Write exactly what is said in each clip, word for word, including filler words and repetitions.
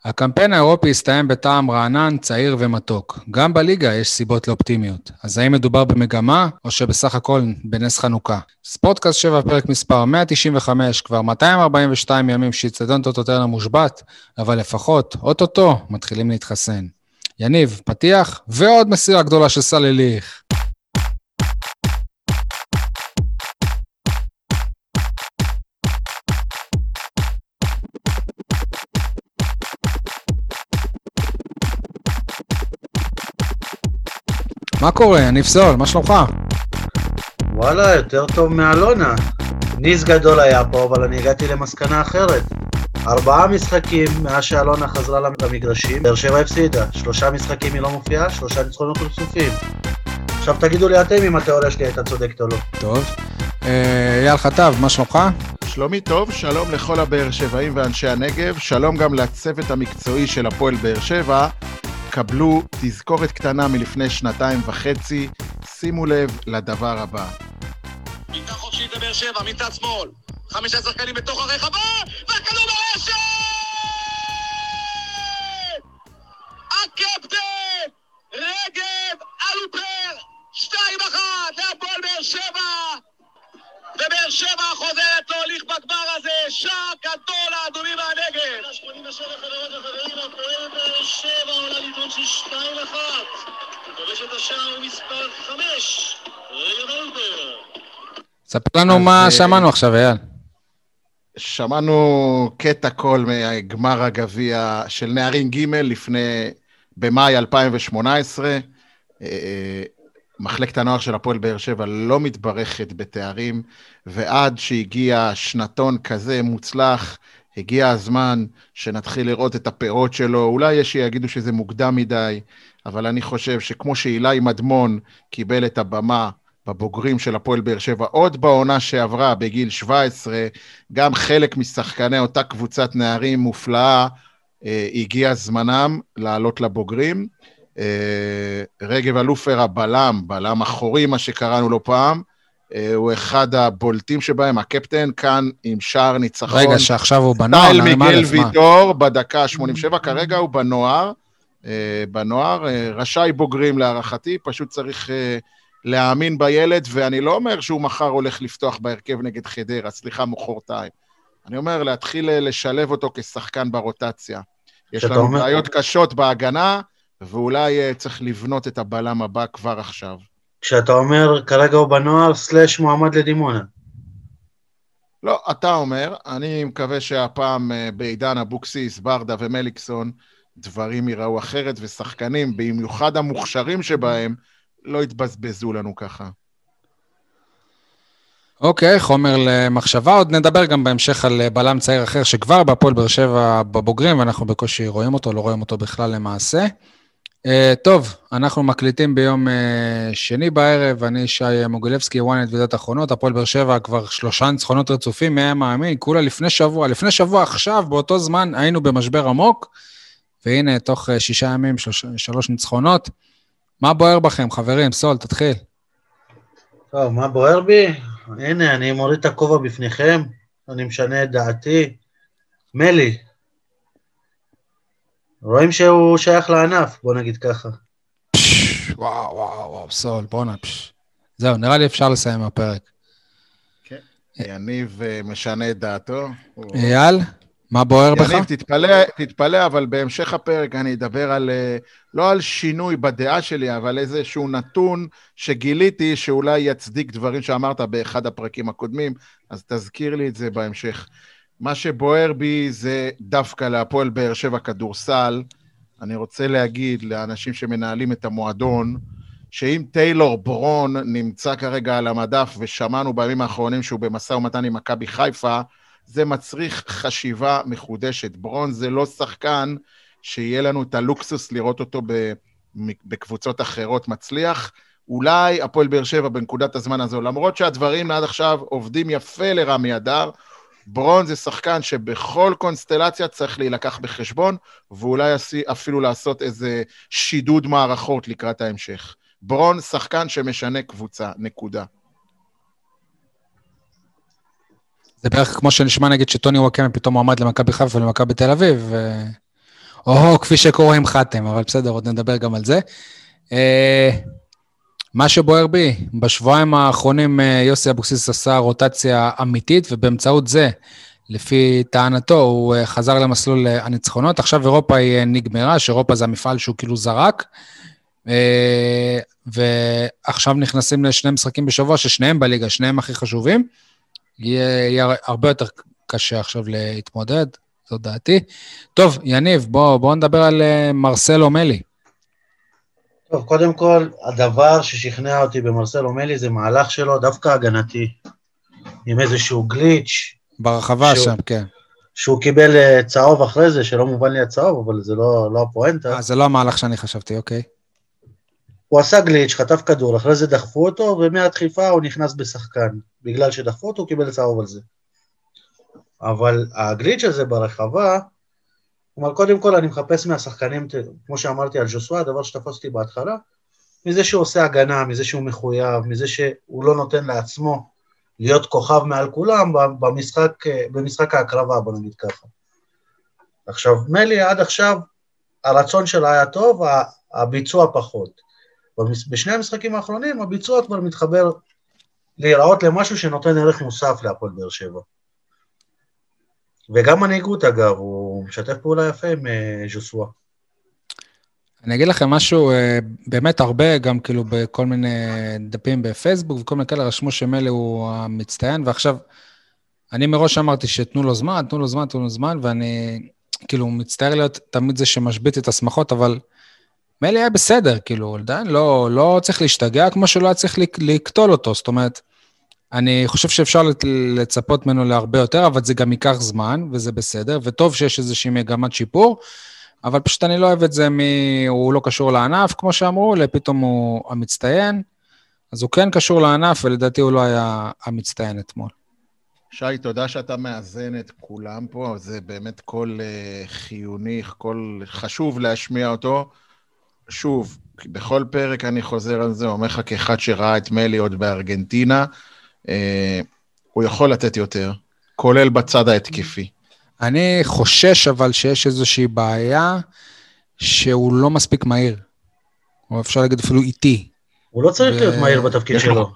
הקמפיין האירופי הסתיים בטעם רענן, צעיר ומתוק. גם בליגה יש סיבות לאופטימיות. אז האם מדובר במגמה, או שבסך הכל בנס חנוכה? ספורטקאסט שבע, פרק מספר מאה תשעים וחמש, כבר מאתיים ארבעים ושתיים ימים שאיצטדיון טוטו-טרנר מושבת, אבל לפחות, אוטוטו, מתחילים להתחסן. יניב, פתיח, ועוד מסירה גדולה של סל אליך. מה קורה? יניב סול, מה שלומך? וואלה, יותר טוב מאלונה. ניס גדול היה פה, אבל אני הגעתי למסקנה אחרת. ארבעה משחקים מאז שאלונה חזרה למגרשים, באר שבע הפסידה. שלושה משחקים היא לא מופיעה, שלושה ניצחונות רצופים. עכשיו תגידו לי אתם אם התיאוריה שלי הייתה צודקת או לא. טוב. אייל חטב, מה שלומך? שלומי טוב, שלום לכל הבאר שבעים ואנשי הנגב, שלום גם לצוות המקצועי של הפועל באר שבע. קבלו תזכורת קטנה מלפני שנתיים וחצי, שימו לב לדבר הבא. בעיטה חופשית לבאר שבע, מצד שמאל, חמישה שחקנים בתוך הרחבה, והכדור ברשת! הקפטן, רגב, אלופר, שתיים אחת, להפועל באר שבע, ובאר שבע חוזרת להוליך בגמר הזה, שער גדול לאדומים מהנגב. שמונים ושבע חברות וחברים, הפועל באר שבע עולה לידון של שתיים אחת, וכובש את השער מספר חמש, רגב אלופר. ספר לנו מה שמענו עכשיו, אייל. שמענו קטע קול מגמר הגביע של נערים ג' לפני, במאי אלפיים ושמונה עשרה, מחלקת הנוער של הפועל באר שבע לא מתברכת בתארים, ועד שהגיע שנתון כזה מוצלח, הגיע הזמן שנתחיל לראות את הפירות שלו. אולי יש שיגידו שזה מוקדם מדי, אבל אני חושב שכמו שאילי מדמון קיבל את הבמה בבוגרים של הפועל באר שבע, עוד בעונה שעברה בגיל שבע עשרה, גם חלק משחקני אותה קבוצת נערים מופלאה, הגיע זמנם לעלות לבוגרים. רגב אלופר הבלם, בלם אחורי מה שקראנו לו פעם, הוא אחד הבולטים שבהם, הקפטן כאן עם שער ניצחון. רגע, שעכשיו הוא בנוער, סטייל מיגל וידור בדקה שמונים ושבע, כרגע הוא בנוער, בנוער, רשאי בוגרים להערכתי, פשוט צריך להאמין בילד, ואני לא אומר שהוא מחר הולך לפתוח בהרכב נגד חדרה, סליחה מוחרתיים. אני אומר להתחיל לשלב אותו כשחקן ברוטציה. יש לנו אומר... בעיות קשות בהגנה, ואולי צריך לבנות את הבלם הבא כבר עכשיו. כשאתה אומר כרגע הוא בנוער סלש מועמד לדימונה. לא, אתה אומר, אני מקווה שהפעם בעידן אבוקסיס, ברדה ומליקסון, דברים יראו אחרת, ושחקנים, במיוחד המוכשרים שבהם, לא יתבזבזו לנו ככה. אוקיי, חומר למחשבה, עוד נדבר גם בהמשך על בלם צעיר אחר, שכבר בהפועל באר שבע בבוגרים, ואנחנו בקושי רואים אותו, לא רואים אותו בכלל למעשה. Uh, טוב, אנחנו מקליטים ביום uh, שני בערב, אני שי מוגילבסקי, וואנט וידיעות אחרונות, הפועל באר שבע כבר שלושה ניצחונות רצופים, מאה מאמין, כולה לפני שבוע, לפני שבוע עכשיו, באותו זמן היינו במשבר עמוק, והנה תוך uh, שישה ימים, שלוש, שלוש ניצחונות. מה בוער בכם, חברים? סול, תתחיל. טוב, מה בוער בי? הנה, אני מוריד את הכובע בפניכם, אני משנה את דעתי. מלי. רואים שהוא שייך לענף, בוא נגיד ככה. וואו, וואו, וואו, סול, בוא נפש. זהו, נראה לי אפשר לסיים הפרק. כן, יניב משנה את דעתו. אייל, מה בוער בך? יניב, תתפלא, אבל בהמשך הפרק אני אדבר על, לא על שינוי בדעה שלי, אבל איזשהו נתון שגיליתי שאולי יצדיק דברים שאמרת באחד הפרקים הקודמים, אז תזכיר לי את זה בהמשך. מה שבוער בי זה דווקא להפועל באר שבע כדורסל. אני רוצה להגיד לאנשים שמנהלים את המועדון, שאם טיילור ברון נמצא כרגע על המדף, ושמענו בימים האחרונים שהוא במשא ומתן עם מכבי חיפה, זה מצריך חשיבה מחודשת. ברון זה לא שחקן שיהיה לנו את הלוקסוס לראות אותו בקבוצות אחרות מצליח. אולי הפועל באר שבע בנקודת הזמן הזו, למרות שהדברים עד עכשיו עובדים יפה לרמי אדר, ברון זה שחקן שבכל קונסטלציה צריך להילקח בחשבון, ואולי אפילו לעשות איזה שידוד מערכות לקראת ההמשך. ברון שחקן שמשנה קבוצה, נקודה. זה בערך כמו שנשמע נגיד שטוני וואקמה פתאום מועמד למכבי חיפה ולמכבי תל אביב, או, כפי שקוראים חתם, אבל בסדר, עוד נדבר גם על זה. מה שבוער בי, בשבועיים האחרונים יוסי אבוקסיס עשה רוטציה אמיתית, ובאמצעות זה, לפי טענתו, הוא חזר למסלול הניצחונות. עכשיו אירופה היא נגמרה, שאירופה זה המפעל שהוא כאילו זרק, ועכשיו נכנסים לשני משחקים בשבוע, ששניהם בליגה, שניהם הכי חשובים, יהיה, יהיה הרבה יותר קשה עכשיו להתמודד, זו דעתי. טוב, יניב, בוא, בוא נדבר על מרסלו מלי. טוב, קודם כל, הדבר ששכנע אותי במרסלו מלי זה מהלך שלו, דווקא הגנתי, עם איזשהו גליץ'. ברחבה שהוא, שם, כן. שהוא קיבל צהוב אחרי זה, שלא מובן לי הצהוב, אבל זה לא, לא הפואנטה. אה, זה לא המהלך שאני חשבתי, אוקיי. הוא עשה גליץ', חטף כדור, אחרי זה דחפו אותו, ומהדחיפה הוא נכנס בשחקן. בגלל שדחפו אותו, הוא קיבל צהוב על זה. אבל הגליץ' הזה ברחבה, כלומר, קודם כל אני מחפש מהשחקנים, כמו שאמרתי על ג'וסווה, הדבר שתפסתי בהתחלה, מזה שהוא עושה הגנה, מזה שהוא מחויב, מזה שהוא לא נותן לעצמו להיות כוכב מעל כולם במשחק, במשחק ההקרבה, בוא נגיד ככה. עכשיו, מלי עד עכשיו, הרצון שלה היה טוב, הביצוע פחות. בשני המשחקים האחרונים, הביצוע כבר מתחבר להיראות למשהו שנותן ערך מוסף להפועל באר שבע. וגם מנהיגות, אגב, הוא משתף פעולה יפה עם ז'וסווה. אני אגיד לכם משהו, באמת הרבה, גם כאילו בכל מיני דפים בפייסבוק, וכל מיני כאלה רשמו שמלי הוא המצטיין, ועכשיו, אני מראש אמרתי שתנו לו זמן, תנו לו זמן, תנו לו זמן, ואני כאילו מצטער להיות תמיד זה שמשבית את הסמכות, אבל מלי היה בסדר, כאילו, עדיין לא, לא צריך להשתגע, כמו שלא היה צריך לקטול אותו, זאת אומרת, אני חושב שאפשר לצפות ממנו להרבה יותר, אבל זה גם ייקח זמן, וזה בסדר, וטוב שיש איזושהי מגמת שיפור, אבל פשוט אני לא אוהב את זה, מי, הוא לא קשור לענף, כמו שאמרו, לפתאום הוא המצטיין, אז הוא כן קשור לענף, ולדעתי הוא לא היה המצטיין אתמול. שי, תודה שאתה מאזן את כולם פה, זה באמת קול uh, חיוני, קול חשוב להשמיע אותו. שוב, בכל פרק אני חוזר על זה, אומר לך כאחד שראה את מלי עוד בארגנטינה, uh, הוא יכול לתת יותר, כולל בצד ההתקפי. אני חושש אבל שיש איזושהי בעיה שהוא לא מספיק מהיר, או אפשר להגיד אפילו איטי. הוא לא צריך להיות מהיר בתפקיד שלו.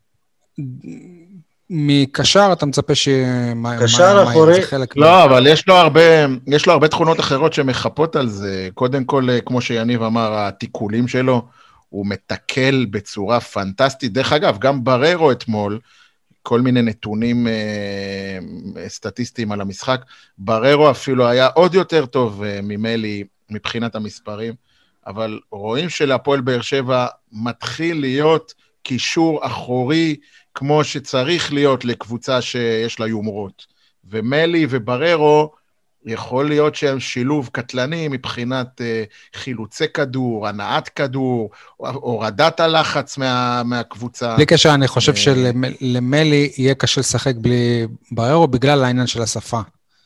מקשר אתה מצפה ש... קשר אחורי... לא, אבל יש לו הרבה, יש לו הרבה תכונות אחרות שמחפות על זה. קודם כל, כמו שיניב אמר, התיקולים שלו, הוא מתקל בצורה פנטסטית. דרך אגב, גם בררו אתמול, כל מיני נתונים אה, סטטיסטיים על המשחק, בררו אפילו היה עוד יותר טוב אה, ממלי מבחינת המספרים, אבל רואים שלהפועל באר שבע מתחיל להיות קישור אחורי, כמו שצריך להיות לקבוצה שיש לה יומרות. ומלי ובררו יכול להיות שהם שילוב קטלני מבחינת uh, חילוצי כדור, הנעת כדור, הורדת הלחץ מה, מהקבוצה. בלי קשר, אני חושב שלמלי יהיה קשה לשחק בלי בררו, בגלל העניין של השפה.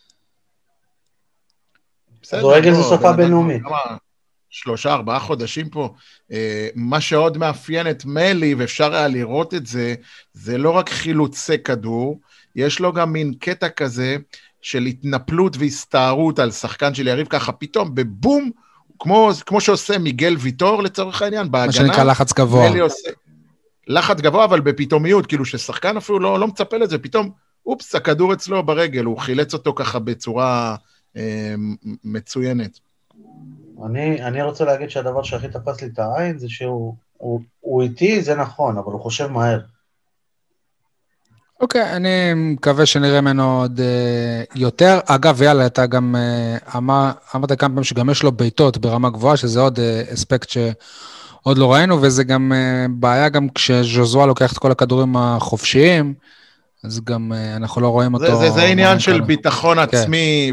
כדורגל זו שפה בינלאומית. שלושה, ארבעה חודשים פה, מה שעוד מאפיין את מלי, ואפשר היה לראות את זה, זה לא רק חילוצי כדור, יש לו גם מין קטע כזה, של התנפלות והסתערות על שחקן של יריב, ככה פתאום בבום, כמו, כמו שעושה מיגל ויטור לצורך העניין, בהגנה. מה שנקרא לחץ גבוה. מלי עושה לחץ גבוה, אבל בפתאומיות, כאילו ששחקן אפילו לא, לא מצפה לזה, פתאום, אופס, הכדור אצלו ברגל, הוא חילץ אותו ככה בצורה אה, מצוינת. אני, אני רוצה להגיד שהדבר שהכי תפס לי את העין, זה שהוא הוא, הוא איטי, זה נכון, אבל הוא חושב מהר. אוקיי, okay, אני מקווה שנראה ממנו עוד uh, יותר. אגב, יאללה, אתה גם uh, אמר, אמרת כמה פעמים שגם יש לו ביתות ברמה גבוהה, שזה עוד uh, אספקט שעוד לא ראינו, וזה גם uh, בעיה גם כשז'וזואה לוקח את כל הכדורים החופשיים, אז גם uh, אנחנו לא רואים אותו... זה, זה, זה עניין של כאלה. ביטחון okay. עצמי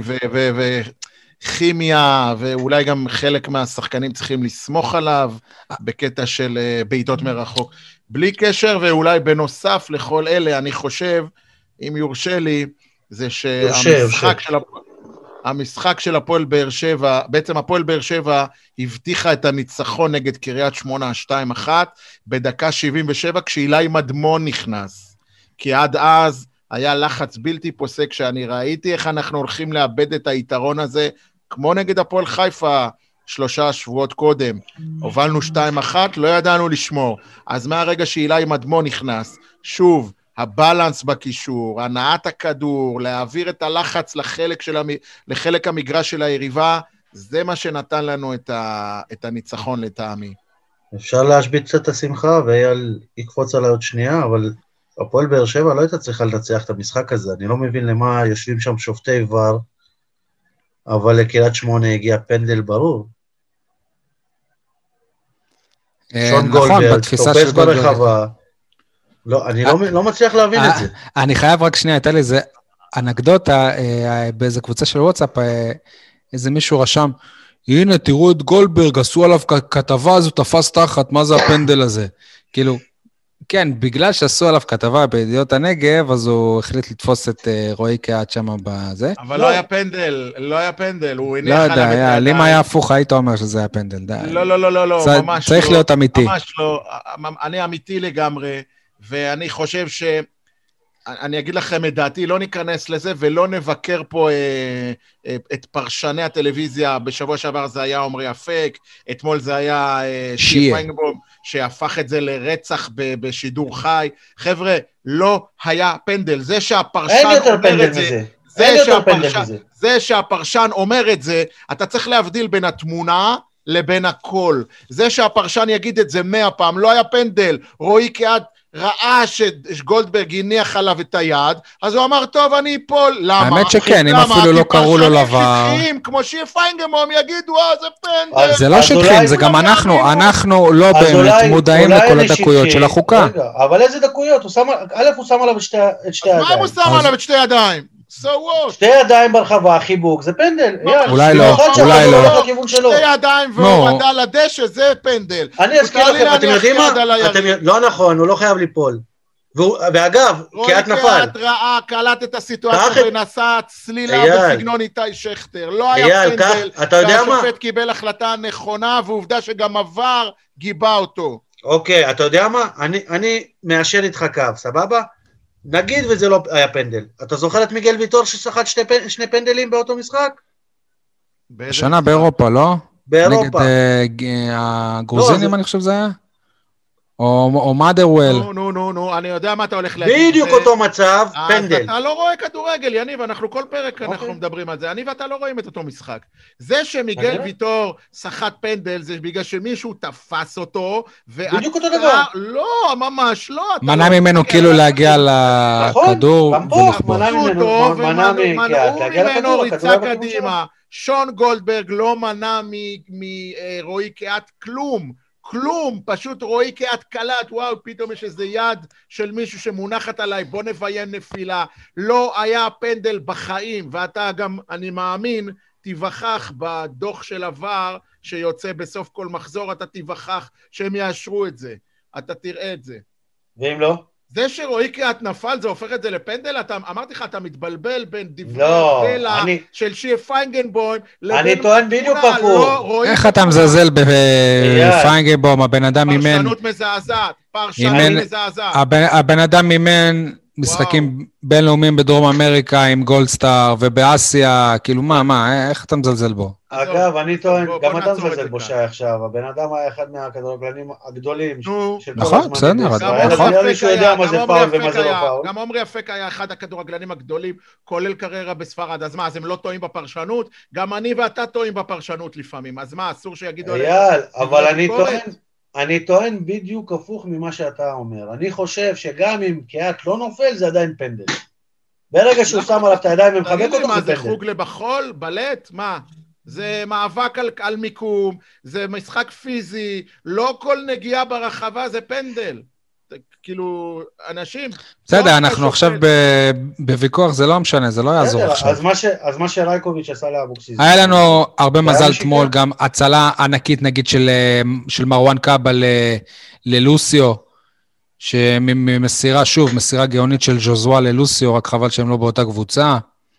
וכימיה, ו- ו- ואולי גם חלק מהשחקנים צריכים לסמוך עליו, בקטע של uh, ביתות מרחוק. בלי קשר, ואולי בנוסף לכל אלה, אני חושב, אם יורשה לי, זה שהמשחק של, המשחק של הפועל באר שבע, בעצם הפועל באר שבע הבטיחה את הניצחון נגד קריית שמונה שתיים אחת, בדקה שבעים ושבע, כשאילי מדמון נכנס. כי עד אז היה לחץ בלתי פוסק שאני ראיתי איך אנחנו הולכים לאבד את היתרון הזה, כמו נגד הפועל חיפה, שלושה שבועות קודם, הובלנו שתיים אחת, לא ידענו לשמור. אז מהרגע שאילי מדמון נכנס, שוב, הבלנס בקישור, הנעת הכדור, להעביר את הלחץ לחלק, של המ... לחלק המגרש של היריבה, זה מה שנתן לנו את, ה... את הניצחון לטעמי. אפשר להשבית קצת את השמחה, ואייל יקפוץ עליי עוד שנייה, אבל הפועל באר שבע לא הייתה צריכה לנצח את המשחק הזה, אני לא מבין למה יושבים שם שופטי ור, אבל לקריית שמונה הגיע פנדל ברור. שון גולדברג, תופס ברחבה. לא, אני לא מצליח להבין את זה. אני חייב רק שנייה, הייתה לי איזה אנקדוטה, באיזה קבוצה של וואטסאפ, איזה מישהו רשם, הנה, תראו את גולדברג, עשו עליו כתבה, אז הוא תפס תחת, מה זה הפנדל הזה? כאילו, כן, בגלל שעשו עליו כתבה בידיעות הנגב, אז הוא החליט לתפוס את רועי קהת שם בזה. אבל לא היה פנדל, לא היה פנדל, הוא הניח עליו את הידיים. אם היה הפוך, היית אומר שזה היה פנדל, די. לא, לא, לא, לא, ממש לא. צריך להיות אמיתי. ממש לא, אני אמיתי לגמרי, ואני חושב ש... אני אגיד לכם את דעתי, לא ניכנס לזה ולא נבקר פה אה, אה, את פרשני הטלוויזיה, בשבוע שעבר זה היה עומרי אפק, אתמול זה היה אה, שיר פיינגבום, שהפך את זה לרצח ב, בשידור חי. חבר'ה, לא היה פנדל, זה שהפרשן אומר את זה, זה, שהפרשן, זה שהפרשן אומר את זה, אתה צריך להבדיל בין התמונה לבין הכל. זה שהפרשן יגיד את זה מאה פעם, לא היה פנדל, רועי קהת, ראה שגולדברג הניח עליו את היד, אז הוא אמר, טוב, אני אפול. למה? האמת שכן, אם אפילו לא קראו לו לבר. שטחים, כמו שיר פיינגמום יגידו, אה, זה פנדל. זה לא שטחים, זה גם אנחנו, אנחנו לא באמת מודעים לכל הדקויות של החוקה. אבל איזה דקויות? א', הוא שם עליו את שתי ידיים. מה הוא שם עליו את שתי ידיים? So what? שתי ידיים ברחבה, חיבוק, זה פנדל. אולי לא, אולי לא. שתי ידיים והורדה לדשא, זה פנדל. אני אזכיר לכם, אתם יודעים מה? לא נכון, הוא לא חייב ליפול. ואגב, קהת נפל. רועי קהת ראה, קלט את הסיטואציה ונסע צלילה בסגנון איתי שכטר. לא היה פנדל, והשופט קיבל החלטה נכונה, ועובדה שגם עבר גיבה אותו. אוקיי, אתה יודע מה? אני מאשר איתך קו, סבבה? נגיד וזה לא היה פנדל. אתה זוכר את מיגל ויטור ששחט שני, פנ... שני פנדלים באותו משחק? שנה באירופה, לא? באירופה. נגד uh, הגרוזינים, לא, אני חושב זה היה? או, או מאדרוול. נו, נו, נו, נו, אני יודע מה אתה הולך להגיד. בדיוק זה... אותו מצב, פנדל. אתה לא רואה כדורגל, יניב, אנחנו כל פרק אנחנו okay. מדברים על זה. אני ואתה לא רואים את אותו משחק. זה שמיגל okay. ויטור שחט פנדל, זה בגלל שמישהו תפס אותו, בדיוק אותו דבר. לא, ממש לא. מנע ממנו כאילו להגיע לכדור. גם פה, מנע ממנו, מנע ממנו ריצה קדימה. שון גולדברג לא מנע מרועי קהת כלום. כלום, פשוט רועי קהת קלט, וואו, פתאום יש איזה יד של מישהו שמונחת עליי, בוא נביין נפילה. לא היה פנדל בחיים, ואתה גם, אני מאמין, תיווכח בדוח של עבר, שיוצא בסוף כל מחזור, אתה תיווכח שהם יאשרו את זה. אתה תראה את זה. ואם לא? זה שרועי קהת נפל, זה הופך את זה לפנדל? אתה, אמרתי לך, אתה מתבלבל בין דברי לא, הפלע אני... של שיר פיינגנבוים, אני טוען בדיוק הפוך. לא, איך אתה מזלזל בפיינגנבוים, הבן אדם מימן... פרשנות מזעזעת, פרשנות מזעזעת. הבן, הבן אדם מימן משחקים וואו. בינלאומיים בדרום אמריקה עם גולדסטאר, ובאסיה, כאילו מה, מה, איך אתה מזלזל בו? אגב, אני טוען, גם אתה מזלזל בו שי עכשיו, הבן אדם היה אחד מהכדורגלנים הגדולים של כל הזמן. בסדר, נכון. מישהו יודע מה זה פאול ומה זה לא פאול. גם עומרי אפק היה אחד הכדורגלנים הגדולים, כולל קריירה בספרד, אז מה, אז הם לא טועים בפרשנות? גם אני ואתה טועים בפרשנות לפעמים, אז מה, אסור שיגידו... אייל, אבל אני טוען... אני טוען בדיוק הפוך ממה שאתה אומר. אני חושב שגם אם קהת לא נופל, זה עדיין פנדל. ברגע שהוא שם עליו את הידיים ומחבק אותו, זה פנדל. מה, זה חוג לבחול? בלט? מה? זה מאבק על, על מיקום, זה משחק פיזי, לא כל נגיעה ברחבה זה פנדל. כאילו, אנשים... בסדר, אנחנו עכשיו בוויכוח, זה לא משנה, זה לא יעזור עכשיו. אז מה שרייקוביץ' עשה לאבוקסיס... היה לנו הרבה מזל תמול, גם הצלה ענקית, נגיד, של מרואן קאבה ללוסיו, שמסירה, שוב, מסירה גאונית של ז'וזואה ללוסיו, רק חבל שהם לא באותה קבוצה.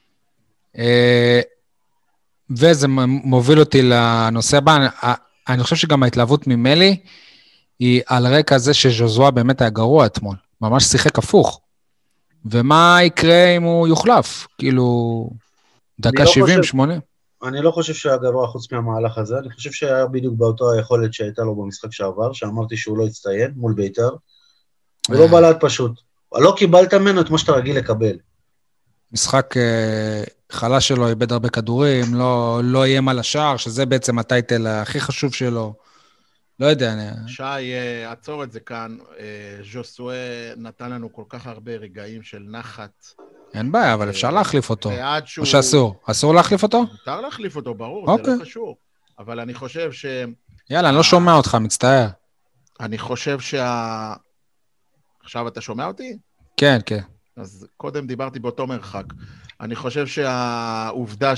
וזה מוביל אותי לנושא הבא, אני חושב שגם ההתלהבות ממלי, היא על רקע זה שז'וזואה באמת היה גרוע אתמול, ממש שיחק הפוך. ומה יקרה אם הוא יוחלף? כאילו, דקה שבעים, שמונים? אני לא חושב שהיה גרוע חוץ מהמהלך הזה, אני חושב שהיה בדיוק באותו היכולת שהייתה לו במשחק שעבר, שאמרתי שהוא לא הצטיין מול ביתר, ולא בלט פשוט. לא קיבלת ממנו את מה שאתה רגיל לקבל. משחק חלש שלו, איבד הרבה כדורים, לא, לא יהיה מה לשער, שזה בעצם הטייטל הכי חשוב שלו. לא יודע. אני... שי, עצור את זה כאן. ז'וסואה נתן לנו כל כך הרבה רגעים של נחת. אין בעיה, אבל אפשר להחליף אותו. שהוא... או שאסור. אסור להחליף אותו? מותר להחליף אותו, ברור, אוקיי. זה לא קשור. אבל אני חושב ש... יאללה, אני לא שומע אותך, מצטער. אני חושב שה... עכשיו אתה שומע אותי? כן, כן. אז קודם דיברתי באותו מרחק. אני חושב שהעובדה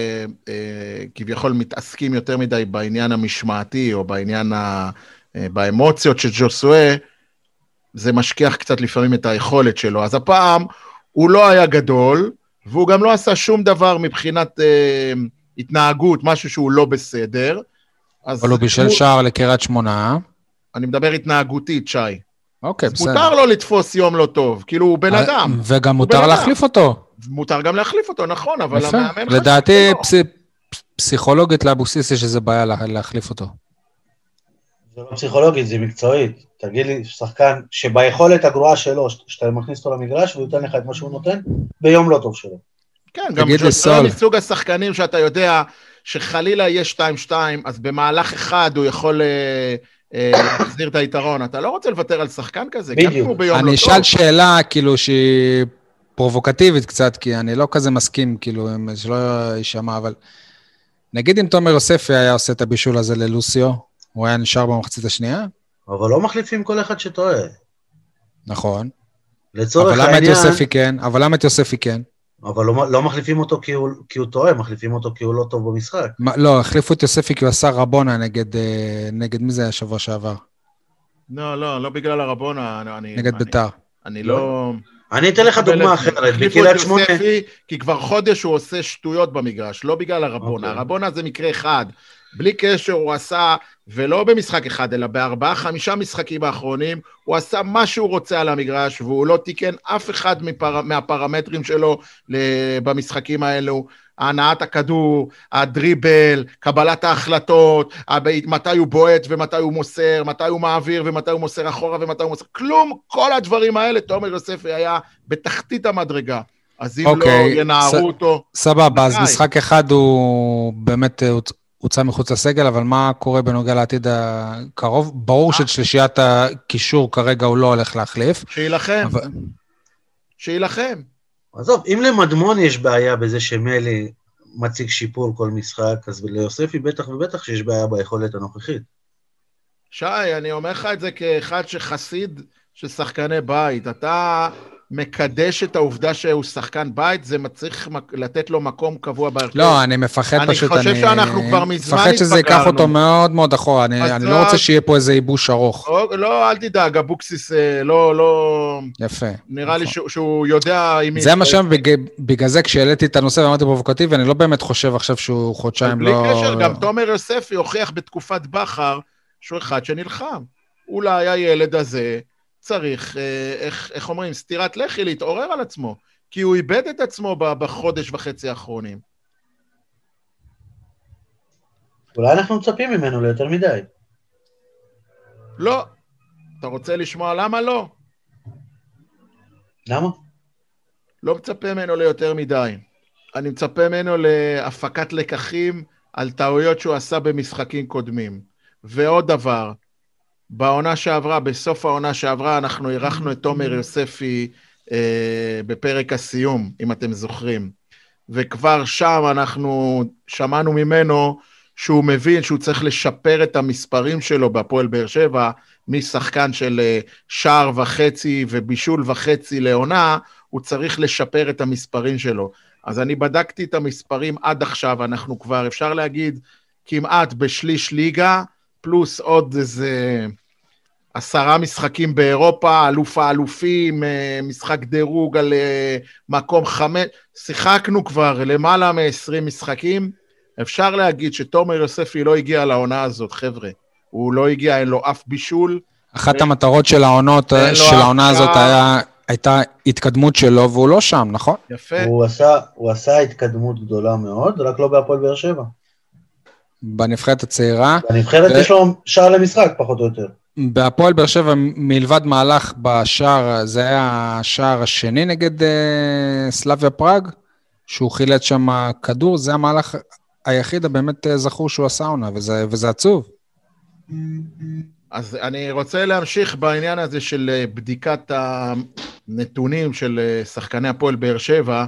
שכביכול מתעסקים יותר מדי בעניין המשמעתי, או בעניין ה... באמוציות של ז'וסואה, זה משכיח קצת לפעמים את היכולת שלו. אז הפעם הוא לא היה גדול, והוא גם לא עשה שום דבר מבחינת אה, התנהגות, משהו שהוא לא בסדר. אבל הוא בשל שער לקריית שמונה. אני מדבר התנהגותית, שי. אוקיי, בסדר. מותר לו לתפוס יום לא טוב, כאילו הוא בן אדם. וגם מותר להחליף אותו. מותר גם להחליף אותו, נכון, אבל המאמן... לדעתי, פסיכולוגית לאבוסיס יש איזה בעיה להחליף אותו. זה לא פסיכולוגית, זה מקצועית. תגיד לי, שחקן שביכולת הגרועה שלו, שאתה מכניס אותו למגרש, והוא ייתן לך את מה שהוא נותן, ביום לא טוב שלו. כן, גם זה מסוג השחקנים שאתה יודע שחלילה יש שתיים שתיים, אז במהלך אחד הוא יכול... להחזיר את היתרון, אתה לא רוצה לוותר על שחקן כזה, גם אם הוא ביום לא טוב. אני אשאל שאלה, כאילו, שהיא פרובוקטיבית קצת, כי אני לא כזה מסכים, כאילו, שלא יישמע, אבל נגיד אם תומר יוספי היה עושה את הבישול הזה ללוסיו, הוא היה נשאר במחצית השנייה? אבל לא מחליפים כל אחד שטועה. נכון. לצורך העניין... אבל למה את יוספי כן? אבל למה את יוספי כן? אבל לא, לא מחליפים אותו כי הוא, כי הוא טועה, מחליפים אותו כי הוא לא טוב במשחק. ما, לא, החליפו את יוספי כי הוא עשה רבונה נגד, נגד מי זה היה שבוע שעבר? לא, לא, לא בגלל הרבונה. אני, נגד אני, ביתר. אני לא... אני אתן לך דוגמה אחרת, בקריית שמונה... כי כבר חודש הוא עושה שטויות במגרש, לא בגלל הרבונה. Okay. הרבונה זה מקרה אחד. בלי קשר הוא עשה, ולא במשחק אחד, אלא בארבעה, חמישה משחקים האחרונים, הוא עשה מה שהוא רוצה על המגרש, והוא לא תיקן אף אחד מפר... מהפרמטרים שלו במשחקים האלו, הנעת הכדור, הדריבל, קבלת ההחלטות, מתי הוא בועט ומתי הוא מוסר, מתי הוא מעביר ומתי הוא מוסר אחורה ומתי הוא מוסר, כלום, כל הדברים האלה, תומר יוספי היה בתחתית המדרגה, אז אם okay. לא ינערו ס... אותו... סבבה, אז משחק אחד הוא באמת... הוצא מחוץ לסגל, אבל מה קורה בנוגע לעתיד הקרוב? ברור ששלישיית הקישור כרגע הוא לא הולך להחליף. שילחם. אבל... שילחם. עזוב, אם למדמון יש בעיה בזה שמלי מציג שיפור כל משחק, אז ליוספי בטח ובטח שיש בעיה ביכולת הנוכחית. שי, אני אומר לך את זה כאחד שחסיד של שחקני בית. אתה... מקדש את העובדה שהוא שחקן בית, זה מצריך לתת לו מקום קבוע בהרכב. לא, אני מפחד אני פשוט, אני חושב שאנחנו כבר מזמן התפגרנו. מפחד שזה ייקח אותו מאוד מאוד אחורה, אני, אני לא רוצה שיהיה פה איזה ייבוש ארוך. לא, לא, אל תדאג, אבוקסיס לא, לא... יפה. נראה נכון. לי שהוא, שהוא יודע... זה מה שם, בג... בגלל זה כשהעליתי את הנושא ואמרתי פרובוקטיבי, אני לא באמת חושב עכשיו שהוא חודשיים בלי לא... בלי קשר, גם תומר יוספי הוכיח בתקופת בחר, שהוא אחד שנלחם. אולי הילד הזה... צריך, איך, איך אומרים, סתירת לחי להתעורר על עצמו, כי הוא איבד את עצמו בחודש וחצי האחרונים. אולי אנחנו מצפים ממנו ליותר מדי. לא. אתה רוצה לשמוע למה לא? למה? לא מצפה ממנו ליותר מדי. אני מצפה ממנו להפקת לקחים על טעויות שהוא עשה במשחקים קודמים. ועוד דבר, בעונה שעברה, בסוף העונה שעברה, אנחנו אירחנו את תומר יוספי אה, בפרק הסיום, אם אתם זוכרים. וכבר שם אנחנו שמענו ממנו שהוא מבין שהוא צריך לשפר את המספרים שלו בהפועל באר שבע, משחקן של אה, שער וחצי ובישול וחצי לעונה, הוא צריך לשפר את המספרים שלו. אז אני בדקתי את המספרים עד עכשיו, אנחנו כבר, אפשר להגיד, כמעט בשליש ליגה, פלוס עוד איזה עשרה משחקים באירופה, אלוף האלופים, משחק דירוג על מקום חמש, שיחקנו כבר למעלה מ-עשרים משחקים, אפשר להגיד שתומר יוספי לא הגיע לעונה הזאת, חבר'ה, הוא לא הגיע, אין לו אף בישול. אחת המטרות של העונות, של העונה הזאת היה הייתה התקדמות שלו, והוא לא שם, נכון? יפה. הוא עשה, הוא עשה התקדמות גדולה מאוד, רק לא בהפועל באר שבע. בנבחרת הצעירה. בנבחרת ו... יש לו שער למשחק, פחות או יותר. בהפועל באר שבע, מלבד מהלך בשער, זה היה השער השני נגד uh, סלאביה פראג, שהוא חילץ שם כדור, זה המהלך היחיד הבאמת זכור שהוא עשה עונה, וזה, וזה עצוב. אז אני רוצה להמשיך בעניין הזה של בדיקת הנתונים של שחקני הפועל באר שבע.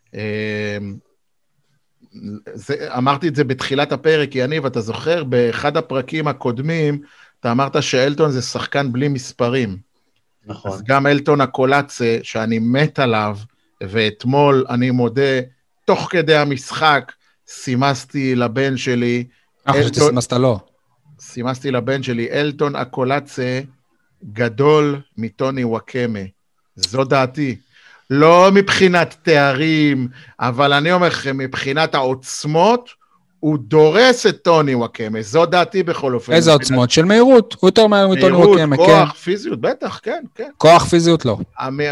זה, אמרתי את זה בתחילת הפרק, יניב, אתה זוכר, באחד הפרקים הקודמים, אתה אמרת שאלטון זה שחקן בלי מספרים. נכון. אז גם אלטון הקולצה, שאני מת עליו, ואתמול אני מודה, תוך כדי המשחק, סימסתי לבן שלי, אחרי שתסימסת לו. סימסתי לבן שלי, אלטון הקולצה גדול מטוני וואקמה. זו דעתי. לא מבחינת תארים, אבל אני אומר לכם, מבחינת העוצמות, הוא דורס את טוני וואקמה. זו דעתי בכל אופן. איזה עוצמות? של מהירות. הוא יותר מהר מטוני וואקמה, כן. כוח, פיזיות, בטח, כן, כן. כוח, פיזיות, לא.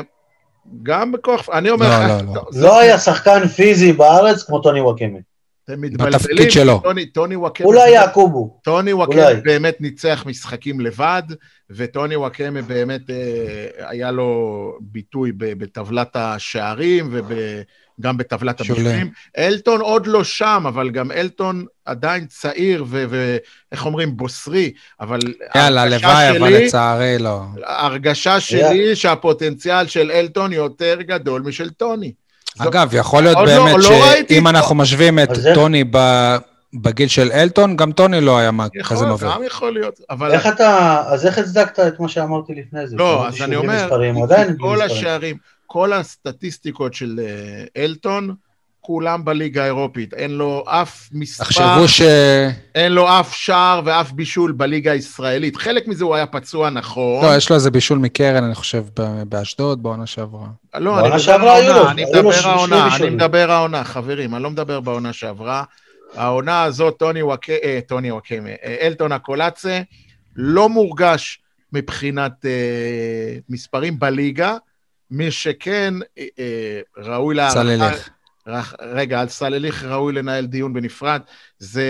גם בכוח, אני אומר... לא, לא, לא. לא היה שחקן פיזי בארץ כמו טוני וואקמה. בתפקיד שלו. טוני וואקמה... אולי יעקובו. טוני וואקמה באמת ניצח משחקים לבד, וטוני וואקמה באמת היה לו ביטוי בטבלת השערים, וגם בטבלת הבישולים. אלטון עוד לא שם, אבל גם אלטון עדיין צעיר, ואיך אומרים, בוסרי, אבל... יאללה, לוואי, אבל לצערי לא. ההרגשה שלי שהפוטנציאל של אלטון יותר גדול משל טוני. אגב, יכול להיות באמת שאם אנחנו משווים את טוני בגיל של אלטון, גם טוני לא היה כזה מביא. גם יכול להיות. איך אתה, אז איך הצדקת את מה שאמרתי לפני זה? לא, אז אני אומר, כל השערים, כל הסטטיסטיקות של אלטון, כולם בליגה האירופית, אין לו אף מספר, תחשבו ש... אין לו אף שער ואף בישול בליגה הישראלית. חלק מזה הוא היה פצוע נכון. לא, יש לו איזה בישול מקרן, אני חושב, באשדוד, בעונה שעברה. לא, אני מדבר העונה, אני מדבר העונה, אני מדבר העונה, חברים, אני לא מדבר בעונה שעברה. העונה הזאת, טוני וואקמה, טוני וואקמה, אלטון הקולצה, לא מורגש מבחינת מספרים בליגה, מי שכן ראוי להערכה. סלליך. רגע, על סלליך ראוי לנהל דיון בנפרד, זה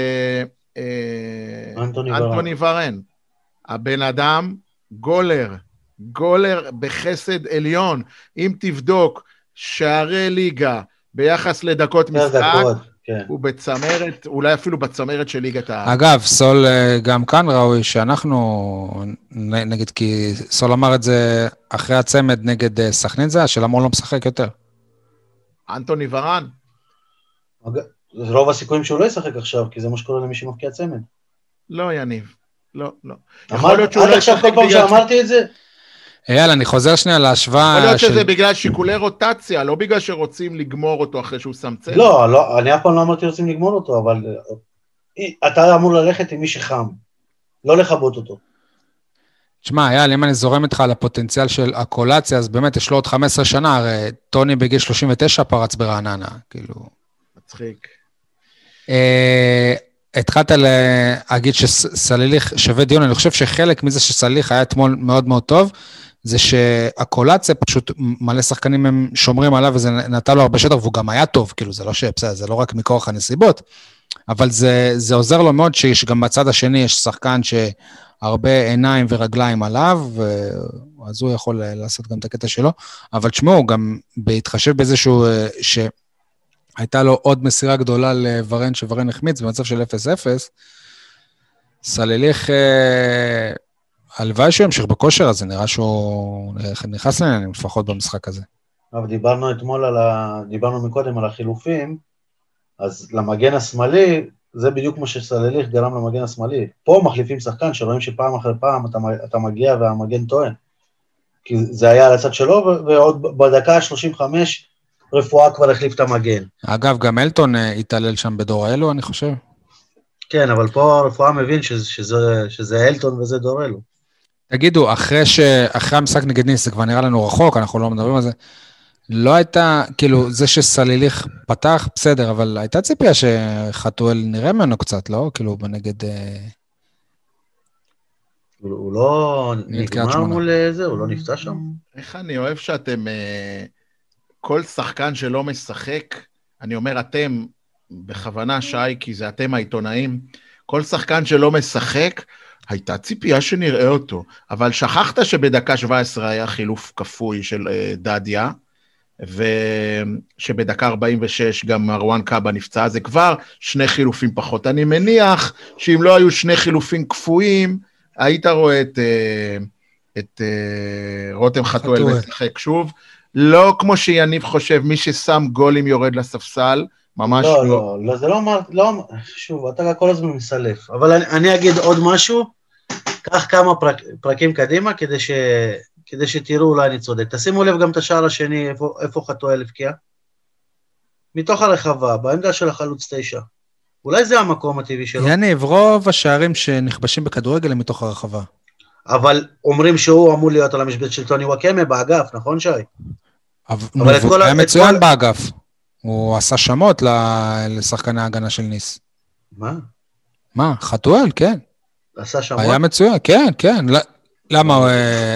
אנטוני ורן. הבן אדם, גולר, גולר בחסד עליון. אם תבדוק שערי ליגה ביחס לדקות משחק, הוא בצמרת, אולי אפילו בצמרת של ליגת העל. אגב, סול גם כאן ראוי שאנחנו, נגיד, כי סול אמר את זה אחרי הצמד נגד סכנין זה, שלמור לא משחק יותר. אנטוני ורן. זה רוב הסיכויים שהוא לא ישחק עכשיו, כי זה מה שקורה למי שמפקיע צמד. לא, יניב. לא, לא. עד עכשיו כל פעם שאמרתי את זה? יאללה, אני חוזר שנייה להשוואה... יכול להיות שזה בגלל שיקולי רוטציה, לא בגלל שרוצים לגמור אותו אחרי שהוא שם צמד. לא, לא, אני אף פעם לא אמרתי רוצים לגמור אותו, אבל אתה אמור ללכת עם מי שחם, לא לכבות אותו. תשמע, יאללה, אם אני זורם איתך על הפוטנציאל של הקולציה, אז באמת יש לו עוד חמש עשרה שנה, הרי טוני בגיל שלושים ותשע פרץ ברעננה, כאילו... מצחיק. התחלת להגיד שסליליך שווה דיון, אני חושב שחלק מזה שסליליך היה אתמול מאוד מאוד טוב, זה שהקולציה פשוט מלא שחקנים הם שומרים עליו, וזה נתן לו הרבה שטח, והוא גם היה טוב, כאילו זה לא שבסדר, זה לא רק מכוח הנסיבות, אבל זה, זה עוזר לו מאוד שגם בצד השני יש שחקן שהרבה עיניים ורגליים עליו, אז הוא יכול לעשות גם את הקטע שלו, אבל תשמעו, גם בהתחשב באיזשהו, שהייתה לו עוד מסירה גדולה לוורן, שוורן החמיץ במצב של אפס אפס, סליליך, הלוואי שהוא ימשיך בכושר הזה, נראה שהוא נכנס לעניינים, לפחות במשחק הזה. אבל דיברנו אתמול על ה... דיברנו מקודם על החילופים, אז למגן השמאלי, זה בדיוק כמו שסליליך גרם למגן השמאלי. פה מחליפים שחקן, שרואים שפעם אחרי פעם אתה, אתה מגיע והמגן טוען. כי זה היה על הצד שלו, ועוד בדקה ה-שלושים וחמש, רפואה כבר החליף את המגן. אגב, גם אלטון התעלל שם בדורלו, אני חושב. כן, אבל פה רפואה מבין שזה, שזה, שזה אלטון וזה דורלו. תגידו, אחרי, ש... אחרי המשחק נגד ניס, זה כבר נראה לנו רחוק, אנחנו לא מדברים על זה, לא הייתה, כאילו, זה שסליליך פתח, בסדר, אבל הייתה ציפייה שחתואל נראה ממנו קצת, לא? כאילו, בנגד... הוא לא נגמר מול זה, הוא לא נפצע שם? איך אני אוהב שאתם, כל שחקן שלא משחק, אני אומר אתם, בכוונה שי, כי זה אתם העיתונאים, כל שחקן שלא משחק, הייתה ציפייה שנראה אותו, אבל שכחת שבדקה שבע עשרה היה חילוף כפוי של דדיה, ושבדקה ארבעים ושש גם מרואן קאבה נפצע, זה כבר שני חילופים פחות. אני מניח שאם לא היו שני חילופים כפויים, היית רואה את, את רותם חתואל משחק שוב, לא כמו שיניב חושב, מי ששם גולים יורד לספסל, ממש לא. לא, לא, זה לא, לא, שוב, אתה כל הזמן מסלף, אבל אני, אני אגיד עוד משהו, קח כמה פרק, פרקים קדימה, כדי ש... כדי שתראו אולי אני צודק. תשימו לב גם את השער השני, איפה, איפה חתואל הבקיע? מתוך הרחבה, בעמדה של החלוץ תשע. אולי זה המקום הטבעי שלו. יניב, רוב השערים שנכבשים בכדורגל הם מתוך הרחבה. אבל אומרים שהוא אמור להיות על המשבצת של טוני וואקמה באגף, נכון שי? אבל הוא היה מצוין כל... באגף. הוא עשה שמות לשחקני ההגנה של ניס. מה? מה? חתואל, כן. עשה שמות? היה מצוין, כן, כן. למה הוא...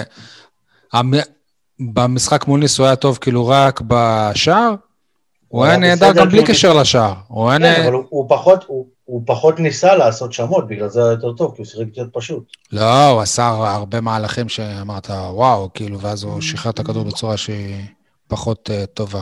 במשחק מול ניס הוא היה טוב כאילו רק בשער, הוא היה נהדר גם בלי קשר לשער. כן, אבל הוא פחות ניסה לעשות שמות, בגלל זה היה יותר טוב, כי הוא שיחק יותר פשוט. לא, הוא עשה הרבה מהלכים שאמרת, וואו, כאילו, ואז הוא שחרר את הכדור בצורה שהיא פחות טובה.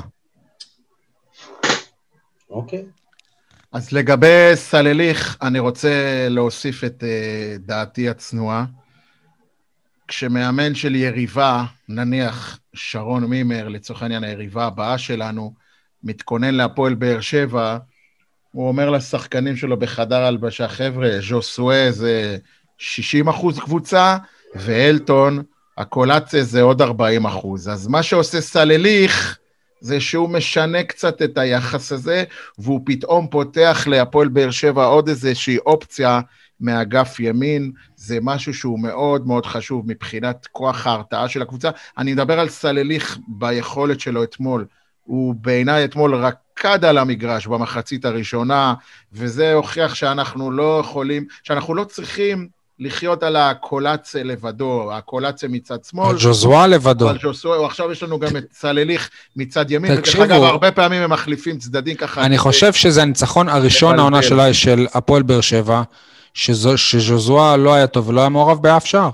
אוקיי. אז לגבי סלליך, אני רוצה להוסיף את דעתי הצנועה. כשמאמן של יריבה, נניח שרון מימר, לצורך העניין היריבה הבאה שלנו, מתכונן להפועל באר שבע, הוא אומר לשחקנים שלו בחדר הלבשה, חבר'ה, ז'וסואה זה שישים אחוז קבוצה, ואלטון, הקולציה זה עוד ארבעים אחוז. אז מה שעושה סלליך, זה שהוא משנה קצת את היחס הזה, והוא פתאום פותח להפועל באר שבע עוד איזושהי אופציה, מאגף ימין, זה משהו שהוא מאוד מאוד חשוב מבחינת כוח ההרתעה של הקבוצה. אני מדבר על סלליך ביכולת שלו אתמול, הוא בעיניי אתמול רקד על המגרש במחצית הראשונה, וזה הוכיח שאנחנו לא יכולים, שאנחנו לא צריכים לחיות על הקולציה לבדו, הקולציה מצד שמאל. על ז'וזואה לבדו. על ז'וזואה, עכשיו יש לנו גם את סלליך מצד ימין, וכך אגב, הרבה פעמים הם מחליפים צדדים ככה. אני חושב שזה הניצחון הראשון העונה שלה של הפועל באר שבע, שז'וזואה לא היה טוב ולא היה מעורב באף שער.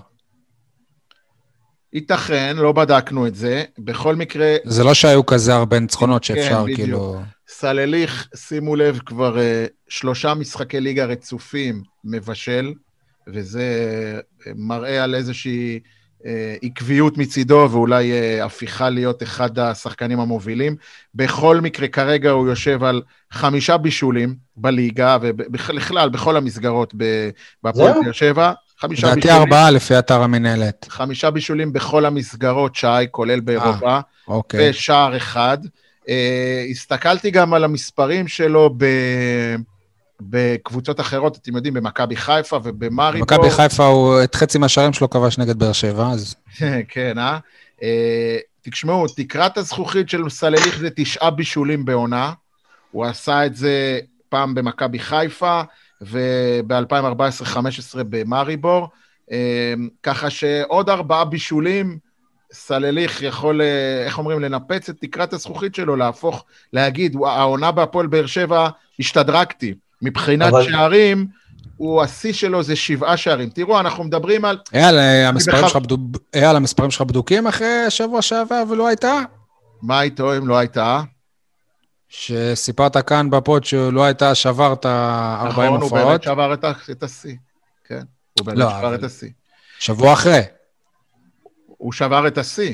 ייתכן, לא בדקנו את זה, בכל מקרה... זה לא שהיו כזה הרבה ניצחונות שאפשר כן, כאילו... סלליך, שימו לב, כבר uh, שלושה משחקי ליגה רצופים מבשל, וזה uh, מראה על איזושהי uh, עקביות מצידו, ואולי uh, הפיכה להיות אחד השחקנים המובילים. בכל מקרה, כרגע הוא יושב על חמישה בישולים בליגה, ובכלל, בכל המסגרות בהפועל באר שבע. חמישה בישולים. דעתי ארבעה לפי אתר המנהלת. חמישה בישולים בכל המסגרות, שי, כולל באירופה, אוקיי. ושער אחד. הסתכלתי גם על המספרים שלו ב... בקבוצות אחרות, אתם יודעים, במכבי חיפה ובמריבור. במכבי חיפה הוא את חצי מהשערים שלו כבש נגד באר שבע, אז... כן, אה? תשמעו, תקרת הזכוכית של סלליך זה תשעה בישולים בעונה, הוא עשה את זה פעם במכבי חיפה, וב-אלפיים ארבע עשרה חמש עשרה במריבור, ככה שעוד ארבעה בישולים, סלליך יכול, איך אומרים, לנפץ את תקרת הזכוכית שלו, להפוך, להגיד, העונה בהפועל באר שבע, השתדרגתי, מבחינת אבל... שערים, הוא השיא שלו זה שבעה שערים. תראו, אנחנו מדברים על... אייל, המספרים שלך בדוק... אייל, המספרים שלך בדוקים אחרי שבוע שעבר ולא הייתה? מה איתו אם לא הייתה? שסיפרת כאן בפוד שלא הייתה, שברת ארבעים הופעות. נכון, הוא באמת שבר את השיא. כן, הוא באמת לא, שבר את השיא. שבוע אחרי. הוא שבר את השיא.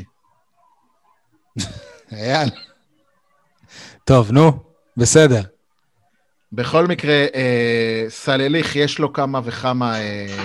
אייל. טוב, נו, בסדר. בכל מקרה, סלליך יש לו כמה וכמה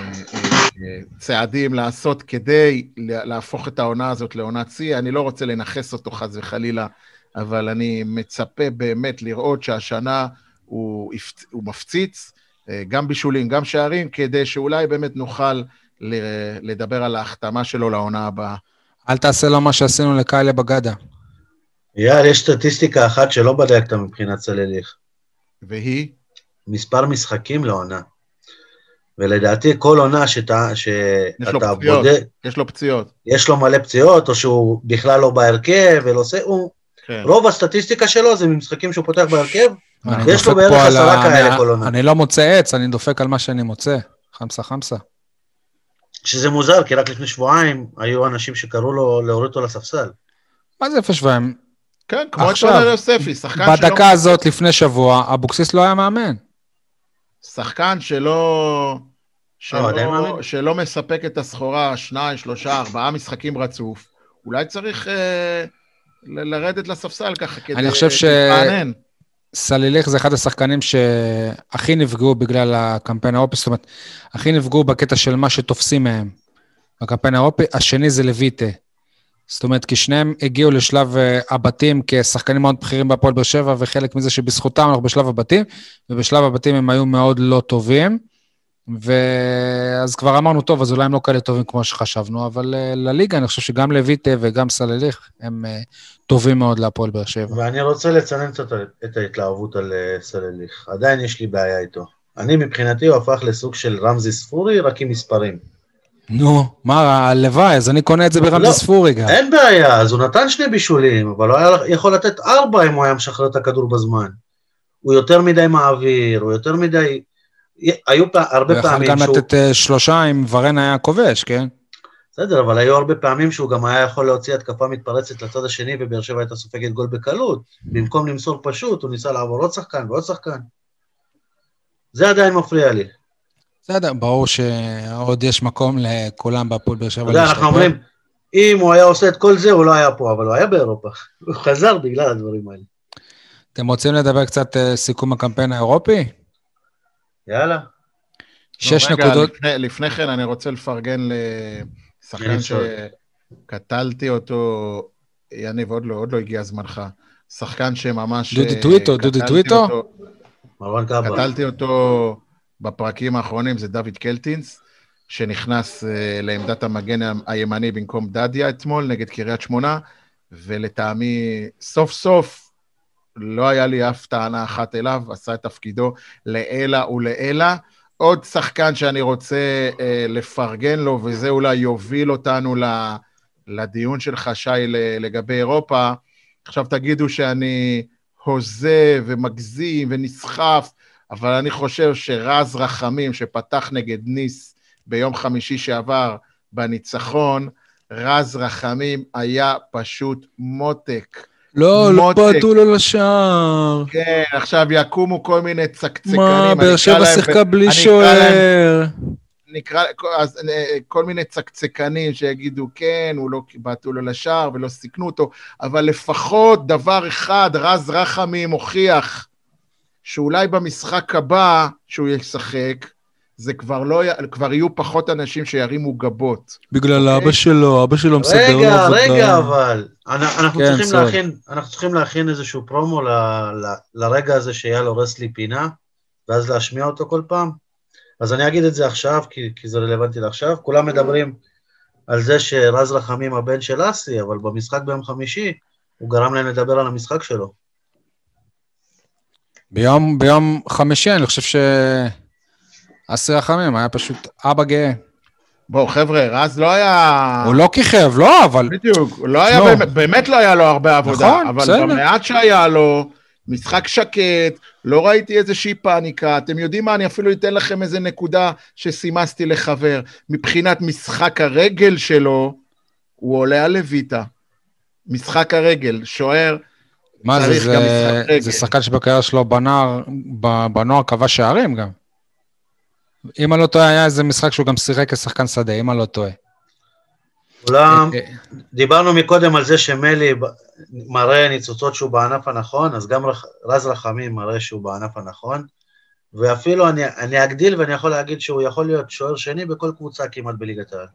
צעדים לעשות כדי להפוך את העונה הזאת לעונת שיא. אני לא רוצה לנחס אותו חס וחלילה, אבל אני מצפה באמת לראות שהשנה הוא, הוא מפציץ, גם בישולים, גם שערים, כדי שאולי באמת נוכל לדבר על ההחתמה שלו לעונה הבאה. אל תעשה לו מה שעשינו לקיילה בגדה. יאל, יש סטטיסטיקה אחת שלא בדקת מבחינת סלליך. והיא? מספר משחקים לעונה. ולדעתי כל עונה שאתה, שאתה בודק... יש לו פציעות. יש לו מלא פציעות, או שהוא בכלל לא בהרכב, ולא עושה, הוא... כן. רוב הסטטיסטיקה שלו זה ממשחקים שהוא פותח בהרכב, ויש לו בערך עשרה כאלה כל עונה. אני לא מוצא עץ, אני דופק על מה שאני מוצא. חמסה חמסה. שזה מוזר, כי רק לפני שבועיים היו אנשים שקראו לו להוריד אותו לספסל. מה זה לפני שבועיים? כן, כמו תומר יוספי, שחקן שלא... בדקה הזאת לפני שבוע, אבוקסיס לא היה מאמן. שחקן שלא... שלא, שלא מספק את הסחורה, שניים, שלושה, ארבעה משחקים רצוף, אולי צריך אה, ל- לרדת לספסל ככה כדי... אני חושב שסליליך זה אחד השחקנים שהכי נפגעו בגלל הקמפיין האירופי, זאת אומרת, הכי נפגעו בקטע של מה שתופסים מהם. הקמפיין האירופי, השני זה לויטה. זאת אומרת, כי שניהם הגיעו לשלב הבתים כשחקנים מאוד בכירים בהפועל באר שבע, וחלק מזה שבזכותם אנחנו בשלב הבתים, ובשלב הבתים הם היו מאוד לא טובים, ואז כבר אמרנו, טוב, אז אולי הם לא כאלה טובים כמו שחשבנו, אבל לליגה אני חושב שגם לויטה וגם סליליך הם טובים מאוד להפועל באר שבע. ואני רוצה לצנן קצת את ההתלהבות על סליליך. עדיין יש לי בעיה איתו. אני מבחינתי הוא הפך לסוג של רמזי ספורי, רק עם מספרים. נו, מה, הלוואי, אז אני קונה את זה ברמזי ספורי גם. אין בעיה, אז הוא נתן שני בישולים, אבל הוא היה יכול לתת ארבע אם הוא היה משחרר את הכדור בזמן. הוא יותר מדי מעביר, הוא יותר מדי... היו הרבה פעמים שהוא... הוא יכול גם לתת שלושה אם ורן היה כובש, כן? בסדר, אבל היו הרבה פעמים שהוא גם היה יכול להוציא התקפה מתפרצת לצד השני, ובאר שבע הייתה סופגת גול בקלות. במקום למסור פשוט, הוא ניסה לעבור עוד שחקן ועוד שחקן. זה עדיין מפריע לי. בסדר, ברור שעוד יש מקום לכולם בהפועל באר שבע. אתה יודע, אנחנו אומרים, אם הוא היה עושה את כל זה, הוא לא היה פה, אבל הוא היה באירופה. הוא חזר בגלל הדברים האלה. אתם רוצים לדבר קצת סיכום הקמפיין האירופי? יאללה. שש נקודות. לפני, לפני כן אני רוצה לפרגן לשחקן שקטלתי אותו, יניב, עוד לא, עוד לא הגיע זמנך. שחקן שממש... דודי טוויטו, דודי טוויטו? מרואן קאבה. קטלתי אותו בפרקים האחרונים, זה דוד קלטינס, שנכנס לעמדת המגן הימני במקום דדיה אתמול, נגד קריית שמונה, ולטעמי סוף סוף, לא היה לי אף טענה אחת אליו, עשה את תפקידו לאלה ולאלה. עוד שחקן שאני רוצה אה, לפרגן לו, וזה אולי יוביל אותנו לדיון שלך, שי, לגבי אירופה. עכשיו תגידו שאני הוזה ומגזים ונסחף, אבל אני חושב שרז רחמים, שפתח נגד ניס ביום חמישי שעבר בניצחון, רז רחמים היה פשוט מותק. לא, לא פעטו לו לשער. כן, עכשיו יקומו כל מיני צקצקנים. מה, באר שבע שיחקה בלי שוער. נקרא, אז כל מיני צקצקנים שיגידו, כן, הוא לא פעטו לו לשער ולא סיכנו אותו, אבל לפחות דבר אחד, רז רחמים הוכיח, שאולי במשחק הבא שהוא ישחק, זה כבר לא, כבר יהיו פחות אנשים שירימו גבות. בגלל אבא שלו, אבא שלו מסדר לו עבודה. רגע, רגע, אבל, אנחנו צריכים להכין, אנחנו צריכים להכין איזשהו פרומו לרגע הזה שהיה לו רסלי פינה, ואז להשמיע אותו כל פעם. אז אני אגיד את זה עכשיו, כי זה רלוונטי לעכשיו. כולם מדברים על זה שרז רחמים הבן של אסי, אבל במשחק ביום חמישי, הוא גרם להם לדבר על המשחק שלו. ביום, ביום חמישי, אני חושב ש... אסי רחמים, היה פשוט אבא גאה. בואו, חבר'ה, רז לא היה... הוא לא כיכב, לא, אבל... בדיוק, הוא לא היה, באמת, באמת לא היה לו הרבה עבודה, נכון, אבל בסדר. במעט שהיה לו, משחק שקט, לא ראיתי איזושהי פאניקה, אתם יודעים מה, אני אפילו אתן לכם איזה נקודה שסימסתי לחבר, מבחינת משחק הרגל שלו, הוא עולה על לויטה. משחק הרגל, שוער, מה זה, זה, זה שחקן שבקריירה שלו בנוער, בנוער קבע שערים גם. אם אני לא טועה, היה איזה משחק שהוא גם שיחק כשחקן שדה, אם אני לא טועה. אולם, דיברנו מקודם על זה שמלי מראה ניצוצות שהוא בענף הנכון, אז גם רז רחמים מראה שהוא בענף הנכון, ואפילו אני, אני אגדיל ואני יכול להגיד שהוא יכול להיות שוער שני בכל קבוצה כמעט בליגת העל.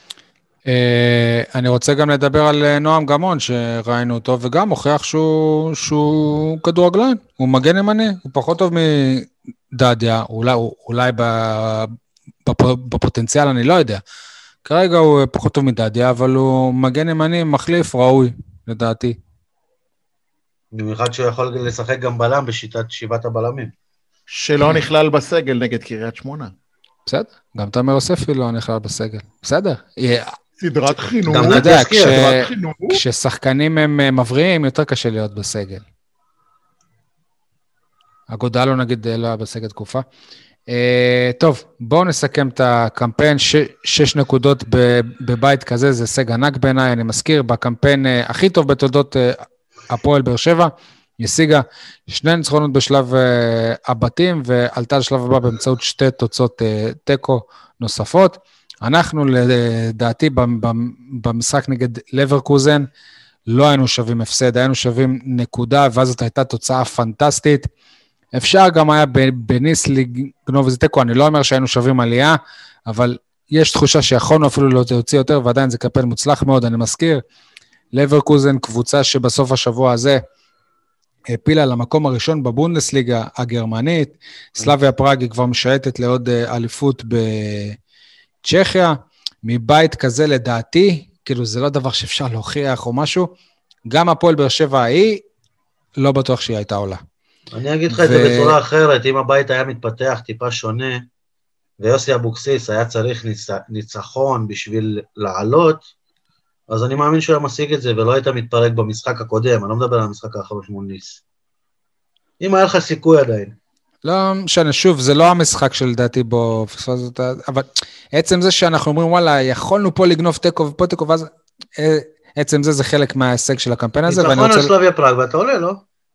אני רוצה גם לדבר על נועם גמון, שראינו אותו, וגם הוכיח שהוא, שהוא כדורגלן, הוא מגן ימני, הוא פחות טוב מדדיה, אולי, אולי בפוטנציאל אני לא יודע, כרגע הוא פחות טוב מדדיה, אבל הוא מגן ימני מחליף ראוי, לדעתי. במיוחד שהוא יכול לשחק גם בלם בשיטת שבעת הבלמים. שלא נכלל בסגל נגד קריית שמונה. בסדר, גם תומר יוספי לא נכלל בסגל. בסדר. סדרת חינוך. גם אתה יודע, נתזכיר, סדרת חינוך. כששחקנים הם מבריאים, יותר קשה להיות בסגל. אגודלו נגיד לא היה בסגל תקופה. טוב, בואו נסכם את הקמפיין, שש נקודות בבית כזה, זה הישג ענק בעיניי, אני מזכיר, בקמפיין הכי טוב בתולדות הפועל באר שבע, השיגה שני ניצחונות בשלב הבתים, ועלתה לשלב הבא באמצעות שתי תוצאות טקו נוספות. אנחנו לדעתי במשחק נגד לברקוזן, לא היינו שווים הפסד, היינו שווים נקודה, ואז זאת הייתה תוצאה פנטסטית. אפשר גם היה בניס לגנוב איזה טקו, אני לא אומר שהיינו שווים עלייה, אבל יש תחושה שיכולנו אפילו לא להוציא יותר, ועדיין זה קמפיין מוצלח מאוד, אני מזכיר. לברקוזן, קבוצה שבסוף השבוע הזה, הפילה למקום הראשון בבונדסליגה הגרמנית, סלאביה פראג היא כבר משייטת לעוד אליפות בצ'כיה, מבית כזה לדעתי, כאילו זה לא דבר שאפשר להוכיח או משהו, גם הפועל באר שבע ההיא, לא בטוח שהיא הייתה עולה. אני אגיד לך את זה בצורה אחרת, אם הבית היה מתפתח טיפה שונה, ויוסי אבוקסיס היה צריך ניצחון בשביל לעלות, אז אני מאמין שהוא היה משיג את זה, ולא היית מתפרק במשחק הקודם, אני לא מדבר על המשחק האחרון מול ניס. אם היה לך סיכוי עדיין. לא משנה, שוב, זה לא המשחק שלדעתי בו, אבל עצם זה שאנחנו אומרים, וואלה, יכולנו פה לגנוב טקו ופה טקו, ואז עצם זה זה חלק מההישג של הקמפיין הזה. ניצחון על סלאביה פראג, ואתה עולה, לא?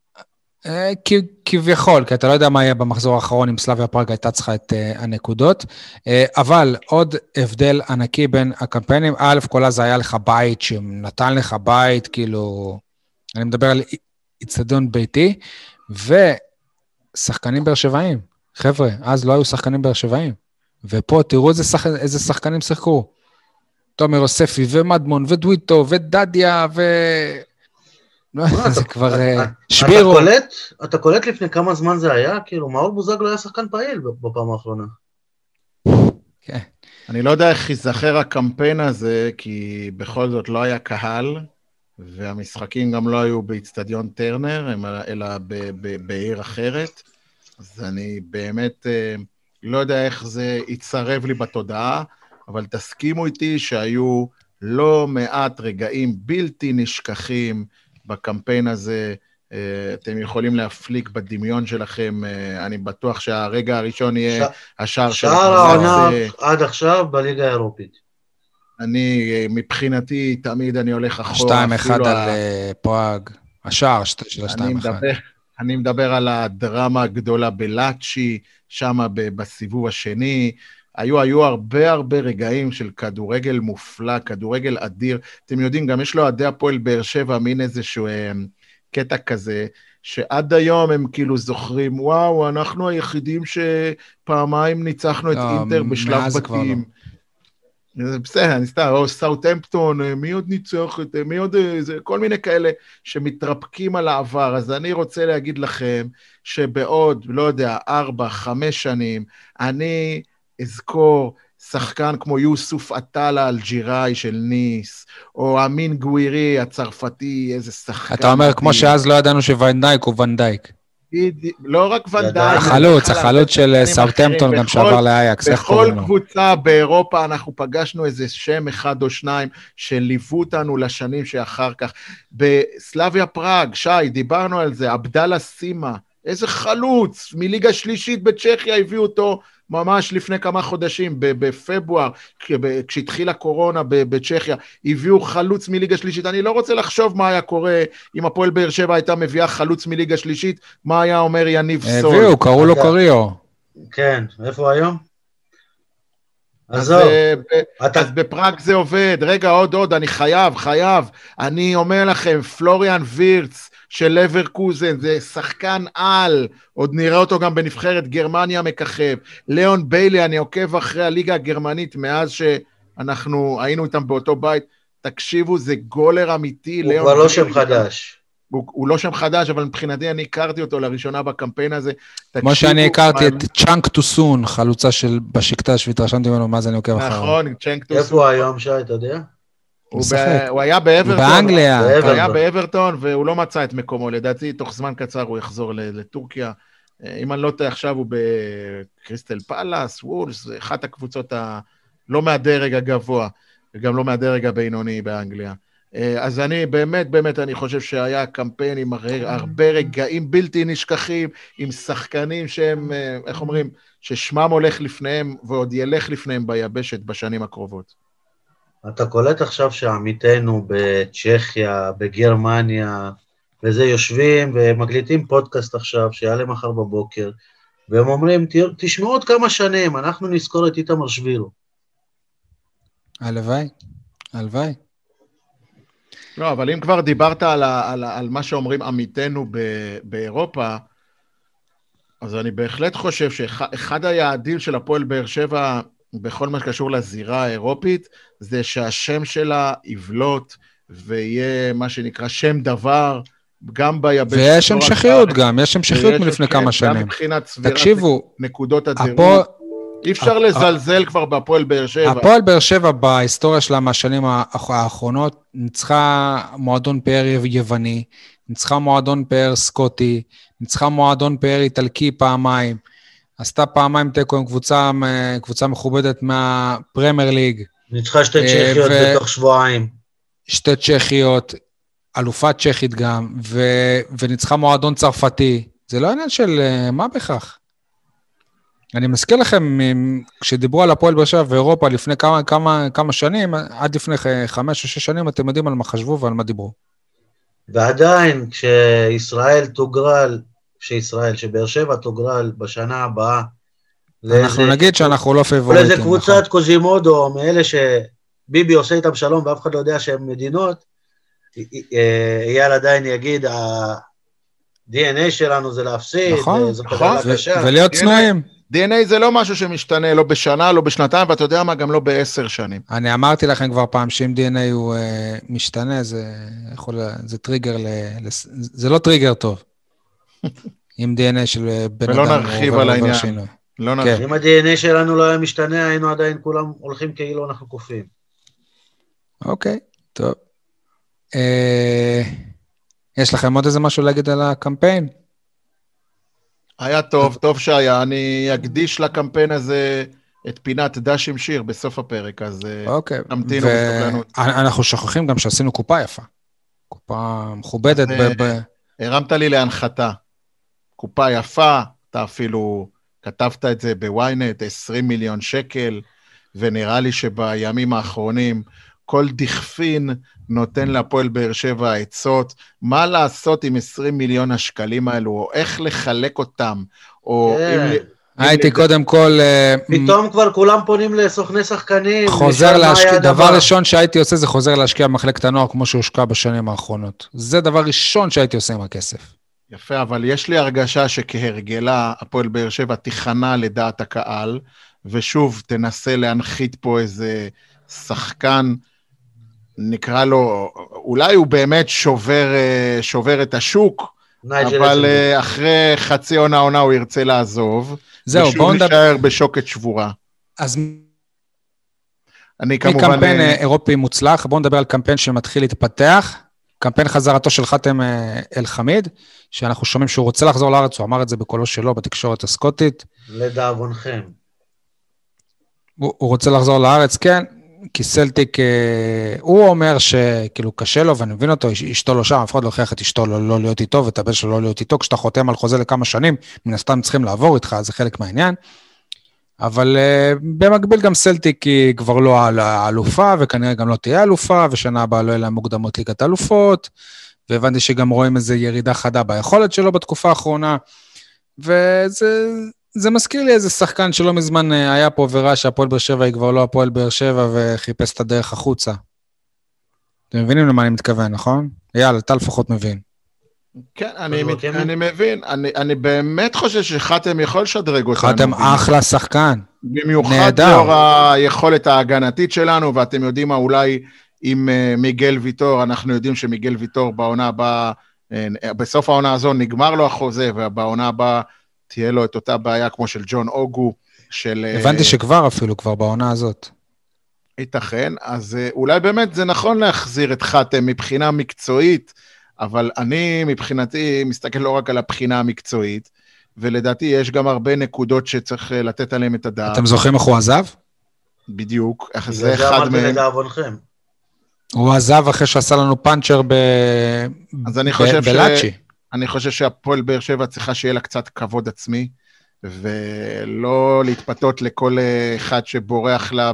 כביכול, כי אתה לא יודע מה יהיה במחזור האחרון אם סלאביה פראג הייתה צריכה את הנקודות, אבל עוד הבדל ענקי בין הקמפיינים, א' כל אז היה לך בית שנתן לך בית, כאילו, אני מדבר על אצטדיון ביתי, ושחקנים באר שבעים, חבר'ה, אז לא היו שחקנים באר שבעים, ופה תראו איזה, שח... איזה שחקנים שיחקו, תומר יוספי ומדמון ודוויטו ודדיה ו... זה כבר שבירו. אתה קולט לפני כמה זמן זה היה? כאילו, מאור בוזגלו היה שחקן פעיל בפעם האחרונה. כן. אני לא יודע איך ייזכר הקמפיין הזה, כי בכל זאת לא היה קהל, והמשחקים גם לא היו באצטדיון טרנר, אלא בעיר אחרת. אז אני באמת לא יודע איך זה יצרב לי בתודעה, אבל תסכימו איתי שהיו לא מעט רגעים בלתי נשכחים, בקמפיין הזה, אתם יכולים להפליק בדמיון שלכם, אני בטוח שהרגע הראשון יהיה השער של... שער העונה עד עכשיו בליגה האירופית. אני, מבחינתי, תמיד אני הולך אחורה. שתיים אחד על פראג, השער של השתיים אחד. אני מדבר על הדרמה הגדולה בלאצ'י, שם בסיבוב השני, היו, היו הרבה הרבה רגעים של כדורגל מופלא, כדורגל אדיר. אתם יודעים, גם יש לו עדי הפועל באר שבע, מין איזשהו um, קטע כזה, שעד היום הם כאילו זוכרים, וואו, אנחנו היחידים שפעמיים ניצחנו את לא, אינטר בשלב בתים. לא. זה בסדר, אני סתם, או סאוטהמפטון, מי עוד ניצח את, מי עוד, זה, כל מיני כאלה שמתרפקים על העבר. אז אני רוצה להגיד לכם, שבעוד, לא יודע, ארבע, חמש שנים, אני... אזכור שחקן כמו יוסוף עטלה אלג'יראי של ניס, או אמין גווירי הצרפתי, איזה שחקן. אתה אומר כמו שאז לא ידענו שוונדייק הוא ונדייק. לא רק ונדייק. החלוץ, החלוץ של סאוטהמפטון גם שעבר לאייקס. בכל קבוצה באירופה אנחנו פגשנו איזה שם אחד או שניים שליוו אותנו לשנים שאחר כך. בסלאביה פראג, שי, דיברנו על זה, עבדאללה סימה, איזה חלוץ, מליגה שלישית בצ'כיה הביאו אותו, ממש לפני כמה חודשים, בפברואר, כשהתחילה קורונה בצ'כיה, הביאו חלוץ מליגה שלישית. אני לא רוצה לחשוב מה היה קורה אם הפועל באר שבע הייתה מביאה חלוץ מליגה שלישית, מה היה אומר יניב סול. הביאו, קראו לו קוריו. כן, איפה היום? אז בפראג זה עובד. רגע, עוד עוד, אני חייב, חייב. אני אומר לכם, פלוריאן וירץ, של לברקוזן, זה שחקן על, עוד נראה אותו גם בנבחרת גרמניה מככב, ליאון ביילי, אני עוקב אחרי הליגה הגרמנית, מאז שאנחנו היינו איתם באותו בית, תקשיבו, זה גולר אמיתי, הוא כבר לא שם חדש. הוא, הוא לא שם חדש, אבל מבחינתי אני הכרתי אותו לראשונה בקמפיין הזה. כמו שאני הכרתי את צ'אנק טוסון, חלוצה של בשקטש, והתרשמתי ממנו מה זה אני עוקב אחריו. נכון, צ'אנק טוסון. איפה הוא היום, שי, אתה יודע? הוא, ב... הוא היה באברטון, באנגליה. הוא היה באברטון, והוא לא מצא את מקומו, לדעתי תוך זמן קצר הוא יחזור לטורקיה, אם אני לא טועה עכשיו הוא בקריסטל פלאס, וולס, אחת הקבוצות הלא מהדרג הגבוה, וגם לא מהדרג הבינוני באנגליה. אז אני באמת, באמת, אני חושב שהיה קמפיין עם הרבה רגעים בלתי נשכחים, עם שחקנים שהם, איך אומרים, ששמם הולך לפניהם, ועוד ילך לפניהם ביבשת בשנים הקרובות. אתה קולט עכשיו שעמיתנו בצ'כיה, בגרמניה, וזה יושבים ומקליטים פודקאסט עכשיו, שיעלה מחר בבוקר, והם אומרים, תשמעו עוד כמה שנים, אנחנו נזכור את איתמר שבירו. הלוואי, הלוואי. לא, אבל אם כבר דיברת על, ה, על, ה, על מה שאומרים עמיתנו ב, באירופה, אז אני בהחלט חושב שאחד היעדים של הפועל באר שבע, בכל מה שקשור לזירה האירופית, זה שהשם שלה יבלוט, ויהיה מה שנקרא שם דבר, גם ביבש... ויש המשכיות גם, יש המשכיות מלפני כמה שנים. גם מבחינת סבירת נקודות הדירוג. אי אפשר לזלזל כבר בהפועל באר שבע. הפועל באר שבע בהיסטוריה שלה מהשנים האחרונות, ניצחה מועדון פאר יווני, ניצחה מועדון פאר סקוטי, ניצחה מועדון פאר איטלקי פעמיים, עשתה פעמיים תיקו עם קבוצה, קבוצה מכובדת מהפרמייר ליג. ניצחה שתי צ'כיות ו... בתוך שבועיים. שתי צ'כיות, אלופת צ'כית גם, ו... וניצחה מועדון צרפתי. זה לא עניין של מה בכך. אני מזכיר לכם, כשדיברו על הפועל באר שבע ואירופה לפני כמה, כמה, כמה שנים, עד לפני חמש או שש שנים, אתם יודעים על מה חשבו ועל מה דיברו. ועדיין, כשישראל תוגרל, שישראל, שבאר שבע תוגרל בשנה הבאה, אנחנו לאיזה, נגיד שאנחנו לא פייבוריטים. לאיזה קבוצת נכון. קוזימודו, מאלה שביבי עושה איתם שלום, ואף אחד לא יודע שהם מדינות, אייל עדיין יגיד, ה-די אן איי שלנו זה להפסיד, נכון, זו קבלה קשה. ולהיות צנועים. די אן איי זה לא משהו שמשתנה, לא בשנה, לא בשנתיים, ואתה יודע מה, גם לא בעשר שנים. אני אמרתי לכם כבר פעם, שאם די אן איי הוא uh, משתנה, זה, יכול, זה טריגר, ל, לס, זה לא טריגר טוב. אם די אן איי של בן אדם... ולא נרחיב על העניין. לא נרחיב. אם ה-די אן איי שלנו לא היה משתנה, היינו עדיין כולם הולכים כאילו אנחנו קופים. אוקיי, טוב. Uh, יש לכם עוד איזה משהו להגיד על הקמפיין? היה טוב, טוב שהיה. אני אקדיש לקמפיין הזה את פינת דש עם שיר בסוף הפרק, אז אוקיי. נמתינו בסבלנות. אנחנו שוכחים גם שעשינו קופה יפה. קופה מכובדת. הרמת לי להנחתה. קופה יפה, אתה אפילו כתבת את זה בוויינט, עשרים מיליון שקל, ונראה לי שבימים האחרונים כל דכפין נותן להפועל באר שבע עצות, מה לעשות עם עשרים מיליון השקלים האלו, או איך לחלק אותם, או אם... הייתי קודם כל... פתאום כבר כולם פונים לסוכני שחקנים. חוזר להשקיע, דבר ראשון שהייתי עושה זה חוזר להשקיע במחלקת הנוער, כמו שהושקע בשנים האחרונות. זה דבר ראשון שהייתי עושה עם הכסף. יפה, אבל יש לי הרגשה שכהרגלה, הפועל באר שבע תיכנע לדעת הקהל, ושוב תנסה להנחית פה איזה שחקן, נקרא לו, אולי הוא באמת שובר, שובר את השוק, אבל אחרי חצי עונה עונה הוא ירצה לעזוב, זהו, ושוב נשאר בשוקת שבורה. אז אני כמובן... מקמפיין אירופי מוצלח, בואו נדבר על קמפיין שמתחיל להתפתח, קמפיין חזרתו של חתם אל חמיד, שאנחנו שומעים שהוא רוצה לחזור לארץ, הוא אמר את זה בקולו שלו, בתקשורת הסקוטית. לדאבונכם. הוא, הוא רוצה לחזור לארץ, כן, כי סלטיק, הוא אומר שכאילו קשה לו, ואני מבין אותו, אשתו לא שם, אף אחד לא הוכיח את אשתו לא, לא להיות איתו, ואת הבן שלו לא להיות איתו, כשאתה חותם על חוזה לכמה שנים, מן הסתם צריכים לעבור איתך, זה חלק מהעניין, אבל uh, במקביל גם סלטיק היא כבר לא האלופה, וכנראה גם לא תהיה אלופה, ושנה הבאה לא יהיה להם מוקדמות ליגת אלופות, והבנתי שגם רואים איזו ירידה חדה ביכולת שלו בתקופה האחרונה, וזה... זה מזכיר לי איזה שחקן שלא מזמן היה פה וראה שהפועל באר שבע היא כבר לא הפועל באר שבע וחיפש את הדרך החוצה. אתם מבינים למה אני מתכוון, נכון? יאללה, אתה לפחות מבין. כן, אני, מת, אני מבין. אני, אני באמת חושב שחתם יכול לשדרג אותנו. חתם אחלה שחקן. במיוחד לאור היכולת ההגנתית שלנו, ואתם יודעים מה, אולי עם מיגל ויטור, אנחנו יודעים שמיגל ויטור בעונה הבאה, בסוף העונה הזו נגמר לו החוזה, ובעונה הבאה, תהיה לו את אותה בעיה כמו של ג'ון אוגו, של... הבנתי שכבר אפילו, כבר בעונה הזאת. ייתכן, אז אולי באמת זה נכון להחזיר את חתם מבחינה מקצועית, אבל אני מבחינתי מסתכל לא רק על הבחינה המקצועית, ולדעתי יש גם הרבה נקודות שצריך לתת עליהן את הדעת. אתם זוכרים איך הוא עזב? בדיוק, זה אחד מהם. אמרתי לדאבונכם. הוא עזב אחרי שעשה לנו פאנצ'ר בלאצ'י. אני חושב שהפועל באר שבע צריכה שיהיה לה קצת כבוד עצמי, ולא להתפתות לכל אחד שבורח לה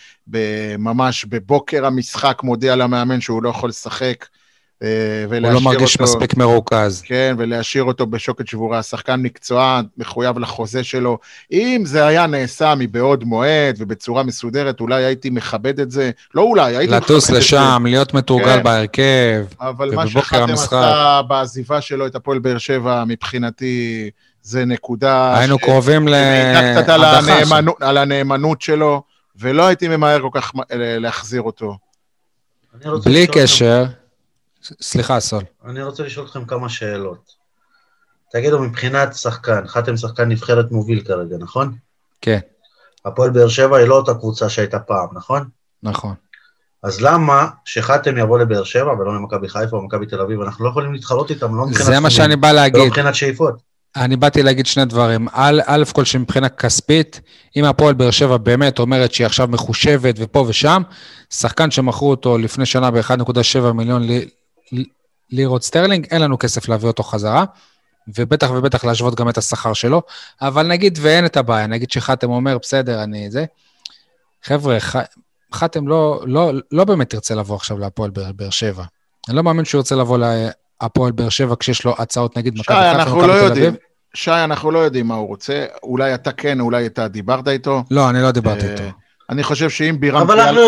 ממש בבוקר המשחק, מודיע למאמן שהוא לא יכול לשחק, הוא לא מרגיש אותו, מספיק מרוכז. כן, ולהשאיר אותו בשוקת שבורה. השחקן מקצוען, מחויב לחוזה שלו. אם זה היה נעשה מבעוד מועד ובצורה מסודרת, אולי הייתי מכבד את זה. לא אולי, הייתי מכבד את זה. לטוס לשם, להיות מתורגל כן. בהרכב. אבל מה שחתם עשה בעזיבה שלו את הפועל באר שבע, מבחינתי זה נקודה... היינו ש... קרובים ל... קצת על, הנאמנות, על הנאמנות שלו, ולא הייתי ממהר כל כך להחזיר אותו. בלי קשר... סליחה, סול. אני רוצה לשאול אתכם כמה שאלות. תגידו, מבחינת שחקן, חתם שחקן נבחרת מוביל כרגע, נכון? כן. הפועל באר שבע היא לא אותה קבוצה שהייתה פעם, נכון? נכון. אז למה שחתם יבוא לבאר שבע ולא למכבי חיפה או מכבי תל אביב? אנחנו לא יכולים להתחרות איתם, לא מבחינת... זה מה שאני בא להגיד. לא מבחינת שאיפות. אני באתי להגיד שני דברים. א' כל שמבחינה כספית, אם הפועל באר שבע באמת אומרת שהיא עכשיו מחושבת ופה ושם, שחקן שמכרו אותו לפני שנה ב-אחד נקודה שבע מיליון לירות סטרלינג, אין לנו כסף להביא אותו חזרה, ובטח ובטח להשוות גם את השכר שלו, אבל נגיד ואין את הבעיה, נגיד שחתם אומר, בסדר, אני זה, חבר'ה, חתם לא, לא, לא באמת תרצה לבוא עכשיו להפועל באר שבע, אני לא מאמין שהוא ירצה לבוא להפועל באר שבע, כשיש לו הצעות נגיד מכבי חיפה ומכבי תל אביב. שי, אנחנו לא יודעים מה הוא רוצה, אולי אתה כן, אולי אתה דיברת איתו. לא, אני לא דיברתי איתו. אני חושב שאם בירם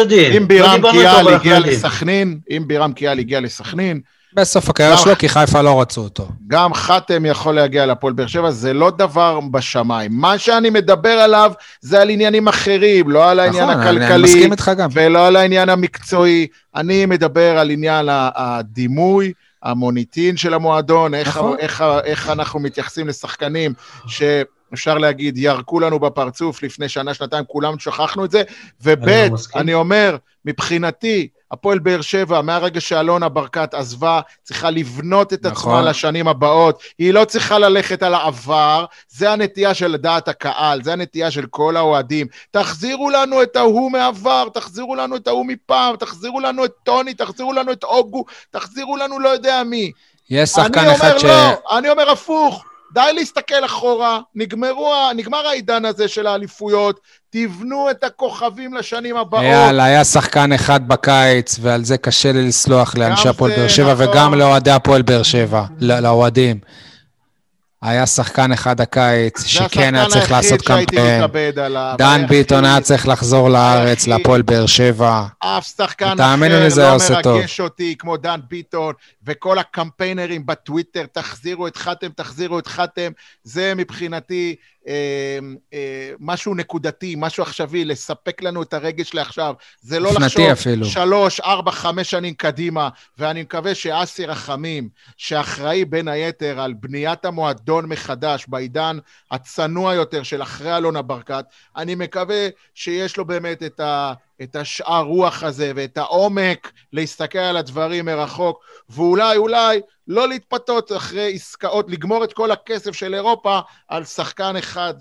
קיאל הגיע לסכנין, אם בירם קיאל הגיע לסכנין, בסוף הקריירה שלו, כי חיפה לא רצו אותו. גם חתם יכול להגיע לפועל באר שבע, זה לא דבר בשמיים. מה שאני מדבר עליו, זה על עניינים אחרים, לא על העניין הכלכלי, ולא על העניין המקצועי. אני מדבר על עניין הדימוי, המוניטין של המועדון, איך אנחנו מתייחסים לשחקנים ש... אפשר להגיד, ירקו לנו בפרצוף לפני שנה, שנתיים, כולם שכחנו את זה, ובית, אני אומר, מבחינתי, הפועל באר שבע, מהרגע שאלונה ברקת עזבה, צריכה לבנות את עצמה לשנים הבאות, היא לא צריכה ללכת על העבר, זה הנטייה של דעת הקהל, זה הנטייה של כל האוהדים, תחזירו לנו את ההוא מעבר, תחזירו לנו את ההוא מפעם, תחזירו לנו את טוני, תחזירו לנו את אוגו, תחזירו לנו לא יודע מי. יש שחקן אחד ש... לא, אני אומר הפוך, די להסתכל אחורה, נגמרו, נגמר העידן הזה של האליפויות, תבנו את הכוכבים לשנים הבאות. יאללה, היה שחקן אחד בקיץ, ועל זה קשה לי לסלוח לאנשי הפועל באר שבע, וגם לאוהדי הפועל באר שבע, לאוהדים. היה שחקן אחד הקיץ, שכן היה צריך לעשות קמפיין. דן ביטון היה צריך לחזור לארץ, לפועל באר שבע. אף שחקן אחר לא מרגש אותי, כמו דן ביטון, וכל הקמפיינרים בטוויטר, תחזירו את חתם, תחזירו את חתם. זה מבחינתי אה, אה, משהו נקודתי, משהו עכשווי, לספק לנו את הרגש לעכשיו. זה לא לחשוב אפילו. שלוש, ארבע, חמש שנים קדימה, ואני מקווה שאסי רחמים, שאחראי בין היתר על בניית המועדון מחדש, בעידן הצנוע יותר של אחרי אלונה ברקת, אני מקווה שיש לו באמת את ה... את השאר רוח הזה, ואת העומק, להסתכל על הדברים מרחוק, ואולי, אולי, לא להתפתות אחרי עסקאות, לגמור את כל הכסף של אירופה, על שחקן אחד.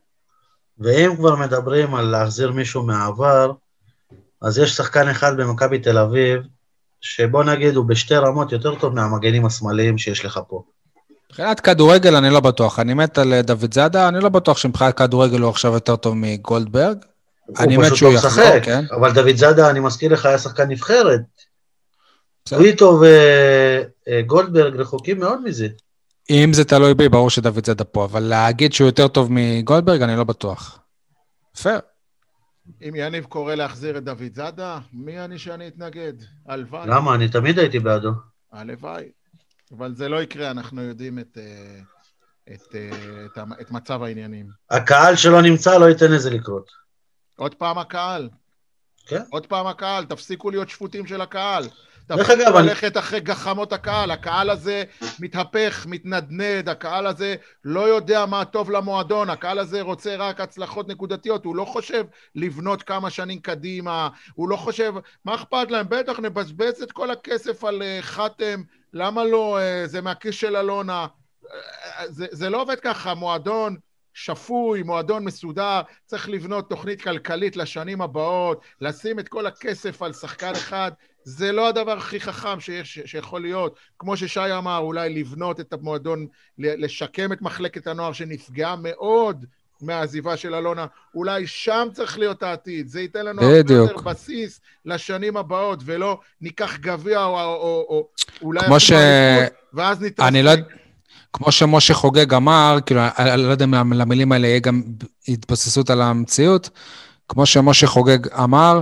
ואם כבר מדברים על להחזיר מישהו מהעבר, אז יש שחקן אחד במכבי תל אביב, שבוא נגיד, הוא בשתי רמות יותר טוב מהמגנים השמאליים שיש לך פה. מבחינת כדורגל אני לא בטוח, אני מת על דוד זאדה, אני לא בטוח שמבחינת כדורגל הוא עכשיו יותר טוב מגולדברג, אני מת שהוא יחזור, כן? אבל דוד זאדה, אני מזכיר לך, היה שחקן נבחרת. טוויטו וגולדברג רחוקים מאוד מזה. אם זה תלוי בי, ברור שדוד זאדה פה, אבל להגיד שהוא יותר טוב מגולדברג, אני לא בטוח. פייר. אם יניב קורא להחזיר את דוד זאדה, מי אני שאני אתנגד? הלוואי. למה? אני תמיד הייתי בעדו. הלוואי. אבל זה לא יקרה, אנחנו יודעים את... את, את, את מצב העניינים. הקהל שלא נמצא, לא ייתן איזה לקרות. עוד פעם הקהל. כן. עוד פעם הקהל, תפסיקו להיות שפוטים של הקהל. דרך אגב, תפסיקו ללכת אחרי גחמות הקהל. הקהל הזה מתהפך, מתנדנד, הקהל הזה לא יודע מה טוב למועדון, הקהל הזה רוצה רק הצלחות נקודתיות, הוא לא חושב לבנות כמה שנים קדימה, הוא לא חושב, מה אכפת להם? בטח נבזבז את כל הכסף על חתם, למה לא? זה מהכיס של אלונה. זה, זה לא עובד ככה, מועדון שפוי, מועדון מסודר, צריך לבנות תוכנית כלכלית לשנים הבאות, לשים את כל הכסף על שחקן אחד, זה לא הדבר הכי חכם שיש, שיכול להיות. כמו ששי אמר, אולי לבנות את המועדון, לשקם את מחלקת הנוער שנפגעה מאוד מהעזיבה של אלונה, אולי שם צריך להיות העתיד, זה ייתן לנו יותר בסיס לשנים הבאות, ולא ניקח גביע או, או, או, או אולי... כמו ש... ואז נתרסק. אני לא... כמו שמשה חוגג אמר, כאילו, אני לא יודע אם למילים האלה יהיה גם התבססות על המציאות, כמו שמשה חוגג אמר,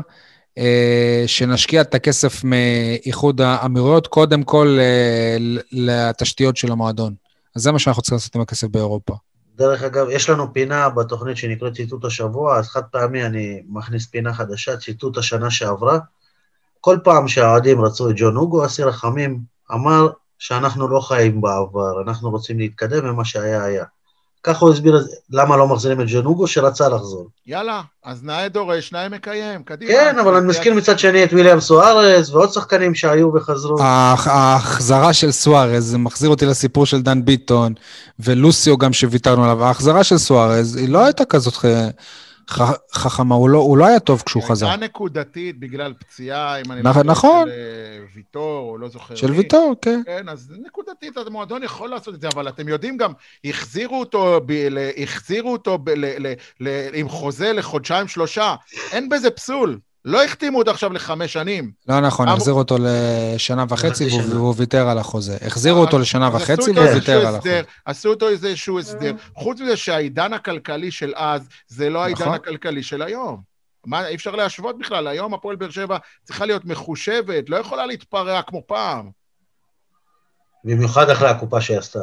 שנשקיע את הכסף מאיחוד האמירויות, קודם כל לתשתיות של המועדון. אז זה מה שאנחנו צריכים לעשות עם הכסף באירופה. דרך אגב, יש לנו פינה בתוכנית שנקראת ציטוט השבוע, אז חד פעמי אני מכניס פינה חדשה, ציטוט השנה שעברה. כל פעם שהאוהדים רצו את ג'ון הוגו, אסי רחמים אמר שאנחנו לא חיים בעבר, אנחנו רוצים להתקדם ממה שהיה היה. ככה הוא הסביר למה לא מחזירים את ג'ון הוגו שרצה לחזור. יאללה, אז נאה דורש, נאה מקיים, קדימה. כן, אבל אני מזכיר מצד שני את וויליאם סוארז ועוד שחקנים שהיו וחזרו. ההחזרה של סוארז, זה מחזיר אותי לסיפור של דן ביטון, ולוסיו גם שוויתרנו עליו. ההחזרה של סוארז היא לא הייתה כזאת חכמה, הוא לא, הוא לא היה טוב כשהוא חזר. הייתה נקודתית בגלל פציעה, אם אני נכון, לא נכון. של ויטור, או לא זוכר. של ויטור, כן. כן, אז נקודתית, המועדון יכול לעשות את זה, אבל אתם יודעים גם, החזירו אותו, ב, החזירו אותו ב, ל, ל, ל, עם חוזה לחודשיים שלושה, אין בזה פסול. לא החתימו אותו עכשיו לחמש שנים. לא נכון, החזירו אותו לשנה וחצי והוא ויתר על החוזה. החזירו אותו לשנה וחצי והוא ויתר על החוזה. עשו אותו איזשהו הסדר. חוץ מזה שהעידן הכלכלי של אז, זה לא העידן הכלכלי של היום. מה, אי אפשר להשוות בכלל. היום הפועל באר שבע צריכה להיות מחושבת, לא יכולה להתפרע כמו פעם. במיוחד אחרי הקופה שעשתה.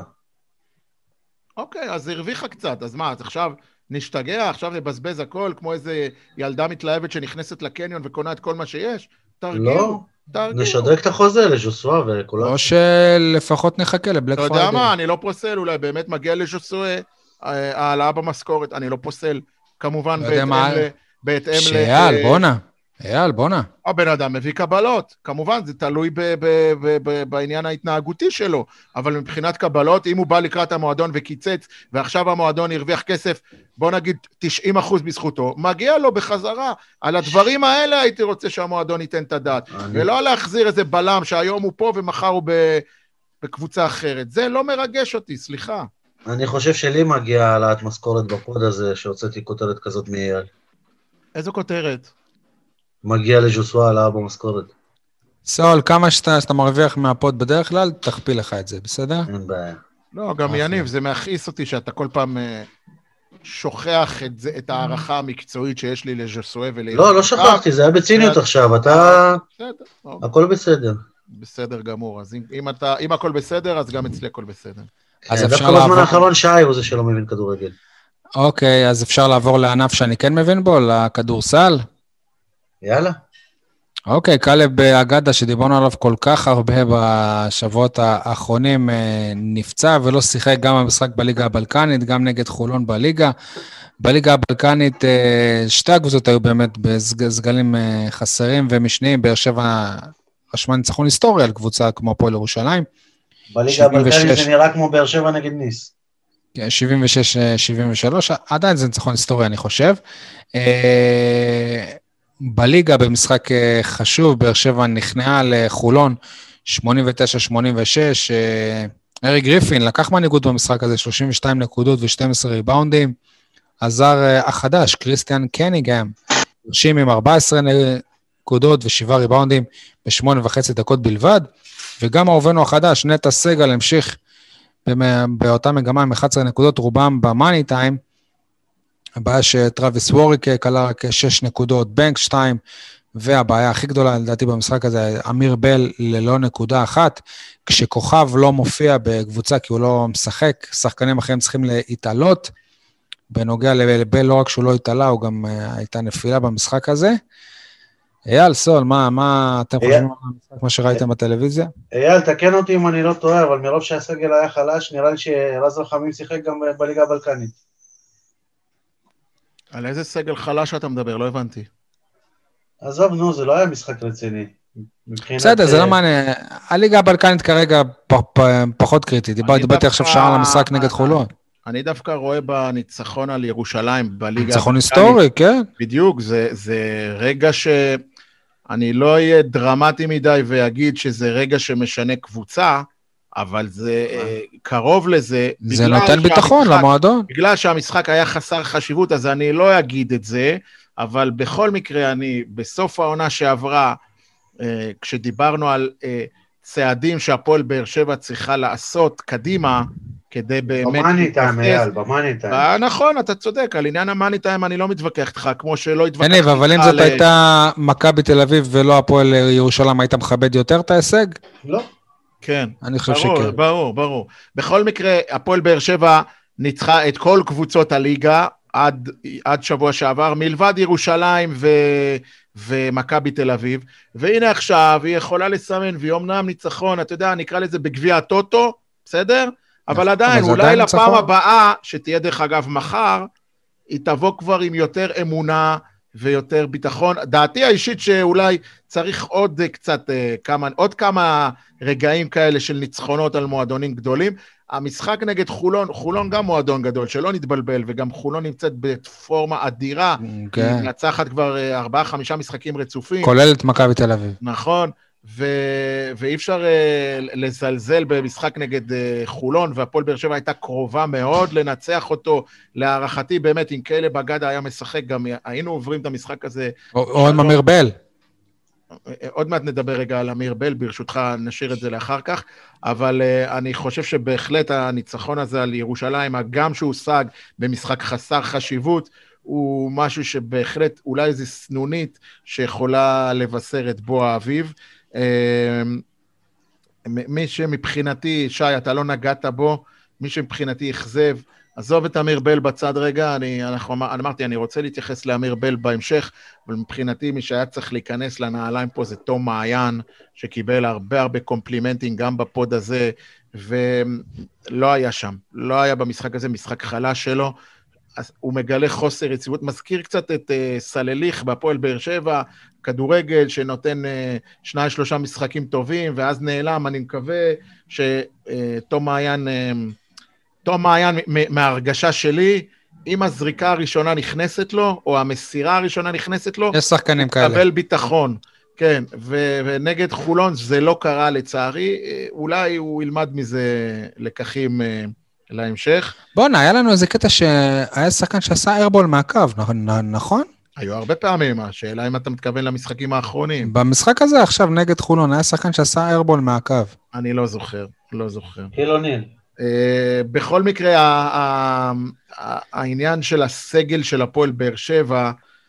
אוקיי, אז הרוויחה קצת. אז מה, אז עכשיו... נשתגע, עכשיו נבזבז הכל, כמו איזה ילדה מתלהבת שנכנסת לקניון וקונה את כל מה שיש? תרגיעו, לא, תרגיעו. נשדרג את החוזה לז'וסואה וכולם. או שלפחות נחכה לבלק פריידי. אתה יודע מה, אני לא פוסל, אולי באמת מגיע לז'וסואה, העלאה במשכורת, אני לא פוסל, כמובן בהתאם ל... שאייל, בונה, אייל, בונה. הבן אדם מביא קבלות, כמובן, זה תלוי ב- ב- ב- ב- בעניין ההתנהגותי שלו, אבל מבחינת קבלות, אם הוא בא לקראת המועדון וקיצץ, ועכשיו המועדון הרוויח כסף, בוא נגיד תשעים אחוז בזכותו, מגיע לו בחזרה. על הדברים האלה הייתי רוצה שהמועדון ייתן את הדעת, ולא להחזיר איזה בלם שהיום הוא פה ומחר הוא בקבוצה אחרת. זה לא מרגש אותי, סליחה. אני חושב שלי מגיע העלאת משכורת בפוד הזה, שהוצאתי כותרת כזאת מאייל. איזו כותרת? מגיע לז'וסואה העלאה במשכורת. סול, כמה שאתה, שאתה מרוויח מהפוד בדרך כלל, תכפיל לך את זה, בסדר? אין בעיה. לא, גם יניב, זה מאכיס אותי שאתה כל פעם שוכח את, זה, את הערכה המקצועית שיש לי לז'וסואה ולילד. לא, לא שכחתי, זה היה בציניות עכשיו, אתה... בסדר. הכל בסדר. בסדר גמור, אז אם, אם, אתה, אם הכל בסדר, אז גם אצלי הכל בסדר. אז אפשר לעבור... דווקא בזמן האחרון שי הוא זה שלא מבין כדורגל. אוקיי, אז אפשר לעבור לענף שאני כן מבין בו, לכדורסל. יאללה. אוקיי, קלב אגדה שדיברנו עליו כל כך הרבה בשבועות האחרונים נפצע ולא שיחק גם במשחק בליגה הבלקנית, גם נגד חולון בליגה. בליגה הבלקנית שתי הקבוצות היו באמת בסגלים חסרים ומשניים, באר שבע רשמה ניצחון היסטורי על קבוצה כמו הפועל ירושלים. בליגה הבלקנית זה נראה כמו באר שבע נגד ניס. שבעים ושש שבעים ושלוש, עדיין זה ניצחון היסטורי אני חושב. בליגה במשחק חשוב, באר שבע נכנעה לחולון שמונים ותשע שמונים ושש, ארי גריפין לקח מנהיגות במשחק הזה, שלושים ושתיים נקודות ו-שתים עשרה ריבאונדים, הזר החדש, קריסטיאן קניגהם, מרשים עם ארבע עשרה נקודות ו-שבעה ריבאונדים ב-שמונה וחצי דקות בלבד, וגם העובנו החדש, נטע סגל, המשיך באותה מגמה עם אחת עשרה נקודות, רובם במאני טיים, הבעיה שטרוויס ווריק קלה רק שש נקודות, בנק שתיים, והבעיה הכי גדולה לדעתי במשחק הזה, אמיר בל ללא נקודה אחת, כשכוכב לא מופיע בקבוצה כי הוא לא משחק, שחקנים אחרים צריכים להתעלות, בנוגע לבל לא רק שהוא לא התעלה, הוא גם הייתה נפילה במשחק הזה. אייל, סול, מה, מה אתם חושבים על המשחק, מה שראיתם בטלוויזיה? אייל, תקן אותי אם אני לא טועה, אבל מרוב שהסגל היה חלש, נראה לי שרז רחמים שיחק גם בליגה הבלקנית. על איזה סגל חלש אתה מדבר? לא הבנתי. עזוב, נו, זה לא היה משחק רציני. בסדר, זה לא מעניין. הליגה הבלקנית כרגע פחות קריטית. דיברתי עכשיו שעה על המשחק נגד חולון. אני דווקא רואה בניצחון על ירושלים בליגה... ניצחון היסטורי, כן. בדיוק, זה, זה רגע שאני לא אהיה דרמטי מדי ויגיד שזה רגע שמשנה קבוצה, אבל זה קרוב לזה. זה נותן ביטחון למועדון. בגלל שהמשחק היה חסר חשיבות, אז אני לא אגיד את זה, אבל בכל מקרה אני, בסוף העונה שעברה, כשדיברנו על צעדים שהפועל באר שבע צריכה לעשות קדימה, כדי באמת... במאני טיים, אייל, במאני טיים. נכון, אתה צודק, על עניין המאני טיים אני לא מתווכח איתך, כמו שלא התווכח איתך... אבל אם זאת הייתה מכבי תל אביב ולא הפועל ירושלים, היית מכבד יותר את ההישג? לא. כן. אני חושב שכן. ברור, ברור. בכל מקרה, הפועל באר שבע ניצחה את כל קבוצות הליגה, עד, עד שבוע שעבר, מלבד ירושלים ו... ומכבי תל אביב, והנה עכשיו היא יכולה לסמן, והיא אומנם ניצחון, אתה יודע, נקרא לזה בגביע הטוטו, בסדר? אבל עדיין, אולי לפעם הבאה, שתהיה דרך אגב מחר, היא תבוא כבר עם יותר אמונה ויותר ביטחון. דעתי האישית שאולי צריך עוד קצת, כמה, עוד כמה רגעים כאלה של ניצחונות על מועדונים גדולים. המשחק נגד חולון, חולון גם מועדון גדול, שלא נתבלבל, וגם חולון נמצאת בפורמה אדירה, okay. היא נצחת כבר ארבעה, חמישה משחקים רצופים. כולל את מכבי תל אביב. נכון, ו... ואי אפשר uh, לזלזל במשחק נגד uh, חולון, והפועל באר שבע הייתה קרובה מאוד לנצח אותו, להערכתי באמת, אם כאלה בגדה היה משחק, גם היינו עוברים את המשחק הזה. או, או עם אמיר בל. עוד מעט נדבר רגע על אמיר בל, ברשותך נשאיר את זה לאחר כך, אבל uh, אני חושב שבהחלט הניצחון הזה על ירושלים, גם שהושג במשחק חסר חשיבות, הוא משהו שבהחלט אולי איזו סנונית שיכולה לבשר את בוא האביב. Uh, מי שמבחינתי, שי, אתה לא נגעת בו, מי שמבחינתי יחזב, עזוב את אמיר בל בצד רגע, אני, אנחנו, אני אמרתי, אני רוצה להתייחס לאמיר בל בהמשך, אבל מבחינתי מי שהיה צריך להיכנס לנעליים פה זה תום מעיין, שקיבל הרבה הרבה קומפלימנטים גם בפוד הזה, ולא היה שם, לא היה במשחק הזה משחק חלש שלו, אז הוא מגלה חוסר יציבות, מזכיר קצת את uh, סלליך בהפועל באר שבע, כדורגל שנותן uh, שניים שלושה משחקים טובים, ואז נעלם, אני מקווה שתום uh, מעיין... Uh, תום מעיין, מההרגשה שלי, אם הזריקה הראשונה נכנסת לו, או המסירה הראשונה נכנסת לו, יש שחקנים כאלה. הוא קבל ביטחון, כן, ו- ונגד חולון זה לא קרה לצערי, אולי הוא ילמד מזה לקחים uh, להמשך. בוא'נה, היה לנו איזה קטע שהיה שחקן שעשה איירבול מהקו, נכון? היו הרבה פעמים, השאלה אם אתה מתכוון למשחקים האחרונים. במשחק הזה עכשיו נגד חולון, היה שחקן שעשה איירבול מהקו. אני לא זוכר, לא זוכר. חילוניל. Uh, בכל מקרה, העניין של הסגל של הפועל באר שבע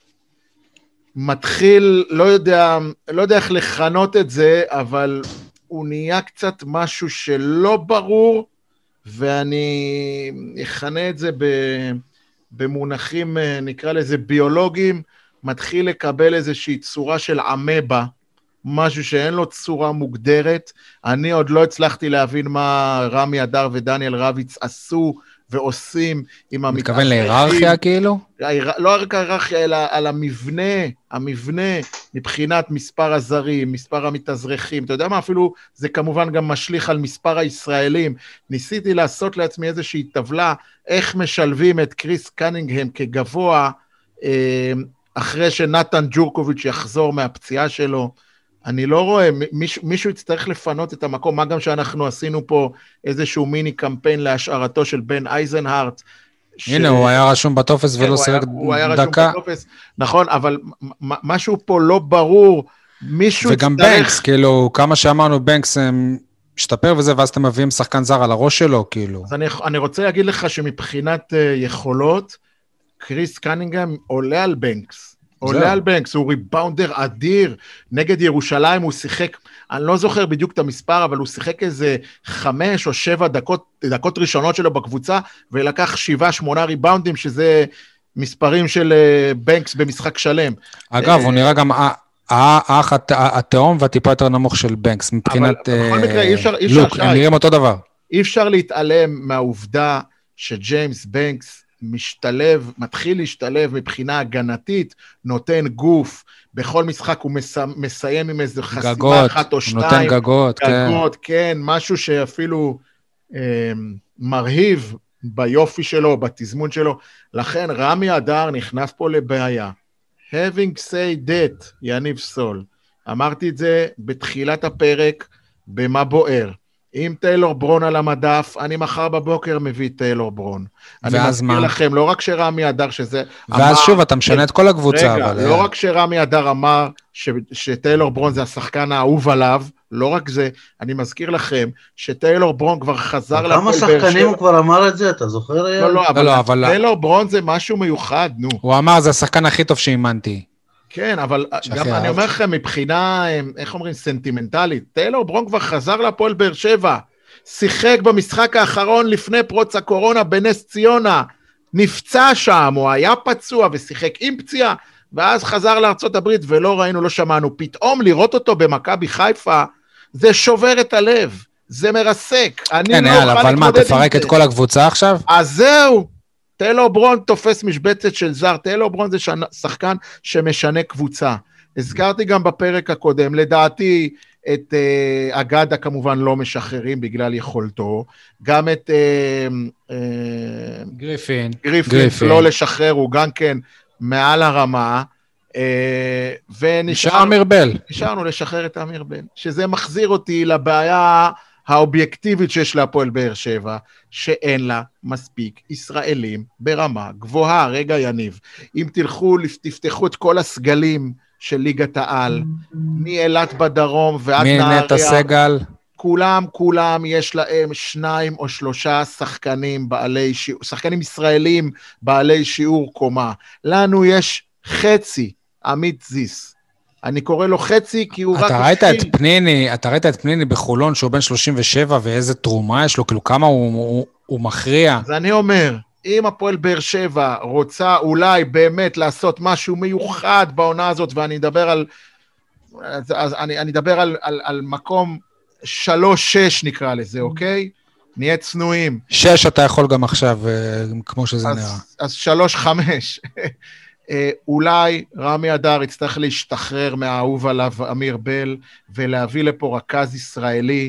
מתחיל, לא יודע, לא יודע איך לכנות את זה, אבל הוא נהיה קצת משהו שלא ברור, ואני אכנה את זה במונחים, נקרא לזה ביולוגיים, מתחיל לקבל איזושהי צורה של אמבה, משהו שאין לו צורה מוגדרת, אני עוד לא הצלחתי להבין מה רמי אדר ודניאל רביץ עשו ועושים עם המתאזרחים. מתכוון להיררכיה כאילו? לא רק ההיררכיה, אלא על המבנה, המבנה מבחינת מספר הזרים, מספר המתאזרחים, אתה יודע מה, אפילו זה כמובן גם משליך על מספר הישראלים, ניסיתי לעשות לעצמי איזושהי טבלה, איך משלבים את קריס קנינגהם כגבוה, אחרי שנתן ג'ורקוביץ' יחזור מהפציעה שלו, אני לא רואה, מישהו, מישהו יצטרך לפנות את המקום, מה גם שאנחנו עשינו פה איזשהו מיני קמפיין להשארתו של בן אייזנהארט. הנה, ש... הוא היה רשום בטופס ולא סירק דקה. הוא היה רשום בטופס, נכון, אבל משהו פה לא ברור, מישהו וגם יצטרך... וגם בנקס, כאילו, כמה שאמרנו בנקס משתפר וזה, ואז אתם מביאים שחקן זר על הראש שלו, כאילו. אז אני, אני רוצה להגיד לך שמבחינת uh, יכולות, קריס קנינגהם עולה על בנקס. עולה על בנקס, הוא ריבאונדר אדיר, נגד ירושלים הוא שיחק, אני לא זוכר בדיוק את המספר, אבל הוא שיחק איזה חמש או שבע דקות, דקות ראשונות שלו בקבוצה, ולקח שבעה, שמונה ריבאונדים, שזה מספרים של בנקס במשחק שלם. אגב, הוא נראה גם האח התאום והטיפה יותר נמוך של בנקס, מבחינת לוק, הם נראים אותו דבר. אי אפשר להתעלם מהעובדה שג'יימס בנקס, משתלב, מתחיל להשתלב מבחינה הגנתית, נותן גוף, בכל משחק הוא מס, מסיים עם איזו חסימה גגות, אחת או שתיים. נותן גגות, גגות, כן. כן, משהו שאפילו אה, מרהיב ביופי שלו, בתזמון שלו. לכן רמי אדר נכנס פה לבעיה. Having said that, יניב סול, אמרתי את זה בתחילת הפרק, במה בוער. אם טיילור ברון על המדף, אני מחר בבוקר מביא טיילור ברון. אני מזכיר לכם, לא רק שרמי אדר שזה... ואז אמר, שוב, אתה משנה את כל הקבוצה. רגע, אבל... לא רק שרמי אדר אמר ש... שטיילור ברון זה השחקן האהוב עליו, לא רק זה, אני מזכיר לכם שטיילור ברון כבר חזר לפועל באר שבע. כמה שחקנים הוא כבר אמר את זה, אתה זוכר? לא, לא, אבל, לא, אבל טיילור ברון זה משהו מיוחד, נו. הוא אמר, זה השחקן הכי טוב שאימנתי. כן, אבל גם אני אומר לכם, מבחינה, איך אומרים, סנטימנטלית, טיילור ברון כבר חזר לפועל באר שבע, שיחק במשחק האחרון לפני פרוץ הקורונה בנס ציונה, נפצע שם, הוא היה פצוע ושיחק עם פציעה, ואז חזר לארצות הברית ולא ראינו, לא שמענו, פתאום לראות אותו במכבי חיפה, זה שובר את הלב, זה מרסק. כן, יאללה, אבל מה, תפרק את כל הקבוצה עכשיו? אז זהו. טיילור ברון תופס משבצת של זר, טיילור ברון זה שחקן שמשנה קבוצה. הזכרתי גם בפרק הקודם, לדעתי את uh, אגדה כמובן לא משחררים בגלל יכולתו, גם את uh, uh, גריפין, גריפין, גריפין לא לשחרר, הוא גם כן מעל הרמה, uh, ונשאר אמיר בל. נשארנו לשחרר את אמיר בל, שזה מחזיר אותי לבעיה האובייקטיבית שיש להפועל באר שבע, שאין לה מספיק ישראלים ברמה גבוהה. רגע יניב, אם תלכו, תפתחו את כל הסגלים של ליגת העל, מאילת בדרום ועד נהריה, מנטע סגל, כולם, כולם יש להם שניים או שלושה שחקנים בעלי שיעור, שחקנים ישראלים בעלי שיעור קומה. לנו יש חצי, עמית זיס. אני קורא לו חצי, כי הוא רק... אתה ראית את פניני, אתה ראית את פניני בחולון, שהוא בן שלושים ושבע, ואיזה תרומה יש לו, כאילו כמה הוא, הוא, הוא מכריע. אז אני אומר, אם הפועל באר שבע רוצה אולי באמת לעשות משהו מיוחד בעונה הזאת, ואני אדבר על, אז, אז אני, אני אדבר על, על, על מקום שלוש שש נקרא לזה, אוקיי? נהיה צנועים. שש אתה יכול גם עכשיו, כמו שזה אז, נראה. אז שלוש חמש. אולי רמי אדר יצטרך להשתחרר מהאהוב עליו אמיר בל, ולהביא לפה רכז ישראלי,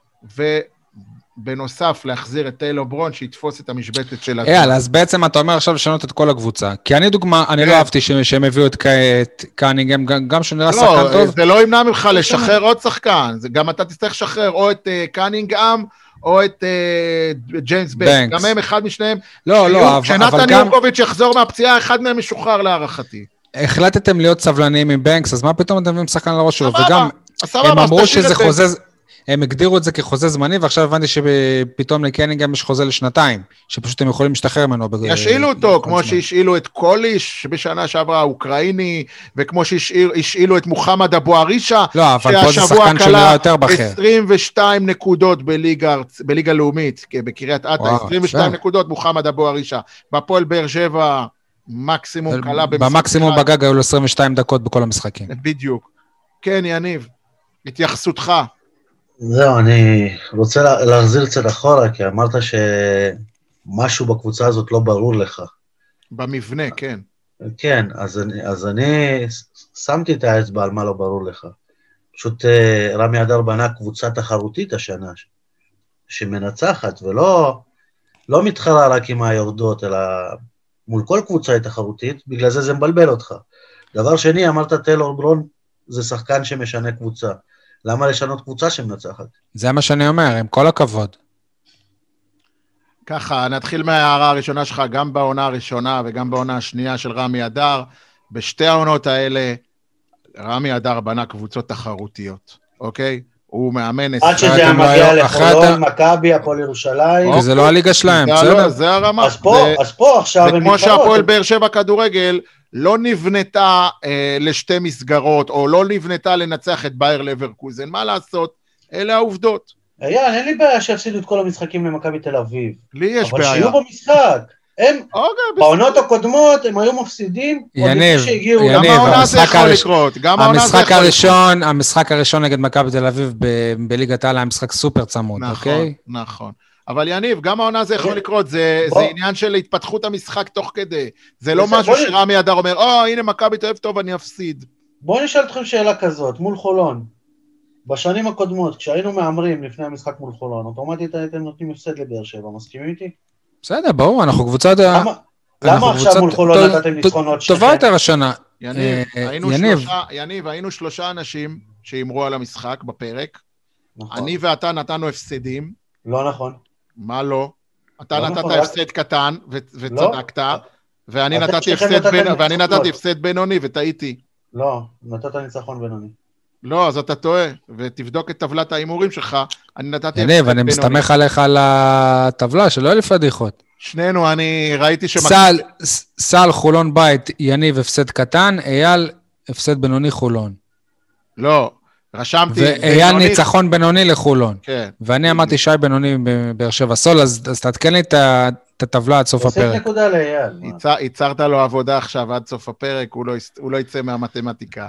ובנוסף להחזיר את טיילור ברון, שיתפוס את המשבצת של... יאללה, אז בעצם אתה אומר עכשיו לשנות את כל הקבוצה, כי אני דוגמה, אני לא אהבתי שהם הביאו את קאנינג'ם, גם שנראה שחקן טוב. זה לא ימנע ממך לשחרר עוד שחקן, גם אתה תצטרך לשחרר או את קאנינג'ם, או את ג'יימס בנקס, גם הם אחד משניהם, לא, לא, אבל כשנתן יורקוביץ' יחזור מהפציעה, אחד מהם משוחרר להערכתי. החלטתם להיות סבלניים עם בנקס, אז מה פתאום אתם מביאים שחקן לראש שלו, וגם הם אמרו שזה חוזה, הם הגדירו את זה כחוזה זמני, ועכשיו הבנתי שפתאום לקנינגהאם יש חוזה לשנתיים, שפשוט הם יכולים להשתחרר ממנו. ישאילו אותו, כמו שהשאילו את קוליש, שבשנה שעברה האוקראיני, וכמו שהשאילו את מוחמד אבו ערישה, לא, אבל פה זה שחקן שנראה יותר בכיר. עשרים ושתיים נקודות בליגה לאומית, בקריית אתא, עשרים ושתיים נקודות מוחמד אבו ערישה. בפועל באר שבע, מקסימום קלה במשחק. במקסימום בגג היו לו עשרים ושתיים דקות בכל המשחקים. בדיוק. כן, יניב, התייחסותך. זהו, אני רוצה להחזיר קצת אחורה, כי אמרת שמשהו בקבוצה הזאת לא ברור לך. במבנה, כן. כן, אז אני, אז אני שמתי את האצבע על מה לא ברור לך. פשוט רמי אדר בנה קבוצה תחרותית השנה, שמנצחת, ולא לא מתחרה רק עם היורדות, אלא מול כל קבוצה היא תחרותית, בגלל זה זה מבלבל אותך. דבר שני, אמרת טיילור ברון, זה שחקן שמשנה קבוצה. למה לשנות קבוצה שמנצחת? זה מה שאני אומר, עם כל הכבוד. ככה, נתחיל מההערה הראשונה שלך, גם בעונה הראשונה וגם בעונה השנייה של רמי אדר. בשתי העונות האלה, רמי אדר בנה קבוצות תחרותיות, אוקיי? הוא מאמן... עד שזה מגיע לחולון, מכבי, הפועל ירושלים. וזה לא הליגה שלהם, זה הרמה. אז פה עכשיו הם מתחרות. וכמו שהפועל באר שבע כדורגל, לא נבנתה אה, לשתי מסגרות, או לא נבנתה לנצח את בייר לברקוזן. מה לעשות? אלה העובדות. היה, אין לי בעיה שיפסידו את כל המשחקים למכבי תל אביב. לי יש אבל בעיה. אבל שיהיו במשחק. הם, אוקיי, בעונות הקודמות, הם היו מפסידים. יניב, גם העונה זה יכול לקרות. המשחק הראשון, המשחק הראשון נגד מכבי תל אביב בליגת העל, היה משחק סופר צמוד, אוקיי? נכון, נכון. אבל יניב, גם העונה זה יכול לקרות, זה, זה עניין של התפתחות המשחק תוך כדי. זה לא משהו שרמי אדר אומר, או, הנה מכבי תל אביב טוב, אני אפסיד. בואו נשאל אתכם שאלה כזאת, מול חולון. בשנים הקודמות, כשהיינו מאמרים לפני המשחק מול חולון, אוטומטית הייתם נותנים הפסד לבאר שבע, מסכימים איתי? בסדר, ברור, אנחנו קבוצה... למה עכשיו מול חולון נתתם ניצחונות שכם? טובה יותר השנה. יניב, היינו שלושה אנשים שאמרו על המשחק בפרק. אני ואתה נתנו הפסדים. לא נכון. מה לא? אתה נתת הפסד קטן וצדקת, ואני נתתי הפסד בינוני וטעיתי. לא, נתת ניצחון בינוני. לא, אז אתה טועה, ותבדוק את טבלת האימורים שלך, אני נתתי... יניב, אני מסתמך עליך על הטבלה, שלא אלף פדיחות. שנינו, אני ראיתי ש... סל, חולון בית, יניב, הפסד קטן, אייל, הפסד בינוני חולון. לא, רשמתי... ואייל ניצחון בינוני לחולון. כן. ואני אמרתי שי בינוני בבאר שבע סול, אז תעדכן לי את הטבלה עד סוף הפרק. עושה נקודה לאייל. ייצרת לו עבודה עכשיו עד סוף הפרק, הוא לא יצא מהמתמטיקה.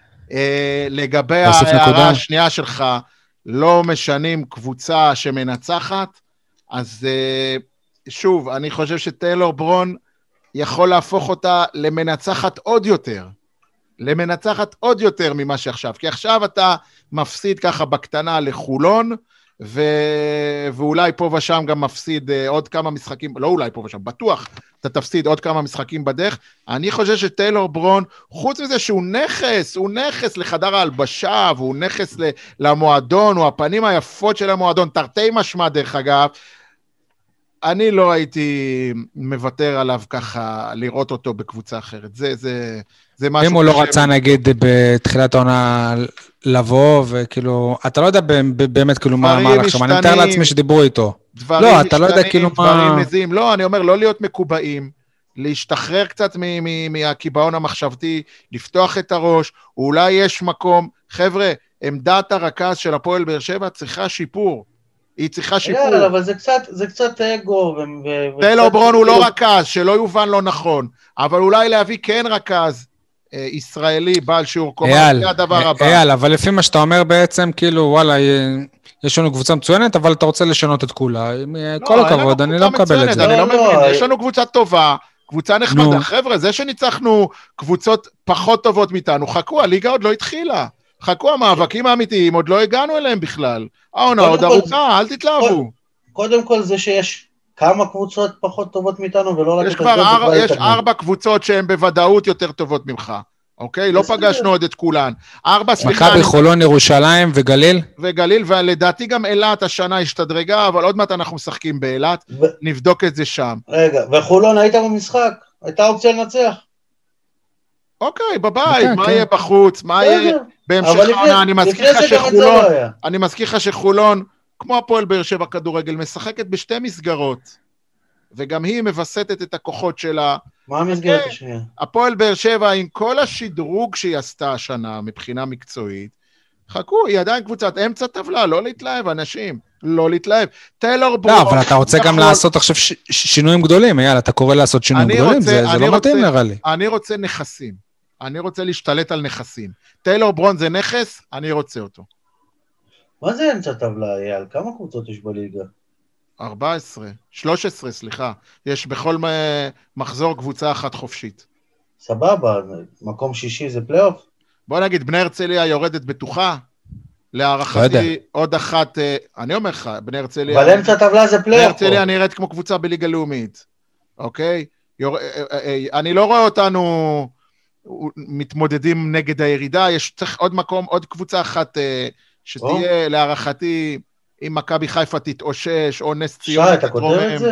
לגבי ההערה השנייה שלך, לא משנים קבוצה שמנצחת, אז שוב, אני חושב שטיילור ברון יכול להפוך אותה למנצחת עוד יותר, למנצחת עוד יותר ממה שעכשיו, כי עכשיו אתה מפסיד ככה בקטנה לחולון, ו... ואולי פה ושם גם מפסיד עוד כמה משחקים, לא אולי פה ושם, בטוח, אתה תפסיד עוד כמה משחקים בדרך. אני חושב שטיילור ברון, חוץ מזה שהוא נכס, הוא נכס לחדר ההלבשה, והוא נכס למועדון, הוא הפנים היפות של המועדון, תרתי משמע דרך אגב, אני לא הייתי מוותר עליו ככה, לראות אותו בקבוצה אחרת. זה, זה, זה משהו... אם הוא לא רצה, נגיד, בתחילת העונה לבוא, וכאילו, אתה לא יודע באמת כאילו מה אמר עכשיו, אני מתאר לעצמי שדיברו איתו. לא, אתה לא יודע כאילו מה... לא, אני אומר, לא להיות מקובעים, להשתחרר קצת מהקיבעון המחשבתי, לפתוח את הראש, אולי יש מקום, חבר'ה, עמדת הרכז של הפועל באר שבע צריכה שיפור. היא צריכה שיפור. אבל זה קצת, זה קצת אגו. טיילור ברון הוא לא רכז, שלא יובן לא נכון, אבל אולי להביא כן רכז ישראלי, בעל שיעור קומה, זה הדבר הבא. אייל, אבל לפי מה שאתה אומר בעצם, כאילו, וואלה, יש לנו קבוצה מצוינת, אבל אתה רוצה לשנות את כולה. כל הכבוד, אני לא מקבל את זה. אני לא מבין, יש לנו קבוצה טובה, קבוצה נחמדה. חבר'ה, זה שניצחנו קבוצות פחות טובות מאיתנו, חכו, הליגה עוד לא התחילה. חכו, המאבקים האמיתיים, עוד לא הגענו אליהם בכלל. העונה עוד ארוכה, אל תתלהבו. קודם כל זה שיש כמה קבוצות פחות טובות מאיתנו, ולא יש כבר, יש ארבע קבוצות שהן בוודאות יותר טובות ממך, אוקיי? לא פגשנו עוד את כולן. ארבע, סליחה. מכבי חולון, ירושלים וגליל? וגליל, ולדעתי גם אילת השנה השתדרגה, אבל עוד מעט אנחנו משחקים באילת, נבדוק את זה שם. רגע, וחולון היית במשחק? הייתה אופציה לנצח? אוקיי, בבית, מה יהיה בחוץ, מה יהיה בהמשך העונה, אני מזכיר לך שחולון, אני מזכיר לך שחולון, כמו הפועל באר שבע כדורגל, משחקת בשתי מסגרות, וגם היא מבסטת את הכוחות שלה. מה המסגרת השנייה? הפועל באר שבע, עם כל השדרוג שהיא עשתה השנה, מבחינה מקצועית, חכו, היא עדיין קבוצת אמצע טבלה, לא להתלהב, אנשים, לא להתלהב. טיילור ברון... לא, אבל אתה רוצה גם לעשות עכשיו שינויים גדולים, יאללה, אתה קורא לעשות שינויים גדולים, זה לא מתאים נראה לי. אני רוצה נכסים. אני רוצה להשתלט על נכסים. טיילור ברון זה נכס, אני רוצה אותו. מה זה אמצע טבלה, אייל? כמה קבוצות יש בליגה? ארבע עשרה, שלוש עשרה, סליחה. יש בכל מחזור קבוצה אחת חופשית. סבבה, מקום שישי זה פלייאוף? בוא נגיד, בני הרצליה יורדת בטוחה, להערכתי עוד אחת, אני אומר לך, בני הרצליה... אבל אמצע טבלה זה פלייאוף. בני הרצליה נראית כמו קבוצה בליגה לאומית, אוקיי? אני לא רואה אותנו... מתמודדים נגד הירידה, יש צריך עוד מקום, עוד קבוצה אחת שתהיה להערכתי, אם מכבי חיפה תתאושש, או נס ציון. שי, אתה כותב את זה?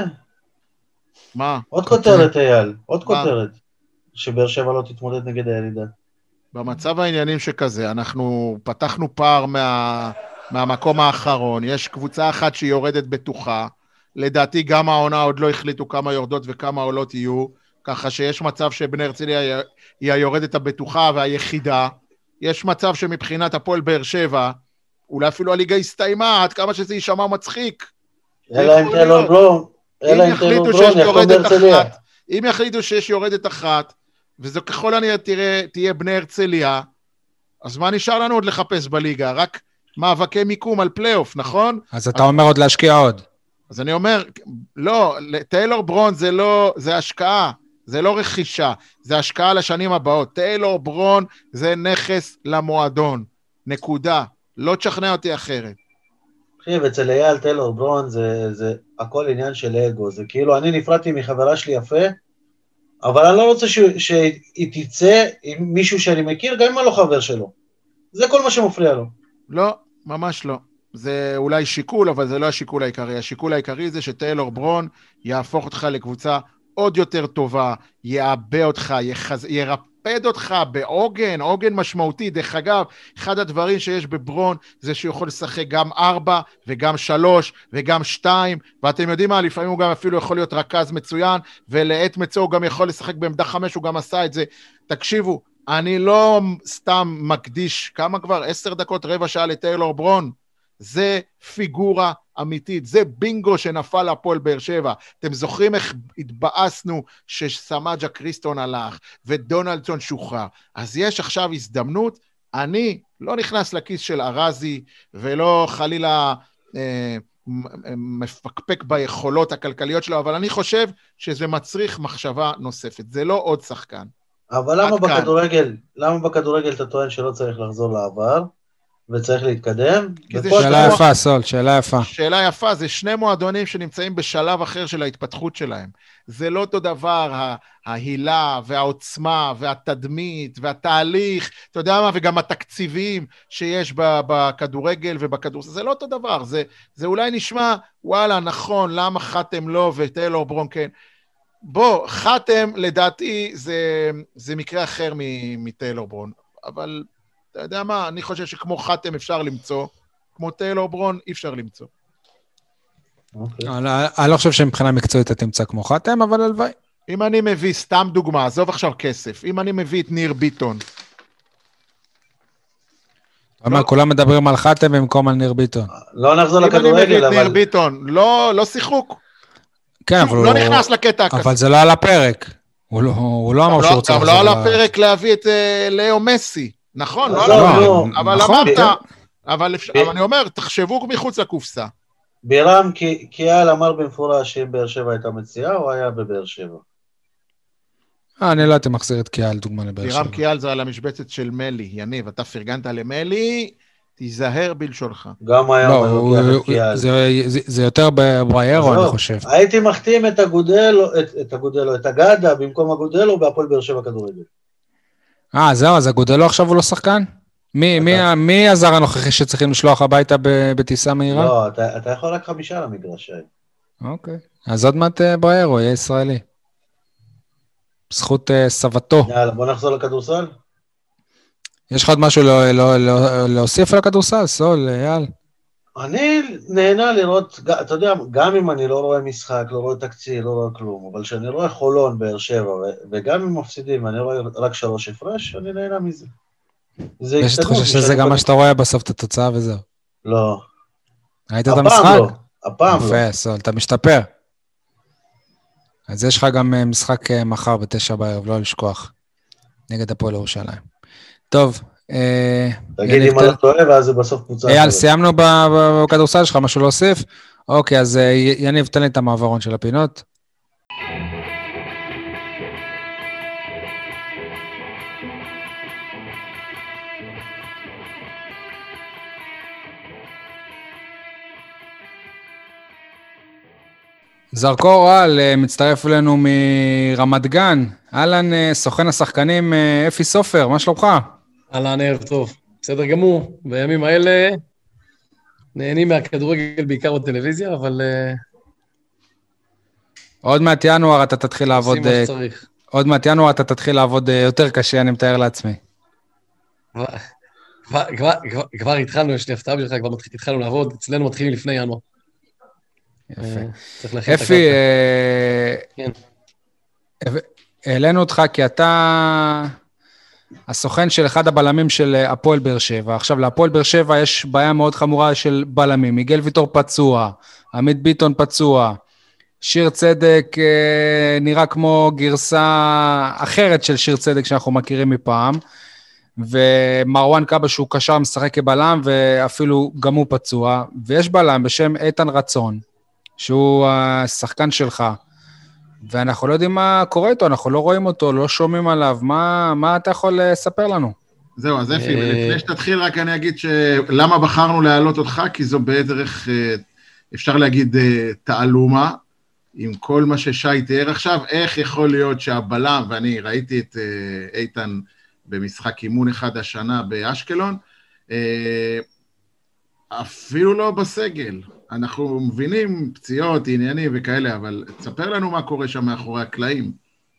מה? עוד כותרת, אייל, עוד כותרת, שבאר שבע לא תתמודד נגד הירידה. במצב העניינים שכזה, אנחנו פתחנו פער מה, מהמקום האחרון, יש קבוצה אחת שהיא יורדת בטוחה, לדעתי גם העונה עוד לא החליטו כמה יורדות וכמה עולות יהיו, ככה שיש מצב שבני הרצליה היא היורדת הבטוחה והיחידה, יש מצב שמבחינת הפועל באר שבע, אולי אפילו הליגה הסתיימה, עד כמה שזה יישמע מצחיק. אלא אם טיילור ברון, אלא אם טיילור ברון יכול בהרצליה. אם יחליטו שיש יורדת אחת, וזו ככל הנראה תהיה בני הרצליה, אז מה נשאר לנו עוד לחפש בליגה? רק מאבקי מיקום על פלייאוף, נכון? אז אתה אומר עוד להשקיע עוד. אז אני אומר, לא, טיילור ברון זה לא, זה השקעה, זה לא רכישה, זה השקעה לשנים הבאות. טיילור ברון זה נכס למועדון, נקודה. לא תשכנע אותי אחרת. אחי, ואצל אייל טיילור ברון זה, זה הכל עניין של אגו, זה כאילו אני נפרדתי מחברה שלי יפה, אבל אני לא רוצה ש, שהיא תצא עם מישהו שאני מכיר, גם אם אני לא חבר שלו. זה כל מה שמפריע לו. לא, ממש לא. זה אולי שיקול, אבל זה לא השיקול העיקרי. השיקול העיקרי זה שטיילור ברון יהפוך אותך לקבוצה עוד יותר טובה, יעבה אותך, יחז... ירפד אותך בעוגן, עוגן משמעותי. דרך אגב, אחד הדברים שיש בברון זה שהוא יכול לשחק גם ארבע וגם שלוש וגם שתיים, ואתם יודעים מה, לפעמים הוא גם אפילו יכול להיות רכז מצוין, ולעת מצוא הוא גם יכול לשחק בעמדה חמש, הוא גם עשה את זה. תקשיבו, אני לא סתם מקדיש, כמה כבר? עשר דקות, רבע שעה לטיילור ברון. זה פיגורה אמיתית, זה בינגו שנפל להפועל באר שבע. אתם זוכרים איך התבאסנו שסמאג'ה קריסטון הלך ודונלדסון שוחרר? אז יש עכשיו הזדמנות, אני לא נכנס לכיס של ארזי ולא חלילה אה, מפקפק ביכולות הכלכליות שלו, אבל אני חושב שזה מצריך מחשבה נוספת, זה לא עוד שחקן. אבל למה בכדורגל, למה בכדורגל אתה טוען שלא צריך לחזור לעבר? וצריך להתקדם. שאלה יפה, סול, שאלה יפה. שאלה יפה, זה שני מועדונים שנמצאים בשלב אחר של ההתפתחות שלהם. זה לא אותו דבר, ההילה והעוצמה והתדמית והתהליך, אתה יודע מה, וגם התקציבים שיש בכדורגל ובכדורסל, זה לא אותו דבר, זה, זה אולי נשמע, וואלה, נכון, למה חתם לא וטיילור ברון כן. בוא, חתם לדעתי זה, זה מקרה אחר מטיילור ברון, אבל אתה יודע מה, אני חושב שכמו חתם אפשר למצוא, כמו טיילור ברון אי אפשר למצוא. אני לא חושב שמבחינה מקצועית אתה תמצא כמו חתם, אבל הלוואי. אם אני מביא, סתם דוגמה, עזוב עכשיו כסף, אם אני מביא את ניר ביטון. אתה אומר, כולם מדברים על חתם במקום על ניר ביטון. לא נחזור לכדורגל, אבל... אם אני מביא את ניר ביטון, לא שיחוק. כן, אבל הוא... לא נכנס לקטע הכסף. אבל זה לא על הפרק. הוא לא אמר שהוא רוצה... גם לא על הפרק להביא את לאו מסי. נכון, לא, לא, אבל אמרת, אבל אני אומר, תחשבו מחוץ לקופסה. בירם קיאל אמר במפורש שאם באר שבע הייתה מציאה, הוא היה בבאר שבע. אני לא הייתי מחזיר את קיאל דוגמה לבאר שבע. בירם קיאל זה על המשבצת של מלי, יניב, אתה פרגנת למלי, תיזהר בלשונך. גם היה לוקח את קיאל. זה יותר בריירו, אני חושב. הייתי מחתים את הגודלו, את הגודלו, את הגדה, במקום הגודלו, בהפועל באר שבע כדורגל. אה, זהו, אז הגודלו עכשיו הוא לא שחקן? מי, מי, מי הזר הנוכחי שצריכים לשלוח הביתה בטיסה מהירה? לא, אתה, אתה יכול רק חמישה למגרש. אוקיי. אז עוד מעט בריירו, יהיה ישראלי. זכות סבתו. יאללה, בוא נחזור לכדורסל. יש לך עוד משהו לא, לא, לא, להוסיף על הכדורסל? סול, אייל? אני נהנה לראות, אתה יודע, גם אם אני לא רואה משחק, לא רואה תקציר, לא רואה כלום, אבל כשאני רואה חולון, באר שבע, וגם אם מפסידים, אני רואה רק שלוש הפרש, אני נהנה מזה. יש את חושב שזה גם מה שאתה רואה בסוף את התוצאה וזהו. לא. ראית את המשחק? לא, הפעם לא. יפה, סול, אתה משתפר. אז יש לך גם משחק מחר בתשע בערב, לא לשכוח. נגד הפועל ירושלים. טוב. תגיד לי מה אתה טועה, ואז זה בסוף קבוצה. אייל, סיימנו בכדורסל שלך, משהו להוסיף? אוקיי, אז יניב, תן לי את המעברון של הפינות. זרקור על, מצטרף אלינו מרמת גן. אהלן, סוכן השחקנים אפי סופר, מה שלומך? אהלן, ערב טוב. בסדר גמור. בימים האלה נהנים מהכדורגל בעיקר בטלוויזיה, אבל... עוד מעט ינואר אתה תתחיל לעבוד... עושים מה שצריך. עוד מעט ינואר אתה תתחיל לעבוד יותר קשה, אני מתאר לעצמי. כבר התחלנו, יש לי הפתעה בשבילך, כבר התחלנו לעבוד, אצלנו מתחילים לפני ינואר. יפה. אפי, העלינו אותך כי אתה הסוכן של אחד הבלמים של הפועל באר שבע. עכשיו, להפועל באר שבע יש בעיה מאוד חמורה של בלמים. מיגל ויטור פצוע, עמית ביטון פצוע, שיר צדק נראה כמו גרסה אחרת של שיר צדק שאנחנו מכירים מפעם, ומרואן קאבה שהוא קשר משחק כבלם, ואפילו גם הוא פצוע, ויש בלם בשם איתן רצון, שהוא השחקן שלך, ואנחנו לא יודעים מה קורה איתו, אנחנו לא רואים אותו, לא שומעים עליו, מה, מה אתה יכול לספר לנו? זהו, אז אפי, ולפני שתתחיל רק אני אגיד שלמה בחרנו להעלות אותך, כי זו בדרך, אפשר להגיד, תעלומה, עם כל מה ששי תיאר עכשיו, איך יכול להיות שהבלם, ואני ראיתי את איתן במשחק אימון אחד השנה באשקלון, אפילו לא בסגל. אנחנו מבינים פציעות, עניינים וכאלה, אבל תספר לנו מה קורה שם מאחורי הקלעים.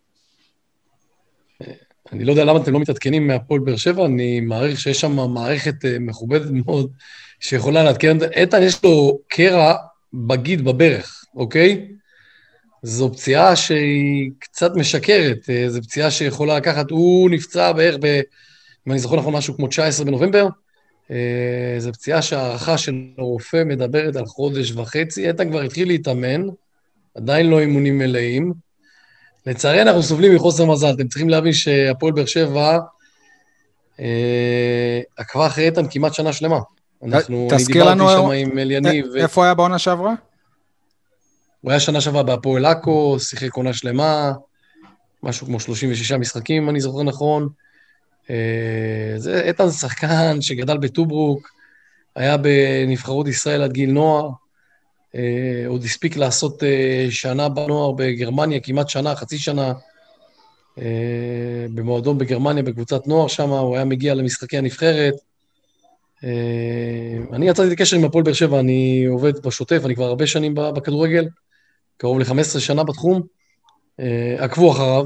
אני לא יודע למה אתם לא מתעדכנים מהפועל באר שבע, אני מעריך שיש שם מערכת מכובדת מאוד, שיכולה להתקן. איתן יש לו קרע בגיד בברך, אוקיי? זו פציעה שהיא קצת משקרת, זו פציעה שיכולה לקחת, הוא נפצע בערך ב... אם אני זוכר נכון משהו כמו תשעה עשר בנובמבר, זו פציעה שהערכה של הרופא מדברת על חודש וחצי, איתן כבר התחיל להתאמן, עדיין לא אימונים מלאים, לצערי אנחנו סובלים מחוסר מזל, אתם צריכים להבין שהפועל באר שבע עקבה אחרי איתן כמעט שנה שלמה. אנחנו, אני דיברתי שם עם אליניב. איפה היה בעונה שעברה? הוא היה שנה שעברה בהפועל עכו, שיחק עונה שלמה, משהו כמו שלושים ושישה משחקים, אם אני זוכר נכון. זה איתן שחקן שגדל בטוברוק, היה בנבחרות ישראל עד גיל נוער, עוד הספיק לעשות שנה בנוער בגרמניה, כמעט שנה, חצי שנה, במועדון בגרמניה, בקבוצת נוער שם, הוא היה מגיע למשחקי הנבחרת. אני יצאתי לקשר עם הפועל באר שבע, אני עובד בשוטף, אני כבר הרבה שנים בכדורגל, קרוב ל-חמש עשרה שנה בתחום, עקבו אחריו,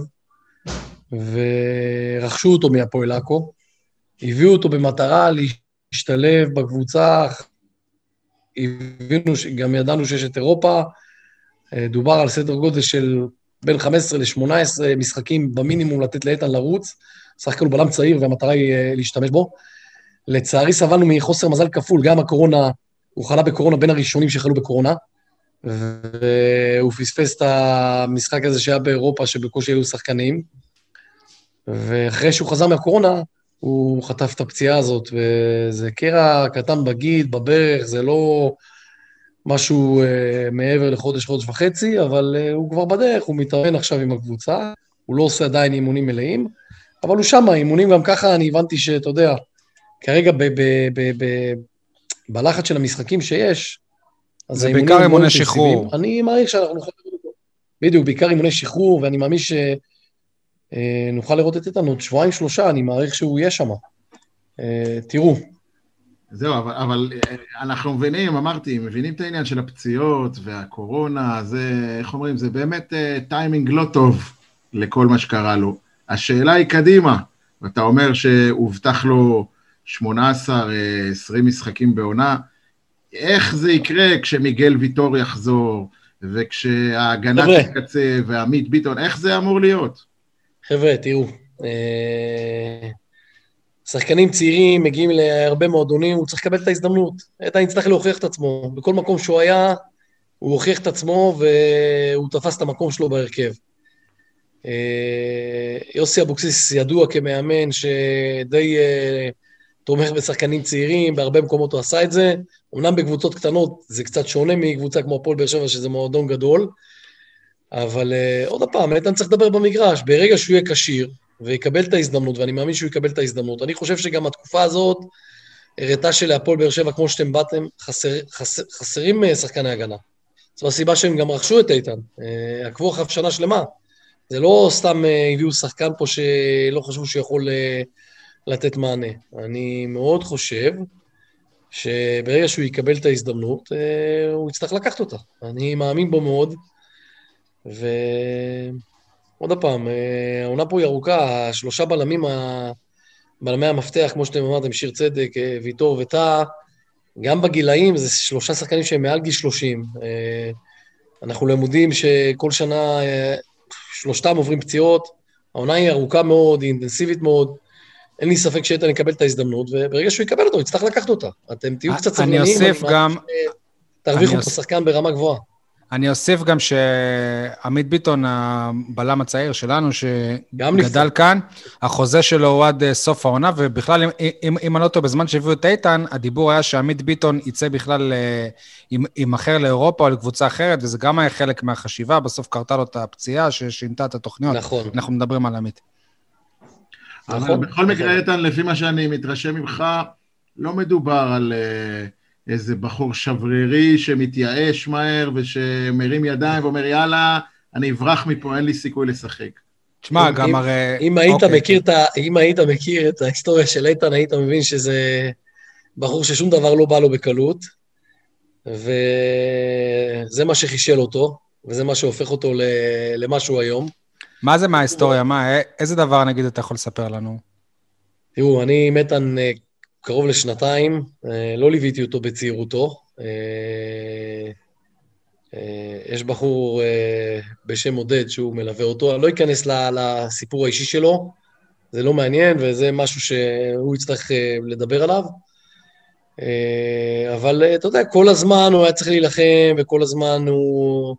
ורכשו אותו מהפועל עכו, הביאו אותו במטרה להשתלב בקבוצה, הבינו, גם ידענו שיש את אירופה, דובר על סדר גודל של בין חמש עשרה ל-שמונה עשרה משחקים במינימום לתת לאיתן לרוץ, שחקן הוא בלם צעיר והמטרה היא להשתמש בו. לצערי סבלנו מחוסר מזל כפול, גם הקורונה, הוא חלה בקורונה בין הראשונים שחלו בקורונה, והוא פספס את המשחק הזה שהיה באירופה שבקושי היו שחקנים, ואחרי שהוא חזר מהקורונה, הוא חטף את הפציעה הזאת, וזה קרע קטן בגיד, בברך, זה לא משהו uh, מעבר לחודש, חודש וחצי, אבל uh, הוא כבר בדרך, הוא מתאמן עכשיו עם הקבוצה, הוא לא עושה עדיין אימונים מלאים, אבל הוא שם, אימונים גם ככה, אני הבנתי שאתה יודע, כרגע ב- ב- ב- ב- בלחץ של המשחקים שיש, זה בעיקר אימוני שחרור. אני מעריך שאנחנו נוכל לראות אותו. בדיוק, בעיקר אימוני שחרור, ואני מאמין שנוכל לראות את איתן עוד שבועיים שלושה, אני מעריך שהוא יהיה שם. תראו. זהו, אבל, אבל אנחנו מבינים, אמרתי, מבינים את העניין של הפציעות והקורונה, זה, איך אומרים, זה באמת טיימינג לא טוב לכל מה שקרה לו. השאלה היא קדימה, ואתה אומר שהובטח לו שמונה עשרה עשרים משחקים בעונה, איך זה יקרה כשמיגל ויטור יחזור, וכשההגנה תקצה, ועמית ביטון, איך זה אמור להיות? חבר'ה, תראו, שחקנים צעירים מגיעים להרבה מועדונים, הוא צריך לקבל את ההזדמנות, איתן יצטרך להוכיח את עצמו, בכל מקום שהוא היה, הוא הוכיח את עצמו, והוא תפס את המקום שלו בהרכב. יוסי אבוקסיס ידוע כמאמן, שדי תומך בשחקנים צעירים, בהרבה מקומות הוא עשה את זה, אמנם בקבוצות קטנות, זה קצת שונה מקבוצה כמו הפועל באר שבע, שזה מועדון גדול, אבל עוד הפעם, איתן צריך לדבר במגרש, ברגע שהוא יהיה כשיר, ויקבל את ההזדמנות, ואני מאמין שהוא יקבל את ההזדמנות. אני חושב שגם התקופה הזאת, הראתה של הפועל באר שבע, כמו שאתם באתם, חסר, חסר, חסרים שחקני הגנה. זו הסיבה שהם גם רכשו את איתן, עקבו אחריו שנה שלמה. זה לא סתם הביאו שחקן פה שלא חשבו שיכול לתת מענה. אני מאוד חושב שברגע שהוא יקבל את ההזדמנות, הוא יצטרך לקחת אותה. אני מאמין בו מאוד, ו... עוד הפעם, העונה פה היא ארוכה, שלושה בלמים, בלמי המפתח, כמו שאתם אמרתם, שיר צדק, ויטור וטאה, גם בגילאים, זה שלושה שחקנים שהם מעל גיל שלושים. אנחנו למודים שכל שנה שלושתם עוברים פציעות, העונה היא ארוכה מאוד, היא אינטנסיבית מאוד, אין לי ספק שאיתן יקבל את ההזדמנות, וברגע שהוא יקבל אותו, יצטרך לקחת אותה. אתם תהיו קצת סבלניים, אני אוסיף גם... תרוויחו פה שחקן ברמה גבוהה. אני אוסיף גם שעמית ביטון, הבלם הצעיר שלנו, שגדל כאן, החוזה שלו הוא עד סוף העונה, ובכלל, אם, אם אני לא טועה, בזמן שהביאו את איתן, הדיבור היה שעמית ביטון יצא בכלל עם אחר לאירופה או לקבוצה אחרת, וזה גם היה חלק מהחשיבה, בסוף קרתה לו את הפציעה ששינתה את התוכניות. נכון. אנחנו מדברים על עמית. אבל נכון. בכל מקרה, איתן, לפי מה שאני מתרשם ממך, לא מדובר על איזה בחור שברירי שמתייאש מהר ושמרים ידיים ואומר, יאללה, אני אברח מפה, אין לי סיכוי לשחק. תשמע, גם הרי... אם היית מכיר את ה... אם היית מכיר את ההיסטוריה של איתן, היית מבין שזה בחור ששום דבר לא בא לו בקלות, וזה מה שחישל אותו, וזה מה שהופך אותו למשהו היום. מה זה מההיסטוריה? מה, איזה דבר, נגיד, אתה יכול לספר לנו? תראו, אני עם איתן קרוב לשנתיים, לא ליוויתי אותו בצעירותו. יש בחור בשם עודד שהוא מלווה אותו, אני לא אכנס לסיפור האישי שלו, זה לא מעניין, וזה משהו שהוא יצטרך לדבר עליו. אבל אתה יודע, כל הזמן הוא היה צריך להילחם, וכל הזמן הוא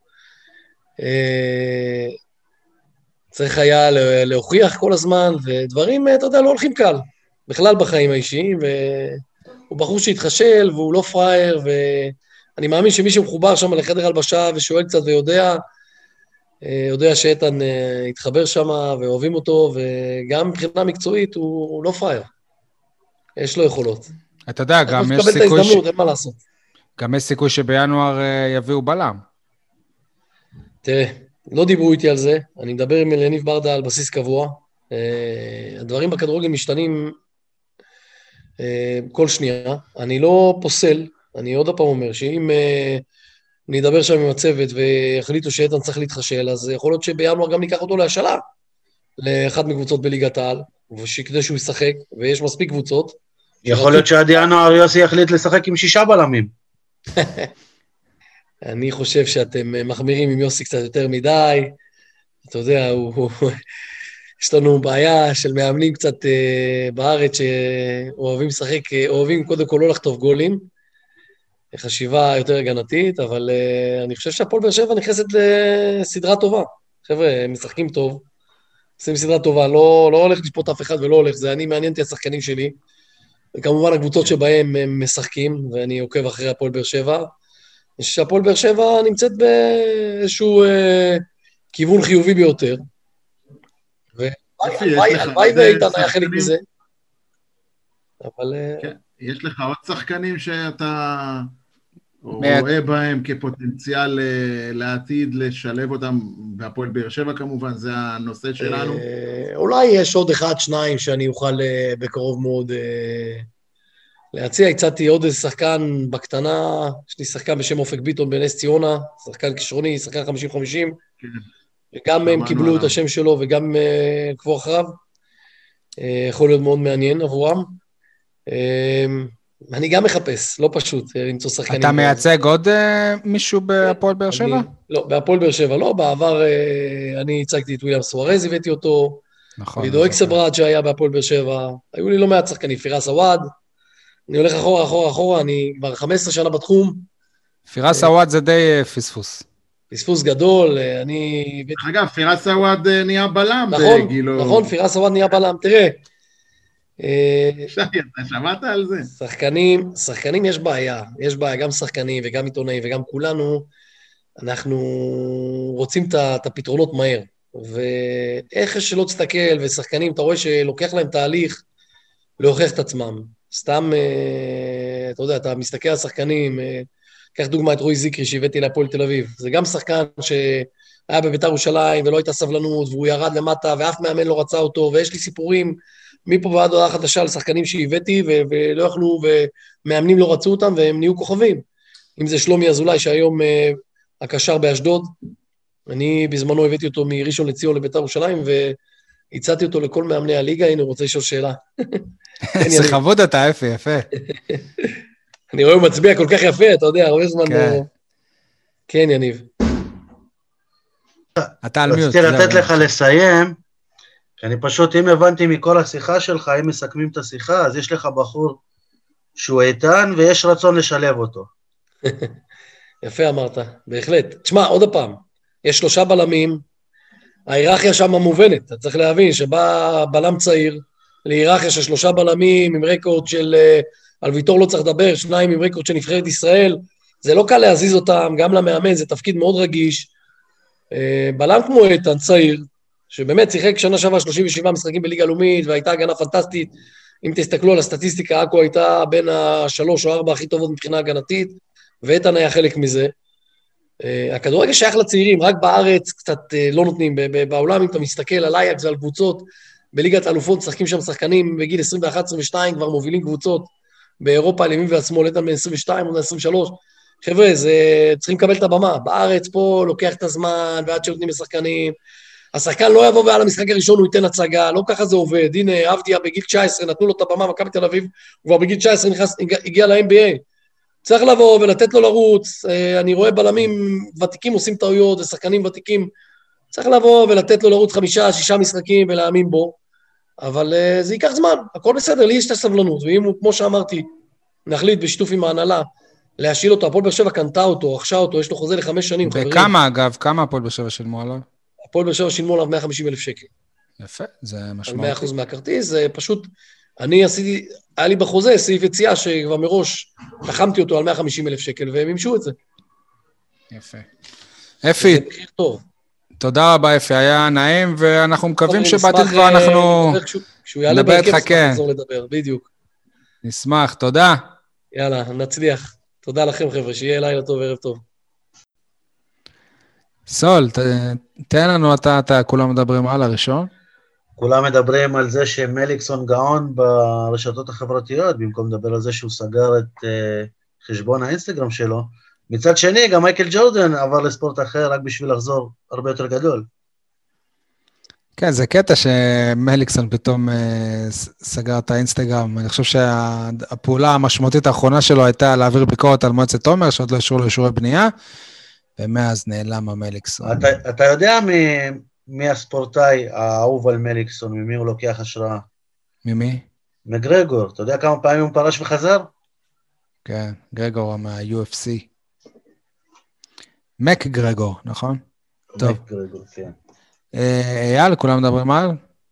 צריך היה להוכיח כל הזמן, ודברים, אתה יודע, לא הולכים קל, בכלל בחיים האישיים, והוא בחור שהתחשל, והוא לא פראייר, ואני מאמין שמי שמחובר שם לחדר הלבשה, ושואל קצת ויודע, יודע שאיתן התחבר שם, ואוהבים אותו, וגם מבחינה מקצועית הוא, הוא לא פראייר. יש לו יכולות. אתה יודע, גם יש סיכוי ש... אין מה לעשות. גם יש סיכוי שבינואר יביאו בלם. תראה, לא דיברו איתי על זה, אני מדבר עם יניב ברדה על בסיס קבוע, הדברים בכדורגל משתנים כל שנייה, אני לא פוסל, אני עוד הפעם אומר, שאם אני אדבר שם עם הצוות והחליטו שאיתן צריך להתחשל, אז יכול להיות שבינואר גם ניקח אותו להשאלה, לאחת מקבוצות בליגת העל, וכדי שהוא ישחק, ויש מספיק קבוצות. יכול להיות שעד ינואר יוסי יחליט לשחק עם שישה בלמים. אני חושב שאתם מחמירים עם יוסי קצת יותר מדי, אתה יודע, הוא, הוא, יש לנו בעיה של מאמנים קצת uh, בארץ שאוהבים לשחק, אוהבים קודם כל לא לכתוב גולים, חשיבה יותר הגנתית, אבל uh, אני חושב שהפועל באר שבע נכנסת לסדרה טובה. חבר'ה, משחקים טוב, עושים סדרה טובה, לא, לא הולך לשפוט אף אחד ולא הולך, זה אני מעניין את השחקנים שלי, וכמובן הקבוצות שבהם הם משחקים, ואני עוקב אחרי הפועל באר שבע, אני חושב שהפועל באר שבע נמצאת באיזשהו אה, כיוון חיובי ביותר. והלוואי ואיתן היה חלק מזה. אבל... כן, יש לך עוד שחקנים שאתה רואה בהם כפוטנציאל לעתיד לשלב אותם, והפועל באר שבע כמובן, זה הנושא שלנו. אולי יש עוד אחד, שניים שאני אוכל בקרוב מאוד... להציע, הצעתי עוד איזה שחקן בקטנה, יש לי שחקן בשם אופק ביטון בנס ציונה, שחקן כישרוני, שחקן חמישים חמישים, כן. וגם הם קיבלו עליו את השם שלו וגם uh, קבוע אחריו, uh, יכול להיות מאוד מעניין עבורם. Uh, אני גם מחפש, לא פשוט uh, למצוא שחקנים. אתה מייצג עוד uh, מישהו בהפועל באר שבע? לא, בהפועל באר שבע לא, בעבר uh, אני הצגתי את וויליאם סוארז, הבאתי אותו, נכון, וידו אקסברד שהיה בהפועל באר שבע, היו לי לא מעט שחקנים, פירס עוואד, אני הולך אחורה, אחורה, אחורה, אני כבר חמש עשרה שנה בתחום. פירס עוואד זה די פספוס. פספוס גדול, אני... אגב, פירס עוואד נהיה בלם. נכון, נכון, פירס עוואד נהיה בלם. תראה. שי, אתה שמעת על זה? שחקנים, שחקנים יש בעיה. יש בעיה, גם שחקנים וגם עיתונאים וגם כולנו, אנחנו רוצים את הפתרונות מהר. ואיך שלא תסתכל, ושחקנים, אתה רואה שלוקח להם תהליך להוכיח את עצמם. סתם, אתה יודע, אתה מסתכל על שחקנים, קח דוגמה את רועי זיקרי שהבאתי להפועל תל אביב, זה גם שחקן שהיה בביתר ירושלים ולא הייתה סבלנות, והוא ירד למטה ואף מאמן לא רצה אותו, ויש לי סיפורים מפה ועד הודעה חדשה על שחקנים שהבאתי ולא יכלו, ומאמנים לא רצו אותם והם נהיו כוכבים. אם זה שלומי אזולאי שהיום הקשר באשדוד, אני בזמנו הבאתי אותו מראשון לציון לביתר ירושלים, והצעתי אותו לכל מאמני הליגה, הנה הוא רוצה לשאול שאלה. זה חבוד אתה, יפה, יפה. אני רואה הוא מצביע כל כך יפה, אתה יודע, הרבה זמן... כן, יניב. אתה על מיוט. רציתי לתת לך לסיים, כי אני פשוט, אם הבנתי מכל השיחה שלך, אם מסכמים את השיחה, אז יש לך בחור שהוא איתן, ויש רצון לשלב אותו. יפה אמרת, בהחלט. תשמע, עוד פעם, יש שלושה בלמים, ההיררכיה שם מובנת, אתה צריך להבין שבא בלם צעיר, להיררכיה של שלושה בלמים עם רקורד של, על ויתור לא צריך לדבר, שניים עם רקורד של נבחרת ישראל, זה לא קל להזיז אותם, גם למאמן, זה תפקיד מאוד רגיש. בלם כמו איתן, צעיר, שבאמת שיחק שנה שעברה שלושים ושבעה משחקים בליגה לאומית, והייתה הגנה פנטסטית, אם תסתכלו על הסטטיסטיקה, אקו הייתה בין השלוש או ארבע הכי טובות מבחינה הגנתית, ואיתן היה חלק מזה. הכדורגל שייך לצעירים, רק בארץ קצת לא נותנים, בעולם אם אתה מסתכל על אייקס ועל קבוצות, בליגת האלופות משחקים שם שחקנים בגיל עשרים ואחת עשרים ושתיים, כבר מובילים קבוצות באירופה, על ימין ועל שמאל, איתן בין עשרים ושתיים או עשרים ושלוש, חבר'ה, זה, צריכים לקבל את הבמה, בארץ פה לוקח את הזמן, ועד שנותנים לשחקנים, השחקן לא יבוא ועל המשחק הראשון הוא ייתן הצגה, לא ככה זה עובד, הנה אבדיה בגיל תשע עשרה, נתנו לו את הבמה, מכבי תל אביב, הוא כבר בגיל תשע עשרה נכנס, הגיע ל-אן בי איי, צריך לבוא ולתת לו לרוץ, אני רואה בלמים ותיקים עושים טעויות, ושחקנים ותיקים, צריך לבוא ולתת לו לרוץ חמישה, שישה משחקים ולהאמין בו, אבל זה ייקח זמן, הכל בסדר, לי יש את הסבלנות, ואם הוא, כמו שאמרתי, נחליט בשיתוף עם ההנהלה, להשיל אותו, הפועל באר שבע קנתה אותו, רכשה אותו, יש לו חוזה לחמש שנים. וכמה אגב, כמה הפועל באר שבע שילמו עליו? הפועל באר שבע שילמו עליו מאה וחמישים אלף שקל. יפה, זה משמעותי. על מאה אחוז מהכרטיס, זה פשוט, אני עשיתי, היה לי בחוזה סעיף יציאה שכבר מראש תחמתי אותו על מאה וחמישים אלף שקל, והם ימשו את זה. יפה. אפי, זה מחיר טוב. תודה רבה אפי, היה נעים, ואנחנו מקווים שבעתיד כבר אנחנו נדבר איתך, כן. נחזור לדבר, בדיוק. נשמח, תודה. יאללה, נצליח. תודה לכם חבר'ה, שיהיה לילה טוב וערב טוב. סול, ת, תן לנו אתה, אתה, כולם מדברים על הראשון. כולם מדברים על זה שמליקסון גאון ברשתות החברתיות, במקום לדבר על זה שהוא סגר את uh, חשבון האינסטגרם שלו. מצד שני, גם מייקל ג'ורדן עבר לספורט אחר רק בשביל לחזור הרבה יותר גדול. כן, זה קטע שמליקסון פתאום uh, סגר את האינסטגרם. אני חושב שהפעולה המשמעותית האחרונה שלו הייתה להעביר ביקורת על מועצת תומר, שעוד לא אישרו לו אישורי בנייה, ומאז נעלם המליקסון. אתה, אתה יודע מי, מי הספורטאי האהוב על מליקסון, ממי הוא לוקח השראה? ממי? מגרגור. אתה יודע כמה פעמים הוא פרש וחזר? כן, גרגור מה-יו אף סי. מק גרגור, נכון? טוב. מק גרגור, כן. אייל, כולם מדברים על?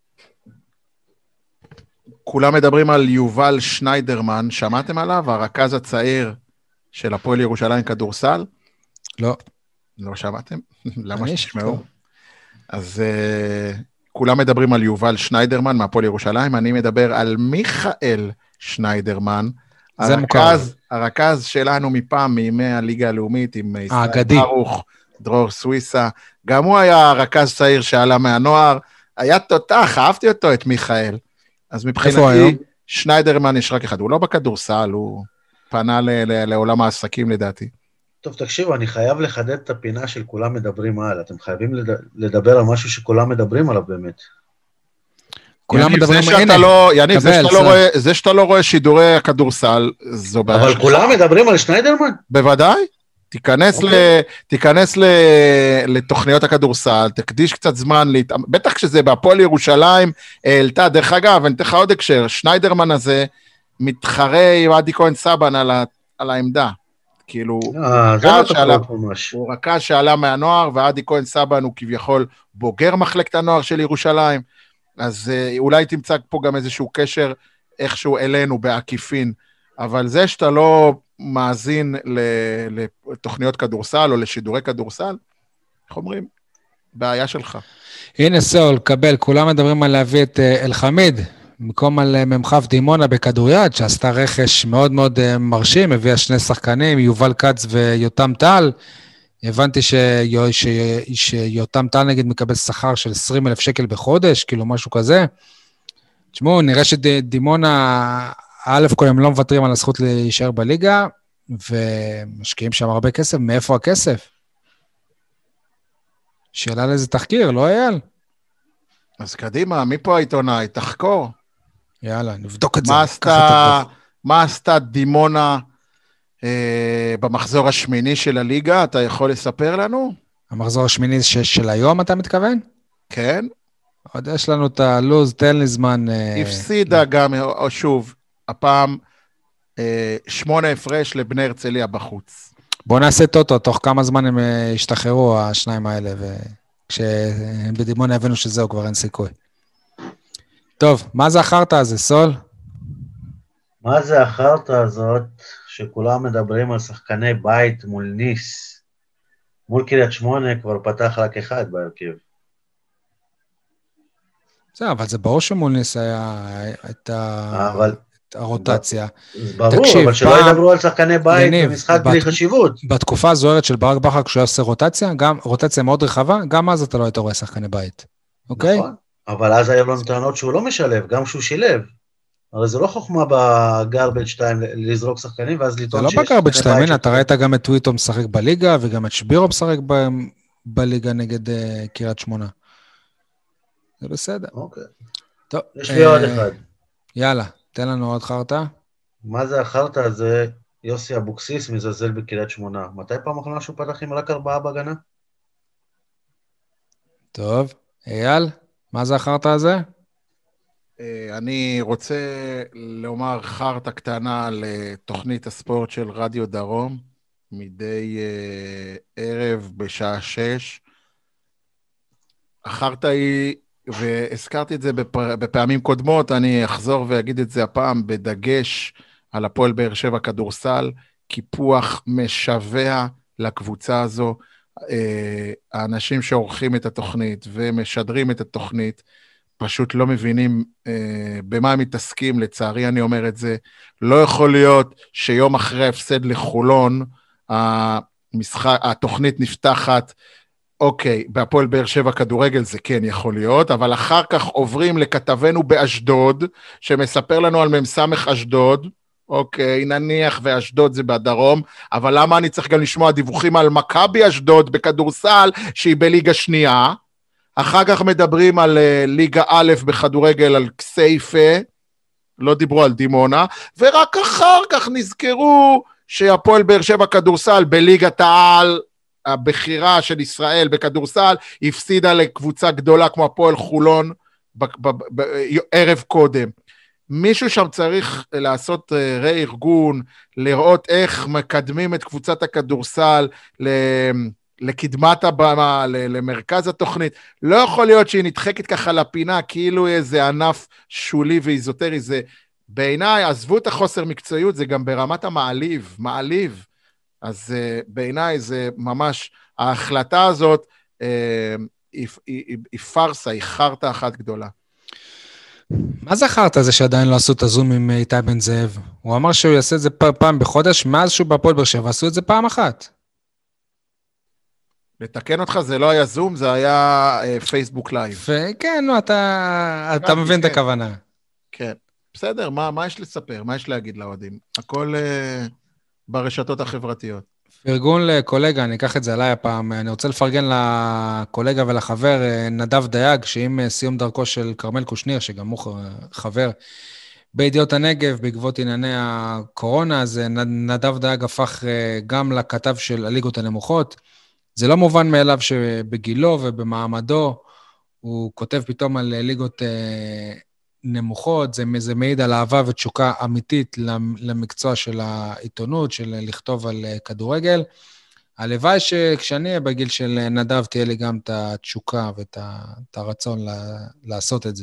כולם מדברים על יובל שניידרמן, שמעתם עליו? הרכז הצעיר של הפועל ירושלים כדורסל? לא. לא שמעתם? למה שתשמעו? אז uh, כולם מדברים על יובל שניידרמן מהפועל ירושלים, אני מדבר על מיכאל שניידרמן, הרכז, הרכז שלנו מפעם, מימי הליגה הלאומית, עם ישראל ברוך, דרור סוויסה, גם הוא היה רכז צעיר שעלה מהנוער, היה תותח, אהבתי אותו, את מיכאל. אז מבחינתי, שניידרמן יש רק אחד, הוא לא בכדורסל, הוא פנה ל- ל- לעולם העסקים לדעתי. טוב, תקשיבו, אני חייב לחדד את הפינה של כולם מדברים על, אתם חייבים לדבר על משהו שכולם מדברים עליו באמת. כולם מדברים, הנה, יניב, זה שאתה לא רואה שידורי הכדורסל, זו בעיה. אבל כולם מדברים על שניידרמן? בוודאי. תיכנס, ל, תיכנס ל, לתוכניות הכדורסל, תקדיש קצת זמן, להת... בטח כשזה בהפועל ירושלים, העלתה, דרך אגב, אני אתן לך עוד הקשר, שניידרמן הזה מתחרה עם עדי כהן סבן על, ה, על העמדה, כאילו, הוא רכז שעלה מהנוער, ועדי כהן סבן הוא כביכול בוגר מחלקת הנוער של ירושלים, אז אולי תמצא פה גם איזשהו קשר, איכשהו אלינו בעקיפין, אבל זה שאתה לא מאזין לתוכניות כדורסל או לשידורי כדורסל, איך אומרים? בעיה שלך. הנה סול, קבל, כולם מדברים על להביא את אלחמיד, במקום על ממחף דימונה בכדוריד, שעשתה רכש מאוד מאוד מרשים, הביאה שני שחקנים, יובל קץ ויותם טל, הבנתי שיותם טל נגיד מקבל שכר של עשרים אלף שקל בחודש, כאילו משהו כזה. תשמעו, נראה שדימונה, א' כל הם לא מוותרים על הזכות להישאר בליגה, ומשקיעים שם הרבה כסף. מאיפה הכסף? שאלה לאיזה תחקיר, לא אייל? אז קדימה, מי פה העיתונאי? תחקור. יאללה, נבדוק את זה. מה עשתה, מה עשתה דימונה אה, במחזור השמיני של הליגה? אתה יכול לספר לנו? המחזור השמיני ש- של היום, אתה מתכוון? כן. עוד יש לנו את הלוז, תן לי זמן. הפסידה גם, או שוב, הפעם, שמונה הפרש לבני הרצליה בחוץ. בואו נעשה טוטו, תוך כמה זמן הם ישתחררו, השניים האלה, וכשהם בדימונה הבאנו שזהו, כבר אין סיכוי. טוב, מה זה החרטא הזה, סול? מה זה החרטא הזאת שכולם מדברים על שחקני בית מול ניס? מול קריית שמונה כבר פתח רק אחד בהרכב. זה, אבל זה ברור שמול ניס היה את ה... אבל... הרוטציה. ברור, תקשיב, אבל שלא פעם, ידברו על שחקני בית יניב, במשחק בת, בלי חשיבות. בתקופה הזוהרת של ברק בכר, כשהוא עושה רוטציה, גם רוטציה מאוד רחבה, גם אז אתה לא היית רואה שחקני בית. אוקיי? נכון, אבל אז היה לנו טענות שהוא לא משלב, גם שהוא שילב. הרי זה לא חוכמה בגרבג' שתיים לזרוק שחקנים, ואז לטעון שיש... זה לא בגרבג' שתיים, הנה, אתה ראית גם את טוויטו משחק בליגה, וגם את שבירו משחק ב... בליגה נגד uh, קריית שמונה. זה בסדר. אוקיי. טוב. יש לי uh, עוד אחד. יאללה. תן לנו עוד חרטא. מה זה החרטא הזה? יוסי אבוקסיס מזלזל בקריית שמונה. מתי פעם אחרונה שהוא פתח עם רק ארבעה בהגנה? טוב. אייל, מה זה החרטא הזה? אני רוצה לומר חרטא קטנה לתוכנית הספורט של רדיו דרום, מדי ערב בשעה שש. החרטא היא... והזכרתי את זה בפעמים קודמות, אני אחזור ואגיד את זה הפעם בדגש על הפועל באר שבע כדורסל, קיפוח משווה לקבוצה הזו, האנשים שעורכים את התוכנית ומשדרים את התוכנית, פשוט לא מבינים במה הם מתעסקים, לצערי אני אומר את זה, לא יכול להיות שיום אחרי הפסד לחולון, המשחק, התוכנית נפתחת, אוקיי, בהפועל באר שבע כדורגל זה כן יכול להיות, אבל אחר כך עוברים לכתבנו באשדוד, שמספר לנו על ממסמך אשדוד, אוקיי, נניח ואשדוד זה בדרום, אבל למה אני צריך גם לשמוע דיווחים על מכבי אשדוד בכדורסל, שהיא בליגה שנייה, אחר כך מדברים על uh, ליגה א' בכדורגל, על כסייפה, לא דיברו על דימונה, ורק אחר כך נזכרו שהפועל באר שבע כדורסל בליגת העל, הבחירה של ישראל בכדורסל, הפסידה לקבוצה גדולה כמו הפועל חולון, בערב קודם. מישהו שם צריך לעשות רה-ארגון, לראות איך מקדמים את קבוצת הכדורסל לקדמת הבמה, למרכז התוכנית. לא יכול להיות שהיא נדחקת ככה לפינה, כאילו איזה ענף שולי ואיזוטרי. זה בעיניי, עזבו את החוסר מקצועיות, זה גם ברמת המעליב, מעליב. אז uh, בעיניי זה ממש, ההחלטה הזאת uh, היא, היא, היא פרסה, היא חרטה אחת גדולה. מה זה חרטה זה שעדיין לא עשו את הזום עם איתי בן זאב? הוא אמר שהוא יעשה את זה פעם בחודש, מאז שהוא בפועל באר שבע, עשו את זה פעם אחת. לתקן אותך, זה לא היה זום, זה היה uh, פייסבוק לייב. כן, נו, אתה, אתה מבין כן. את הכוונה. כן, בסדר, מה, מה יש לספר? מה יש להגיד לאוהדים? הכל... Uh... ברשתות החברתיות. פרגון לקולגה, אני אקח את זה עליי הפעם, אני רוצה לפרגן לקולגה ולחבר נדב דייג, שעם סיום דרכו של קרמל קושניר, שגם הוא חבר בידיעות הנגב, בעקבות ענייני הקורונה, אז נדב דייג הפך גם לכתב של הליגות הנמוכות. זה לא מובן מאליו שבגילו ובמעמדו, הוא כותב פתאום על ליגות נמוכות, זה, זה מעיד על אהבה ותשוקה אמיתית למקצוע של העיתונות, של לכתוב על כדורגל. הלוואי שכשאני אהיה בגיל של נדב, תהיה לי גם את התשוקה ואת הרצון לעשות את זה.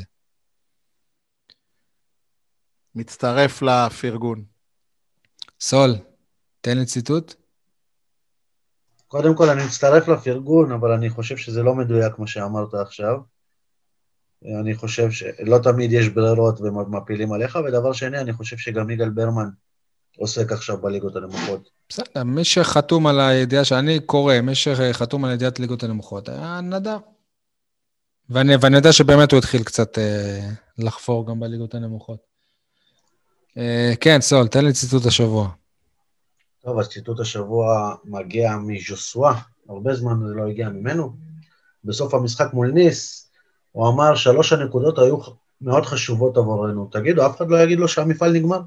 מצטרף לפרגון. סול, תן לי ציטוט. קודם כל אני מצטרף לפרגון, אבל אני חושב שזה לא מדויק מה שאמרת עכשיו. אני חושב שלא תמיד יש ברירות ומפילים עליך, ודבר שני, אני חושב שגם יגאל ברמן עוסק עכשיו בליגות הנמוכות. בסדר, מי שחתום על הידיעה שאני קורא, מי שחתום על ידיעת ליגות הנמוכות, היה נדב. ואני, ואני יודע שבאמת הוא התחיל קצת אה, לחפור גם בליגות הנמוכות. אה, כן, סול, תן לי ציטוט השבוע. טוב, אז ציטוט השבוע מגיע מז'וסווה, הרבה זמן זה לא הגיע ממנו. בסוף המשחק מול ניס, הוא אמר, שלוש הנקודות היו מאוד חשובות עבורנו. תגידו, אף אחד לא יגיד לו שהמפעל נגמר?